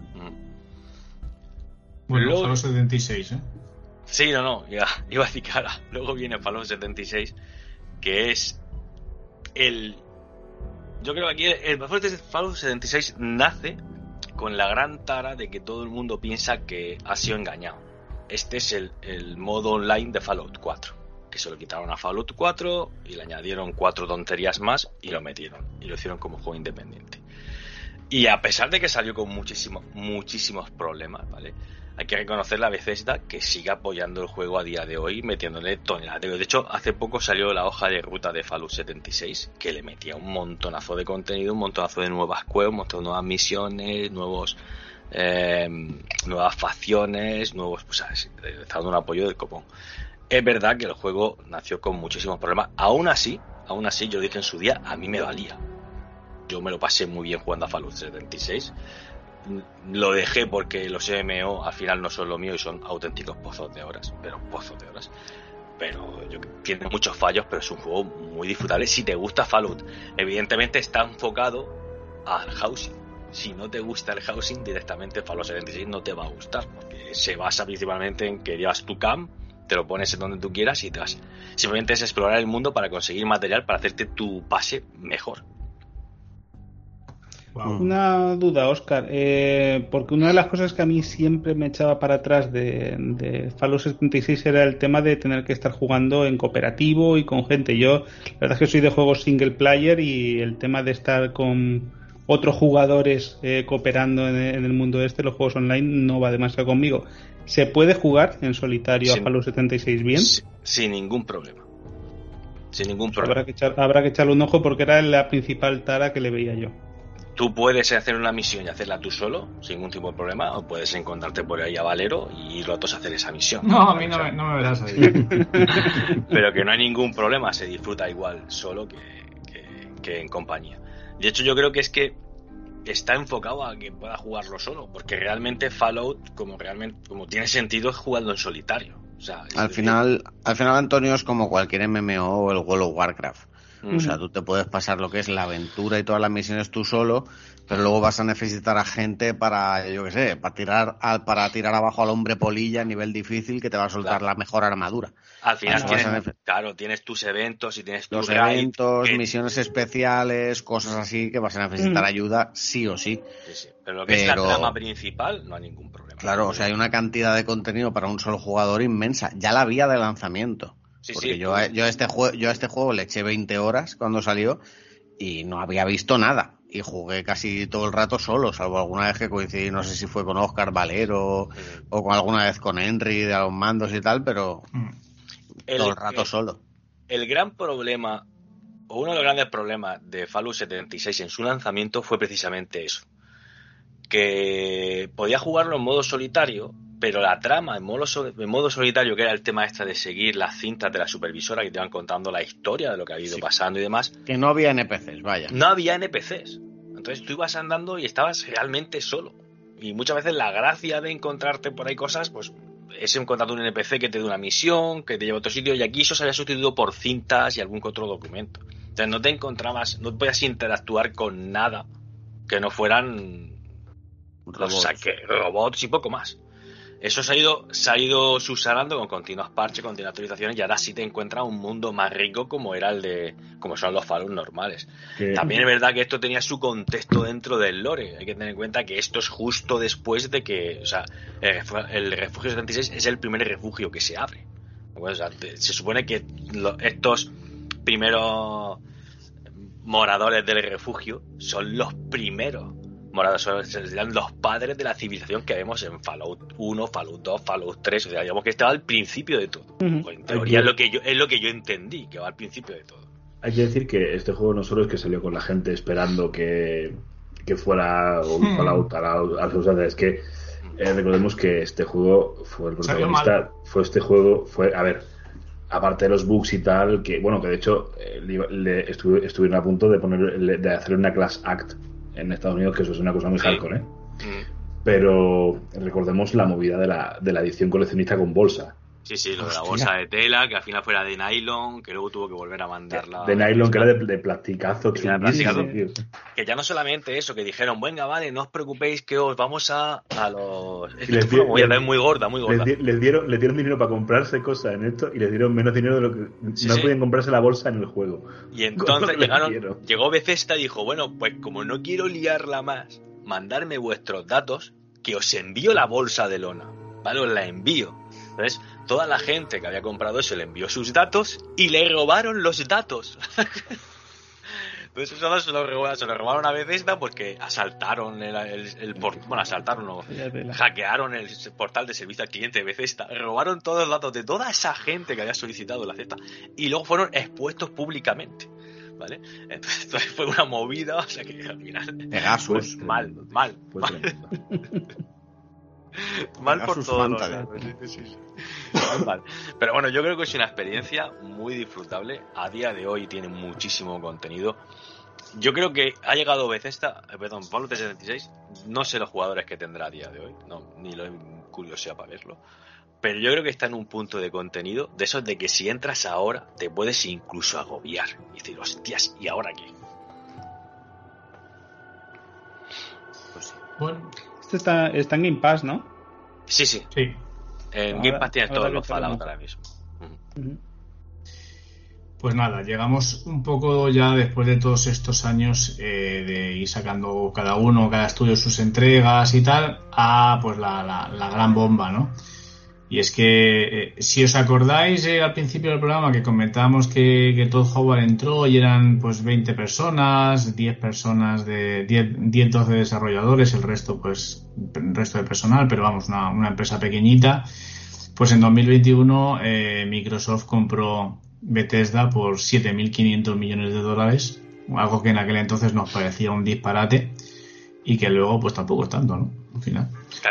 Bueno, Fallout 76, ¿eh? Sí, no, iba a decir que ahora luego viene Fallout 76, que es yo creo que aquí el Fallout 76 nace con la gran tara de que todo el mundo piensa que ha sido engañado. Este es el modo online de Fallout 4, que se lo quitaron a Fallout 4 y le añadieron 4 tonterías más y lo metieron, y lo hicieron como juego independiente. Y a pesar de que salió con muchísimos problemas, ¿vale? Hay que reconocer la Bethesda que sigue apoyando el juego a día de hoy, metiéndole toneladas. De hecho, hace poco salió la hoja de ruta de Fallout 76, que le metía un montonazo de contenido, un montonazo de nuevas cuevas, un montón de nuevas misiones, nuevas facciones, está dando un apoyo del copón. Es verdad que el juego nació con muchísimos problemas. Aún así, yo lo dije en su día, a mí me valía. Yo me lo pasé muy bien jugando a Fallout 76. Lo dejé porque los MMO al final no son lo mío y son auténticos pozos de horas. Pero tiene muchos fallos, pero es un juego muy disfrutable si te gusta Fallout. Evidentemente está enfocado al housing. Si no te gusta el housing, directamente Fallout 76 no te va a gustar, porque se basa principalmente en que llevas tu camp, te lo pones en donde tú quieras y te vas. Simplemente es explorar el mundo para conseguir material para hacerte tu base mejor. Wow. Una duda, Óscar, porque una de las cosas que a mí siempre me echaba para atrás de Fallout 76 era el tema de tener que estar jugando en cooperativo y con gente. Yo, la verdad es que soy de juegos single player y el tema de estar con otros jugadores cooperando en el mundo los juegos online no va demasiado conmigo. ¿Se puede jugar en solitario a Fallout 76 bien? Sin ningún problema. Habrá que echarle un ojo porque era la principal tara que le veía yo. Tú puedes hacer una misión y hacerla tú solo, sin ningún tipo de problema, o puedes encontrarte por ahí a Valero y ir los dos a hacer esa misión. No, a mí no me verás ahí. Pero que no hay ningún problema, se disfruta igual solo que en compañía. De hecho, yo creo que es que está enfocado a que pueda jugarlo solo, porque realmente Fallout, como tiene sentido, es jugarlo en solitario. O sea, al final, Antonio, es como cualquier MMO o el World of Warcraft. O sea, tú te puedes pasar lo que es la aventura y todas las misiones tú solo, pero luego vas a necesitar a gente para, yo qué sé, para tirar abajo al hombre polilla a nivel difícil que te va a soltar la mejor armadura. Al final tienes tus eventos y tienes tus misiones especiales, cosas así que vas a necesitar ayuda sí o sí. Sí. Pero lo que es la trama principal no hay ningún problema. Claro, o sea, hay una cantidad de contenido para un solo jugador inmensa. Ya la había de lanzamiento. Porque yo a este juego le eché 20 horas cuando salió y no había visto nada. Y jugué casi todo el rato solo, salvo alguna vez que coincidí, no sé si fue con Óscar Valero o con alguna vez con Henry de los mandos y tal, pero todo el rato solo. El gran problema, o uno de los grandes problemas de Fallout 76 en su lanzamiento fue precisamente eso. Que podía jugarlo en modo solitario, pero la trama en modo solitario, que era el tema de seguir las cintas de la supervisora que te iban contando la historia de lo que ha ido pasando y demás. Que no había NPCs, vaya. No había NPCs. Entonces tú ibas andando y estabas realmente solo. Y muchas veces la gracia de encontrarte por ahí cosas, pues es encontrar un NPC que te dé una misión, que te lleve a otro sitio, y aquí eso se había sustituido por cintas y algún que otro documento. Entonces no te encontrabas, no podías interactuar con nada que no fueran robots y poco más. Eso se ha ido subsanando con continuos parches, continuas actualizaciones, y ahora sí te encuentras un mundo más rico como son los Fallout normales. También es verdad que esto tenía su contexto dentro del lore. Hay que tener en cuenta que esto es justo después de que, o sea, el refugio 76 es el primer refugio que se abre. O sea, se supone que estos primeros moradores del refugio son los primeros moradores, serán los padres de la civilización que vemos en Fallout 1, Fallout 2, Fallout 3. O sea, digamos que estaba al principio de todo. En teoría es lo que yo entendí, que va al principio de todo. Hay que decir que este juego no solo es que salió con la gente esperando que fuera un Fallout a sus antes, es que recordemos que este juego fue el protagonista, a ver, aparte de los bugs y tal, que de hecho estuvieron a punto de hacer una class act en Estados Unidos, que eso es una cosa muy hardcore, pero recordemos la movida de la edición coleccionista con bolsa. Sí, lo de la bolsa de tela, que al final fuera de nylon, que luego tuvo que volver a mandarla. De nylon, que era de plasticazo. Que ya no solamente eso, que dijeron, venga, vale, no os preocupéis que os vamos a los... Esto fue una movida muy gorda. Les dieron dinero para comprarse cosas en esto y les dieron menos dinero de lo que no podían comprarse la bolsa en el juego. Y entonces llegó Bethesda y dijo, bueno, pues como no quiero liarla más, mandarme vuestros datos, que os envío la bolsa de lona, ¿vale? Os la envío. Entonces, toda la gente que había comprado eso le envió sus datos y le robaron los datos. Entonces eso se lo robaron a Bethesda porque asaltaron hackearon el portal de servicio al cliente de Bethesda, robaron todos los datos de toda esa gente que había solicitado la cesta y luego fueron expuestos públicamente, ¿vale? Entonces fue una movida, o sea que al final Pegasus. mal. Mal por todos los lados. Sí. Mal. Pero bueno, yo creo que es una experiencia muy disfrutable. A día de hoy tiene muchísimo contenido. Yo creo que ha llegado Fallout 76. No sé los jugadores que tendrá a día de hoy, no, ni lo he curiosidad para verlo. Pero yo creo que está en un punto de contenido de esos de que si entras ahora te puedes incluso agobiar y decir, hostias, ¿y ahora qué? Pues sí. Bueno. Está en Game Pass, ¿no? Sí. En Game Pass tienes todos los Fallout ahora mismo. Pues nada, llegamos un poco ya después de todos estos años de ir sacando cada estudio sus entregas y tal, a pues la gran bomba, ¿no? Y es que, si os acordáis al principio del programa que comentábamos que Todd Howard entró y eran pues 20 personas, 10 personas de 10-12 desarrolladores, el resto de personal, pero vamos, una empresa pequeñita, pues en 2021 Microsoft compró Bethesda por $7.500 millones, algo que en aquel entonces nos parecía un disparate y que luego pues tampoco es tanto, ¿no? Al final.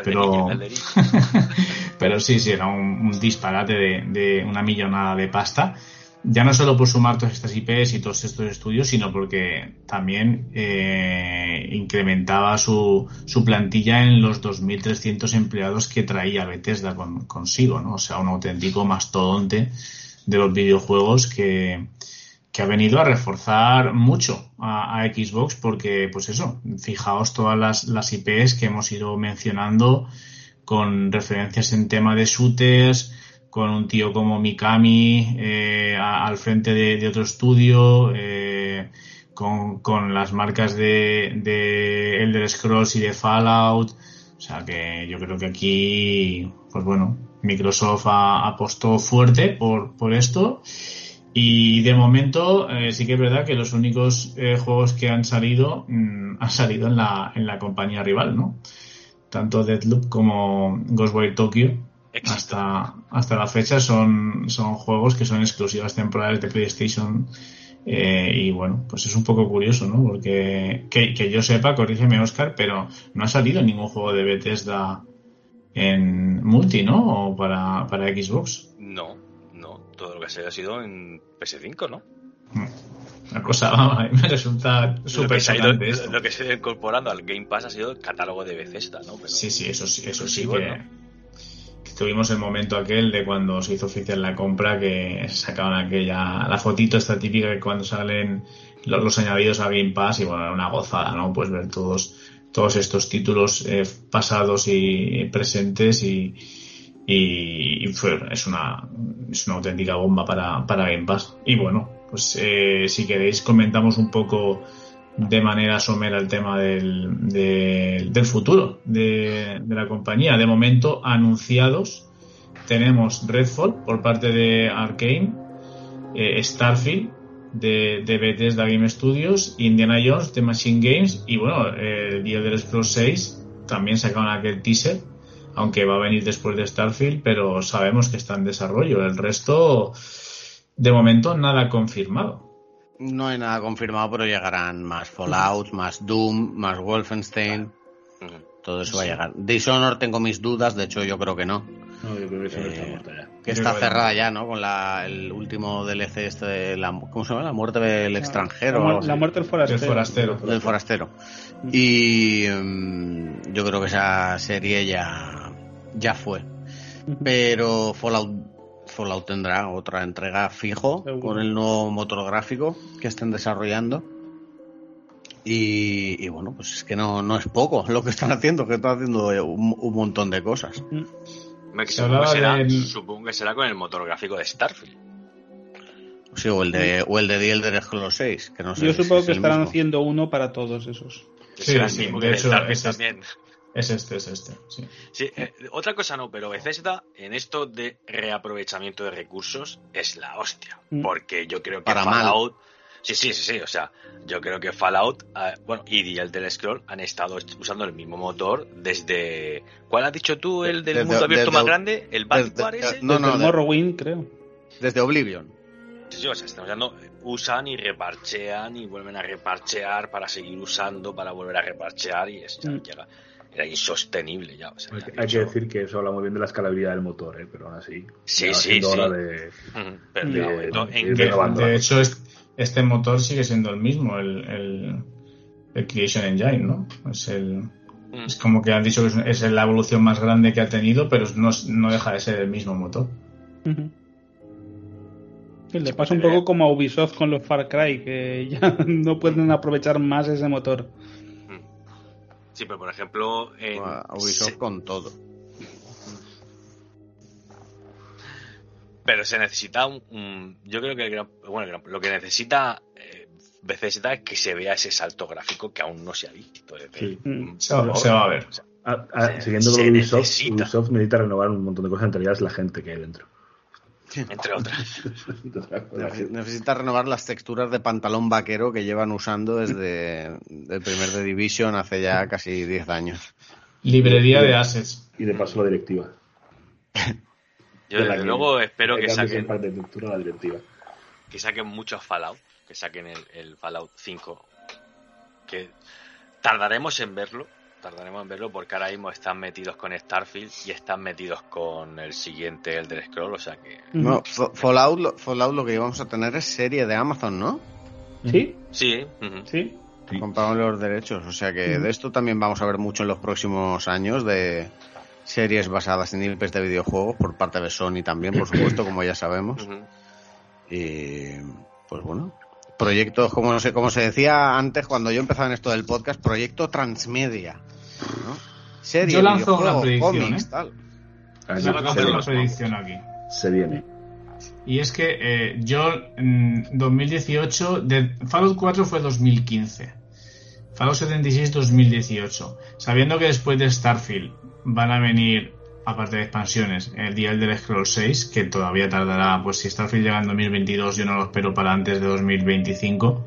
Pero sí, era un disparate de una millonada de pasta, ya no solo por sumar todas estas IPs y todos estos estudios, sino porque también incrementaba su plantilla en los 2.300 empleados que traía Bethesda consigo, ¿no? O sea, un auténtico mastodonte de los videojuegos que ha venido a reforzar mucho a Xbox, porque pues eso, fijaos todas las IPs que hemos ido mencionando con referencias en tema de shooters, con un tío como Mikami al frente de otro estudio, con las marcas de Elder Scrolls y de Fallout. O sea que yo creo que aquí, pues bueno, Microsoft apostó fuerte por esto. Y de momento sí que es verdad que los únicos juegos que han salido en la compañía rival, ¿no? Tanto Deathloop como Ghostwire Tokyo hasta la fecha son juegos que son exclusivas temporales de PlayStation, y bueno, pues es un poco curioso, ¿no? Porque que yo sepa, corrígeme Óscar, pero no ha salido ningún juego de Bethesda en multi, ¿no? O para Xbox. No, todo lo que ha sido en PS5, ¿no? Una cosa, a mí me resulta súper chocante esto. Lo que se ha ido incorporando al Game Pass ha sido el catálogo de Bethesda, ¿no? Pero, sí, eso sí que tuvimos el momento aquel de cuando se hizo oficial la compra, que sacaban la fotito esta típica que cuando salen los añadidos a Game Pass, y bueno, era una gozada, ¿no? Pues ver todos estos títulos pasados y presentes y es una auténtica bomba para Game Pass. Y bueno, pues si queréis comentamos un poco de manera somera el tema del futuro de la compañía. De momento anunciados tenemos Redfall por parte de Arcane, Starfield de Bethesda Game Studios, Indiana Jones de Machine Games, y bueno, The Elder Scrolls 6 también sacaron aquel teaser, aunque va a venir después de Starfield, pero sabemos que está en desarrollo. El resto, de momento, nada confirmado. No hay nada confirmado, pero llegarán más Fallout, más Doom, más Wolfenstein. Todo eso va a llegar. Dishonored tengo mis dudas, de hecho yo creo que no. No, yo creo que eso está muerta ya. Que está cerrada ya, ¿no? Con el último DLC ¿cómo se llama? La muerte del extranjero. La muerte del forastero. Del forastero. Y yo creo que esa serie ya fue. Pero Fallout tendrá otra entrega fijo, seguro, con el nuevo motor gráfico que estén desarrollando. Y bueno, pues es que no es poco lo que están haciendo, que están haciendo un montón de cosas. Supongo que será con el motor gráfico de Starfield. Sí, o el de The Elder Scrolls 6, que no sé. Yo supongo que estarán haciendo uno para todos esos. Sí, será el sí, mismo de que hecho, Starfield es también. Es este, sí. Sí, otra cosa no, pero Bethesda en esto de reaprovechamiento de recursos es la hostia. Porque yo creo que Para Fallout... Sí, o sea, yo creo que Fallout, y el Elder Scrolls han estado usando el mismo motor desde... ¿Cuál has dicho tú, el del mundo abierto más grande? ¿El Vanguard ese? No, Morrowind, creo. Desde Oblivion. Sí, o sea, están usando, usan y reparchean y vuelven a reparchear para seguir usando, para volver a reparchear y es, llega... Era insostenible ya. O sea, hay que decir que eso habla muy bien de la escalabilidad del motor, pero aún así. Sí. Hora de hecho, este motor sigue siendo el mismo, el Creation Engine, ¿no? Es como que han dicho que es la evolución más grande que ha tenido, pero no deja de ser el mismo motor. Le pasa un poco como a Ubisoft con los Far Cry, que ya no pueden aprovechar más ese motor. Sí, pero por ejemplo... Ubisoft con todo. Pero se necesita yo creo que lo que necesita Bethesda es que se vea ese salto gráfico que aún no se ha visto. Se va a ver. Siguiendo con Ubisoft necesita renovar un montón de cosas, entre ellas la gente que hay dentro. Entre otras. Necesita renovar las texturas de pantalón vaquero que llevan usando desde el primer The Division hace ya casi 10 años. Librería de assets. Y de paso la directiva. Yo desde luego espero que saquen de textura la directiva. Que saquen muchos Fallout, que saquen el Fallout 5, que tardaremos en verlo porque ahora mismo están metidos con Starfield y están metidos con el siguiente Elder Scrolls, o sea que... No, Fallout lo que íbamos a tener es serie de Amazon, ¿no? ¿Sí? Sí. Sí. Compramos los derechos, o sea que de esto también vamos a ver mucho en los próximos años, de series basadas en IPs de videojuegos por parte de Sony también, por supuesto, como ya sabemos. Y pues bueno, proyectos, como se decía antes cuando yo empezaba en esto del podcast, proyecto transmedia, ¿no? Serie, yo lanzo una predicción, cómics, tal. Yo lanzo una predicción aquí. Se viene. Y es que yo en 2018, Fallout 4 fue 2015, Fallout 76 2018, sabiendo que después de Starfield van a venir, aparte de expansiones, el The Elder Scrolls 6, que todavía tardará, pues si Starfield llega en 2022, yo no lo espero para antes de 2025.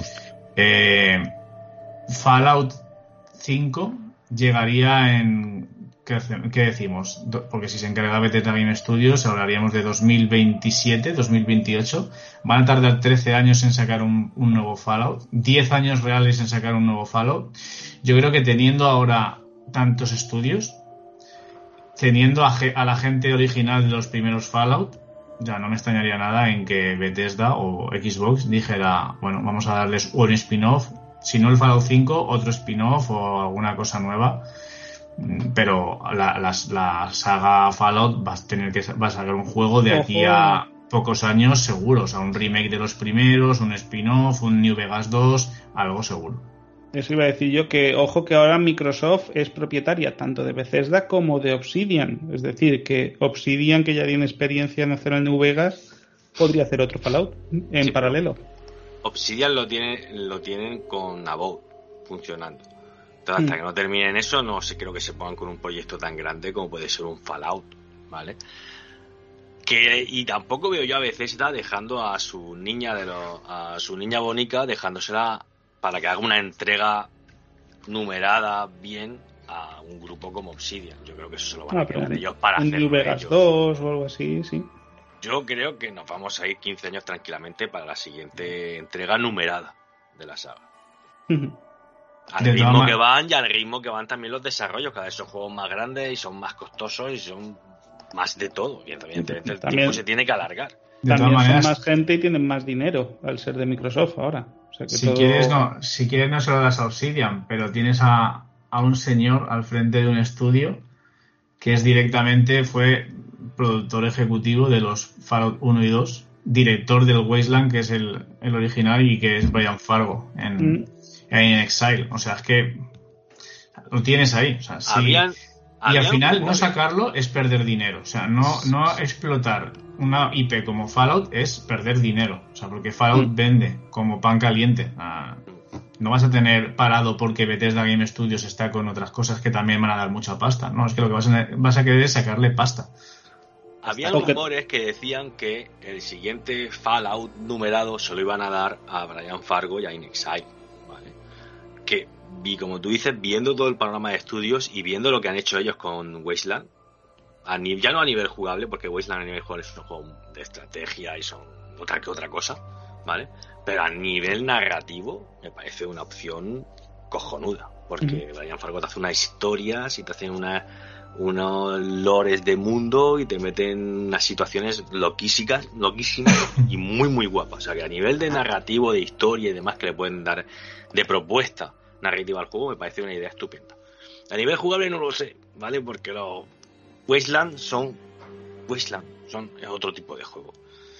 Fallout 5 llegaría en... ¿Qué decimos? Porque si se encarga Bethesda Game Studios, hablaríamos de 2027, 2028. Van a tardar 13 años en sacar un nuevo Fallout, 10 años reales en sacar un nuevo Fallout. Yo creo que teniendo ahora tantos estudios, teniendo a la gente original de los primeros Fallout, ya no me extrañaría nada en que Bethesda o Xbox dijera, bueno, vamos a darles un spin-off, si no el Fallout 5, otro spin-off o alguna cosa nueva. Pero la saga Fallout va a sacar un juego de aquí a pocos años seguro, o sea, un remake de los primeros, un spin-off, un New Vegas 2, algo seguro. Eso iba a decir yo, que ojo que ahora Microsoft es propietaria tanto de Bethesda como de Obsidian, es decir, que Obsidian, que ya tiene experiencia en hacer el New Vegas, podría hacer otro Fallout en paralelo. Obsidian lo tienen con Avowed funcionando. Entonces, hasta que no terminen eso, no sé, creo que se pongan con un proyecto tan grande como puede ser un Fallout, ¿vale? Y tampoco veo yo a Bethesda dejando a su niña bonica, dejándosela para que haga una entrega numerada bien a un grupo como Obsidian. Yo creo que eso se lo van a quedar ellos para hacerlo New Vegas 2 o algo así, sí. Yo creo que nos vamos a ir 15 años tranquilamente para la siguiente entrega numerada de la saga. Al ritmo que van y al ritmo que van también los desarrollos. Cada vez son juegos más grandes y son más costosos y son más de todo. Y evidentemente el tiempo se tiene que alargar. También son más gente y tienen más dinero al ser de Microsoft ahora. O sea que si quieres no se lo das a Obsidian, pero tienes a un señor al frente de un estudio que fue productor ejecutivo de los Fallout 1 y 2, director del Wasteland, que es el original, y que es Brian Fargo en Exile. O sea, es que lo tienes ahí. O sea, y al final no sacarlo es perder dinero. O sea, no explotar una IP como Fallout es perder dinero. O sea, porque Fallout vende como pan caliente. No vas a tener parado porque Bethesda Game Studios está con otras cosas que también van a dar mucha pasta. No, es que lo que vas a querer es sacarle pasta. Había rumores que decían que el siguiente Fallout numerado se lo iban a dar a Brian Fargo y a inXile, ¿vale? Que vi, como tú dices, viendo todo el panorama de estudios y viendo lo que han hecho ellos con Wasteland, ya no a nivel jugable, porque Wasteland a nivel jugable es un juego de estrategia y son otra cosa, ¿vale? Pero a nivel narrativo me parece una opción cojonuda, porque Brian Fargo te hace unas historias y te hace unos lores de mundo y te meten unas situaciones loquísimas y muy muy guapas. O sea que a nivel de narrativo, de historia y demás que le pueden dar de propuesta narrativa al juego, me parece una idea estupenda. A nivel jugable no lo sé, ¿vale? Porque los Wasteland es otro tipo de juego.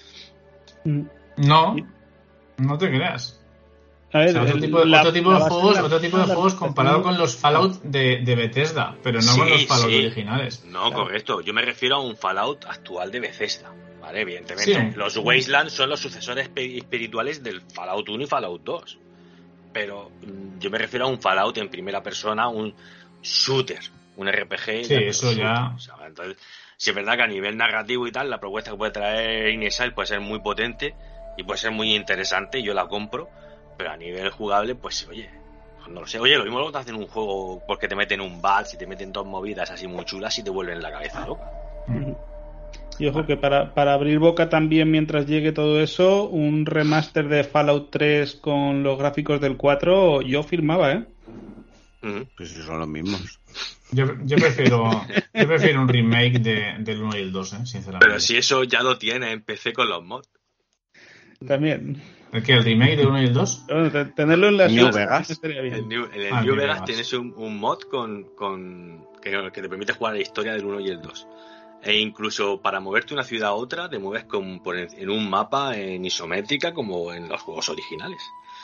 No te creas. A ver, o sea, otro tipo de juegos comparado con los Fallout de Bethesda, pero no con los Fallout originales. No, claro. Correcto. Yo me refiero a un Fallout actual de Bethesda, ¿vale? Evidentemente, los Wasteland son los sucesores espirituales del Fallout 1 y Fallout 2. Pero yo me refiero a un Fallout en primera persona, un shooter, un RPG. Sí, eso ya. O sea, entonces, si es verdad que a nivel narrativo y tal, la propuesta que puede traer inXile puede ser muy potente y puede ser muy interesante, yo la compro. Pero a nivel jugable, pues oye, no lo sé. Oye, lo mismo lo te hacen un juego porque te meten un badge y te meten dos movidas así muy chulas y te vuelven la cabeza loca. Y ojo que para abrir boca también, mientras llegue todo eso, un remaster de Fallout 3 con los gráficos del 4, yo firmaba, ¿eh? Pues si son los mismos. Yo prefiero un remake del 1 y el 2, sinceramente. Pero si eso ya lo tiene en PC con los mods. También. ¿El qué? ¿El remake del 1 y el 2? Bueno, tenerlo en la New Vegas. Estaría bien. En el New Vegas tienes un mod que te permite jugar la historia del 1 y el 2. E incluso para moverte de una ciudad a otra, te mueves en un mapa en isométrica como en los juegos originales.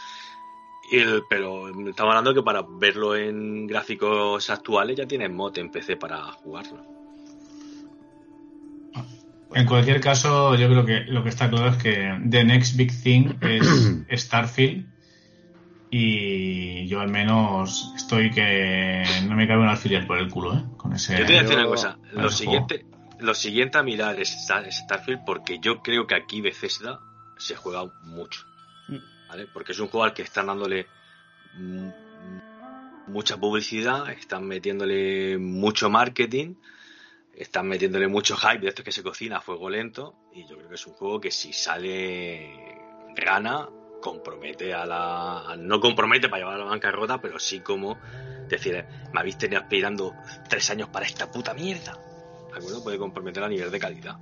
Pero estamos hablando que para verlo en gráficos actuales ya tienes mod en PC para jugarlo. En cualquier caso, yo creo que lo que está claro es que The Next Big Thing es Starfield y yo al menos estoy que no me cabe un alfiler por el culo, con ese. Yo te voy a decir una cosa, lo siguiente a mirar es Starfield, porque yo creo que aquí Bethesda se juega mucho, ¿vale? Porque es un juego al que están dándole mucha publicidad, están metiéndole mucho marketing, están metiéndole mucho hype de esto que se cocina a fuego lento, y yo creo que es un juego que si sale rana compromete no compromete para llevar a la bancarrota, pero sí como decir, me habéis tenido esperando 3 años para esta puta mierda, ¿de acuerdo? Puede comprometer a nivel de calidad.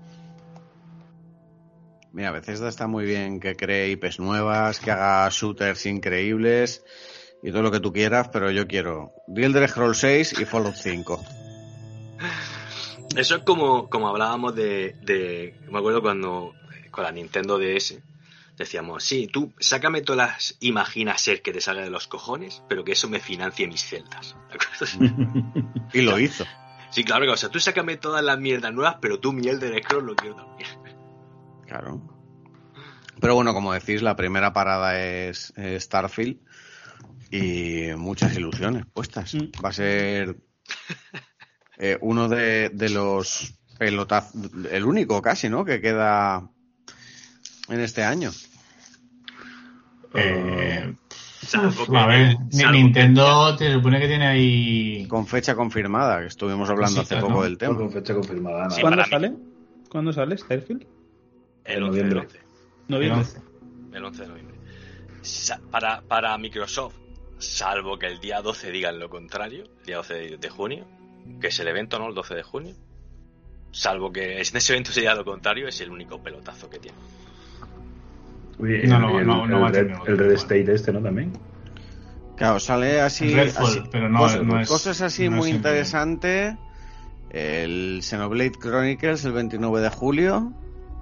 Mira, Bethesda está muy bien que cree IPs nuevas, que haga shooters increíbles y todo lo que tú quieras, pero yo quiero The Elder Scrolls 6 y Fallout 5. Eso es como hablábamos de me acuerdo cuando con la Nintendo DS decíamos, sí, tú sácame todas las Imaginaser que te salga de los cojones, pero que eso me financie mis celdas, ¿de acuerdo? Y lo hizo. Sí, claro, o sea, tú sácame todas las mierdas nuevas, pero tú mi Elder Scrolls lo quiero también. Claro. Pero bueno, como decís, la primera parada es Starfield y muchas ilusiones puestas. Va a ser uno de los pelotazos, el único casi, ¿no?, que queda en este año. A ver, Nintendo te supone que tiene ahí con fecha confirmada, que estuvimos hablando hace poco, ¿no?, del tema. Con fecha confirmada. Sí, ¿Cuándo sale Starfield? El 11 de noviembre. El 11 de noviembre. Para Microsoft, salvo que el día 12 digan lo contrario, el día 12 de junio, que es el evento, ¿no?, el 12 de junio, salvo que en ese evento se diga lo contrario, es el único pelotazo que tiene. Uy, no va a tener el Red State ¿no?, también. Claro, sale así, pero no es cosas así muy interesantes. El Xenoblade Chronicles el 29 de julio.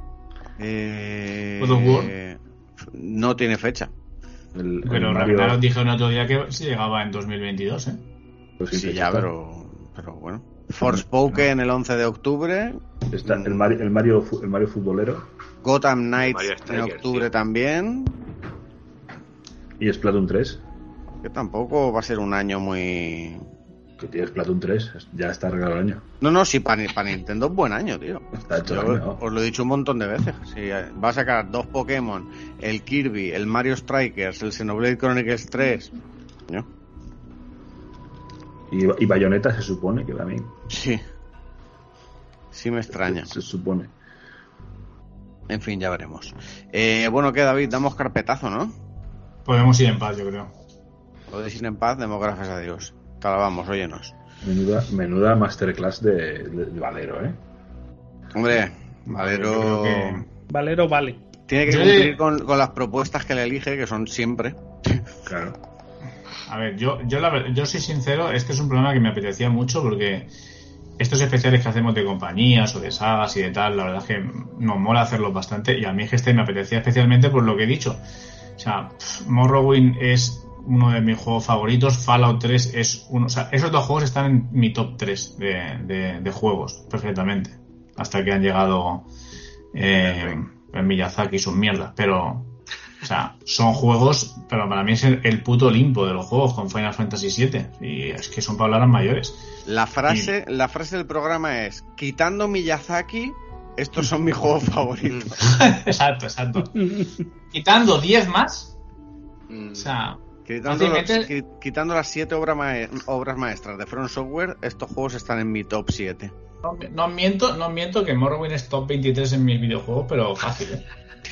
No tiene fecha. Pero Ragnarok dijo el otro día que se llegaba en 2022, ¿eh? Pues sí, ya, pero bueno. Forspoken el 11 de octubre. Está el Mario futbolero. Gotham Knights en octubre también. Y Splatoon 3. Que tampoco va a ser un año muy... Que tienes Splatoon 3, ya está arreglado el año. No, sí, para Nintendo es buen año, tío. Está hecho Yo el año, ¿no? os lo he dicho un montón de veces. Si va a sacar 2 Pokémon, el Kirby, el Mario Strikers, el Xenoblade Chronicles 3. ¿No? Y Bayonetta se supone que también. Sí. Sí me extraña. Se supone. En fin, ya veremos. Bueno, ¿qué, David? Damos carpetazo, ¿no? Podemos ir en paz, yo creo. Podéis ir en paz, demos gracias a Dios. Te alabamos, óyenos. Menuda masterclass de Valero, ¿eh? Hombre, Valero... Valero vale. Tiene que cumplir con las propuestas que le elige, que son siempre. Claro. A ver, yo soy sincero, este es un programa que me apetecía mucho porque estos especiales que hacemos de compañías o de sagas y de tal, la verdad es que nos mola hacerlos bastante, y a mí es que este me apetecía especialmente por lo que he dicho. O sea, Morrowind es uno de mis juegos favoritos, Fallout 3 es uno, o sea, esos dos juegos están en mi top 3 de juegos, perfectamente, hasta que han llegado en Miyazaki y sus mierdas, pero o sea, son juegos, pero para mí es el puto Olimpo de los juegos con Final Fantasy VII, y es que son palabras mayores. La frase del programa es: quitando Miyazaki, estos son mis juegos favoritos. Exacto. Quitando 10 más, o sea, quitando las 7 obras maestras de From Software, estos juegos están en mi top 7. No miento que Morrowind es top 23 en mis videojuegos, pero fácil, ¿eh?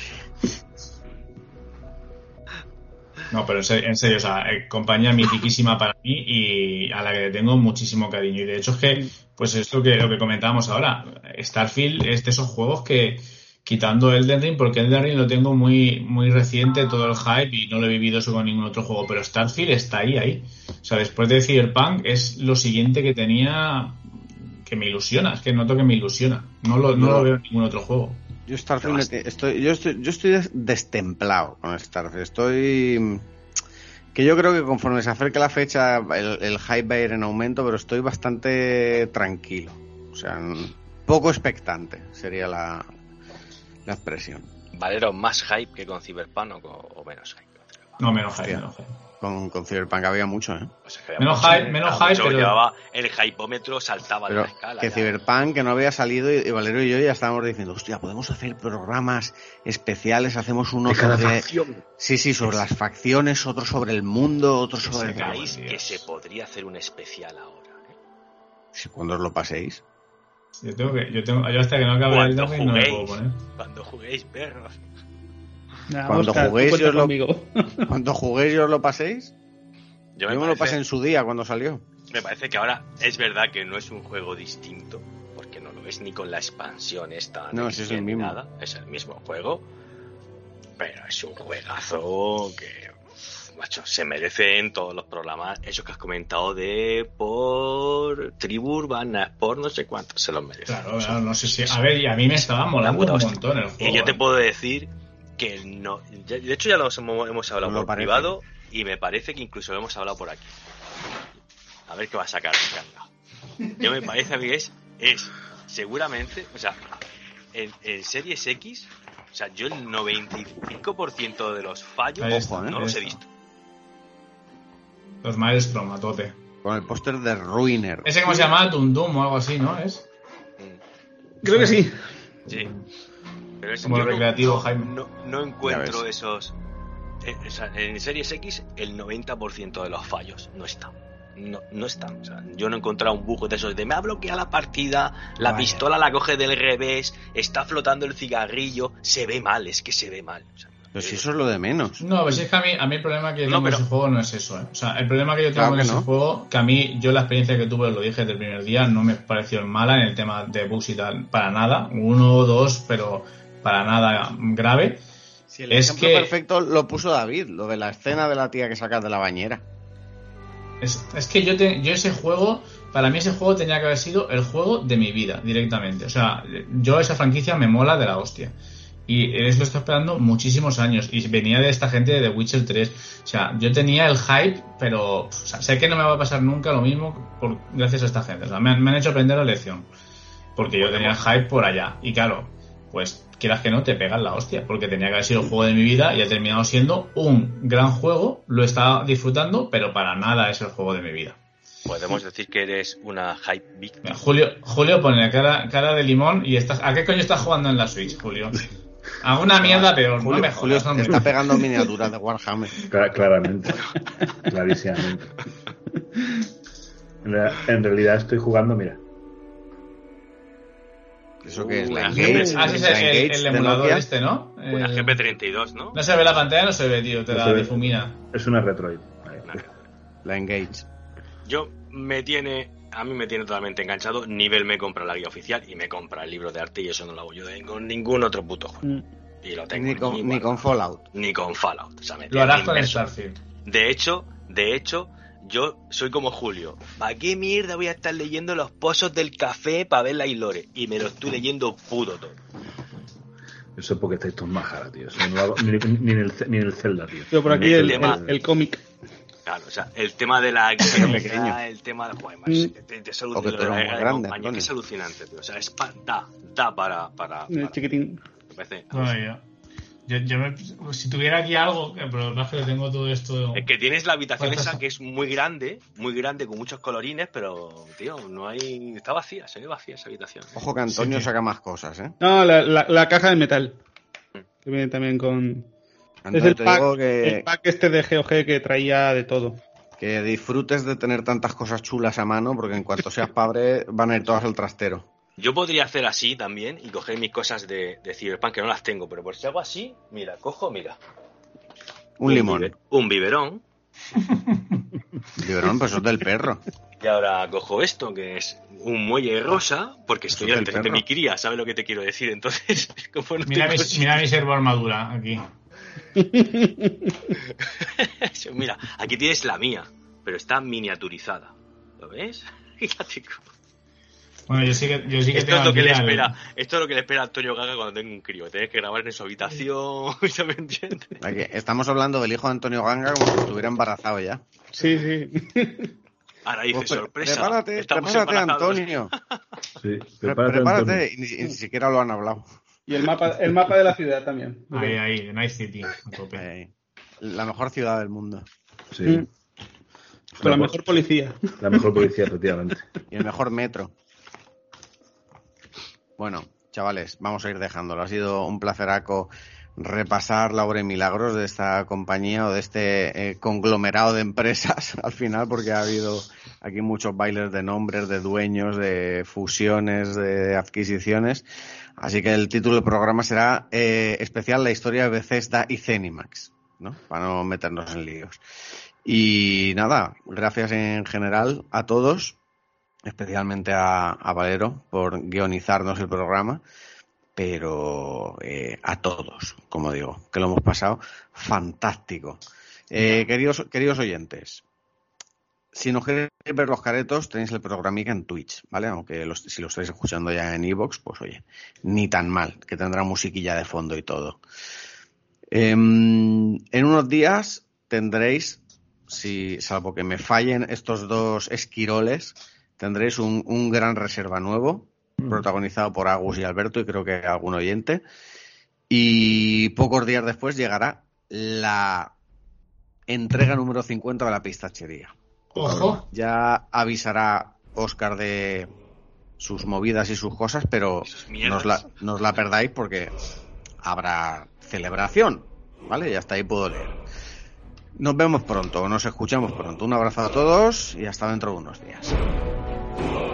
No, pero en serio, o sea, compañía mitiquísima para mí y a la que le tengo muchísimo cariño. Y de hecho es que, pues es lo que comentábamos ahora, Starfield es de esos juegos que, quitando Elden Ring, porque Elden Ring lo tengo muy, muy reciente, todo el hype, y no lo he vivido eso con ningún otro juego, pero Starfield está ahí. O sea, después de Cyberpunk es lo siguiente que tenía, que me ilusiona, es que noto que me ilusiona. No lo veo en ningún otro juego. Yo estoy destemplado con Starfield. Que yo creo que conforme se acerque la fecha el hype va a ir en aumento, pero estoy bastante tranquilo. O sea, poco expectante sería la expresión. Valero, ¿más hype que con Cyberpunk o menos hype? No, menos hype. Con Cyberpunk había mucho, ¿eh? Pues es que menos hype, pero... Llevaba el hypómetro, saltaba pero la escala. Que ya. Cyberpunk, que no había salido, y Valero y yo ya estábamos diciendo, hostia, podemos hacer programas especiales, hacemos uno sobre... Sí, sobre las facciones, otro sobre el mundo, otro sobre... Que se podría hacer un especial ahora, ¿eh? Sí, cuando os lo paséis. Yo hasta que no acabe el demo no me puedo poner. Cuando juguéis, perros. Cuando juguéis y os lo paséis. Yo me lo pasé en su día cuando salió. Me parece que ahora es verdad que no es un juego distinto, porque no lo es ni con la expansión esta. No, es el mismo. Nada, es el mismo juego, pero es un juegazo que, macho, se merece en todos los programas. Eso que has comentado por tribu urbana, por no sé cuánto, se los merece. Claro, no sé si... A ver, y a mí me estaba molando un montón el juego. Y yo te puedo decir que no... De hecho ya lo hemos hablado por privado, y me parece que incluso lo hemos hablado por aquí. A ver qué va a sacar Canga. Yo me parece a mí es seguramente, o sea, en Series X, o sea, yo el 95% de los fallos no los he visto. Los Maelstrom, a tope. Con el póster de Ruiner. Ese como se llama Dundum o algo así, ¿no? Creo que sí. Sí. Pero es como el recreativo, Jaime. No encuentro esos... o sea, en Series X el 90% de los fallos no están. No están. O sea, yo no he encontrado un bug de esos de me ha bloqueado la partida, la pistola la coge del revés, está flotando el cigarrillo, se ve mal, es que se ve mal. O sea, pero si eso es lo de menos. No, pues es que a mí el problema que tengo con ese juego no es eso, ¿eh? O sea, el problema que yo tengo con ese juego, que a mí, yo la experiencia que tuve, lo dije desde el primer día, no me pareció mala en el tema de bugs y tal, para nada, 1 o 2, pero para nada grave. Si el ejemplo perfecto lo puso David, lo de la escena de la tía que sacas de la bañera. Es que yo ese juego, para mí ese juego tenía que haber sido el juego de mi vida, directamente. O sea, yo esa franquicia me mola de la hostia. Y eso estoy esperando muchísimos años. Y venía de esta gente de The Witcher 3. O sea, yo tenía el hype, pero o sea, sé que no me va a pasar nunca lo mismo gracias a esta gente. O sea, me han hecho aprender la lección. Porque yo tenía el hype por allá. Y claro, pues quieras que no, te pegas la hostia, porque tenía que haber sido el juego de mi vida y ha terminado siendo un gran juego, lo estaba disfrutando, pero para nada es el juego de mi vida. Podemos decir que eres una hype victim. Mira, Julio pone cara de limón y estás... ¿A qué coño estás jugando en la Switch, Julio? A una mierda peor, Julio, no me Julio jodas, hombre. está pegando miniaturas de Warhammer. Claramente. Clarísimamente. En realidad estoy jugando, mira. ¿Eso qué es? La Engage, sí, es la Engage el de emulador Nokia. este, ¿no? Una GP32, ¿no? No se ve la pantalla, no se ve, tío, te No la se ve. difumina. Es una Retroid. Ahí. La Engage. A mí me tiene totalmente enganchado. Nivel me compra la guía oficial y me compra el libro de arte y eso no lo hago yo con ningún otro puto juego. Y lo tengo Ni con Fallout. Ni con Fallout. O sea, me Lo tiene harás con inmerso. Starfield. De hecho, yo soy como Julio. ¿Para qué mierda voy a estar leyendo los pozos del café para ver la Ilore? Y me lo estoy leyendo puto todo. Eso es porque estáis todos majara, tío. O sea, no lo hago ni en el Zelda, tío. Yo por aquí El el tema- cómic. Claro, o sea, el tema de la pequeño. actividad, el tema de joder, macho, es O que tú eres muy la grande, compañía, Antonio. que es alucinante, tío. O sea, da para Chiquitín. me parece Bueno, si tuviera aquí algo, pero lo que pasa es que tengo todo esto... Es que tienes la habitación Pues esa eso. que es muy grande, con muchos colorines, pero, tío, no hay... Está vacía, se ve vacía esa habitación. Ojo que Antonio Sí, tío. saca más cosas, ¿eh? No, la caja de metal. Que viene también con... Antonio, es el te pack, digo el pack este de GOG que traía de todo. que disfrutes de tener tantas cosas chulas a mano, porque en cuanto seas padre van a ir todas al trastero. Yo podría hacer así también y coger mis cosas de Cyberpunk, que no las tengo, pero por si hago así, mira, Un limón. un biberón, Biberón, pues eso es del perro. y ahora cojo esto, que es un muelle rosa, porque estoy Eso es delante del de perro. mi cría, ¿sabes lo que te quiero decir? Entonces, como no Mira tengo mi servo armadura aquí. sitio- Mira, aquí tienes la mía, pero está miniaturizada. ¿Lo ves? Fíjate cómo- Bueno, yo sí que Esto tengo es lo que aquí le al- espera. Esto es lo que le espera a Antonio Gaga cuando tenga un crío. Tienes que grabar en su habitación. ¿Se me entiende? Aquí, estamos hablando del hijo de Antonio Ganga como si estuviera embarazado ya. Sí, sí. Ahora dice Pues sorpresa. Prepárate, Estamos prepárate, embarazados. Antonio. Sí, Prepárate. Y ni siquiera lo han hablado. Y el mapa de la ciudad también. Ahí, de Night City, a tope. La mejor ciudad del mundo. Sí. Con la mejor policía. La mejor policía, efectivamente. Y el mejor metro. Bueno, chavales, vamos a ir dejándolo. Ha sido un placeraco repasar la obra y milagros de esta compañía o de este conglomerado de empresas al final, porque ha habido aquí muchos bailes de nombres, de dueños, de fusiones, de adquisiciones. Así que el título del programa será especial la historia de Bethesda y Zenimax, ¿no? Para no meternos en líos. Y nada, gracias en general a todos, especialmente a Valero por guionizarnos el programa, pero a todos, como digo, que lo hemos pasado fantástico. Queridos oyentes, si no queréis ver los caretos, tenéis el programica en Twitch, ¿vale? Aunque si lo estáis escuchando ya en iVoox, pues oye, ni tan mal, que tendrá musiquilla de fondo y todo. En unos días tendréis, salvo que me fallen estos dos esquiroles, tendréis un gran reserva nuevo, protagonizado por Agus y Alberto y creo que algún oyente. Y pocos días después llegará la entrega número 50 de la pistachería. ¡Ojo! Ya avisará Óscar de sus movidas y sus cosas, pero no os la perdáis porque habrá celebración, ¿vale? Y hasta ahí puedo leer. Nos vemos pronto, nos escuchamos pronto. Un abrazo a todos y hasta dentro de unos días.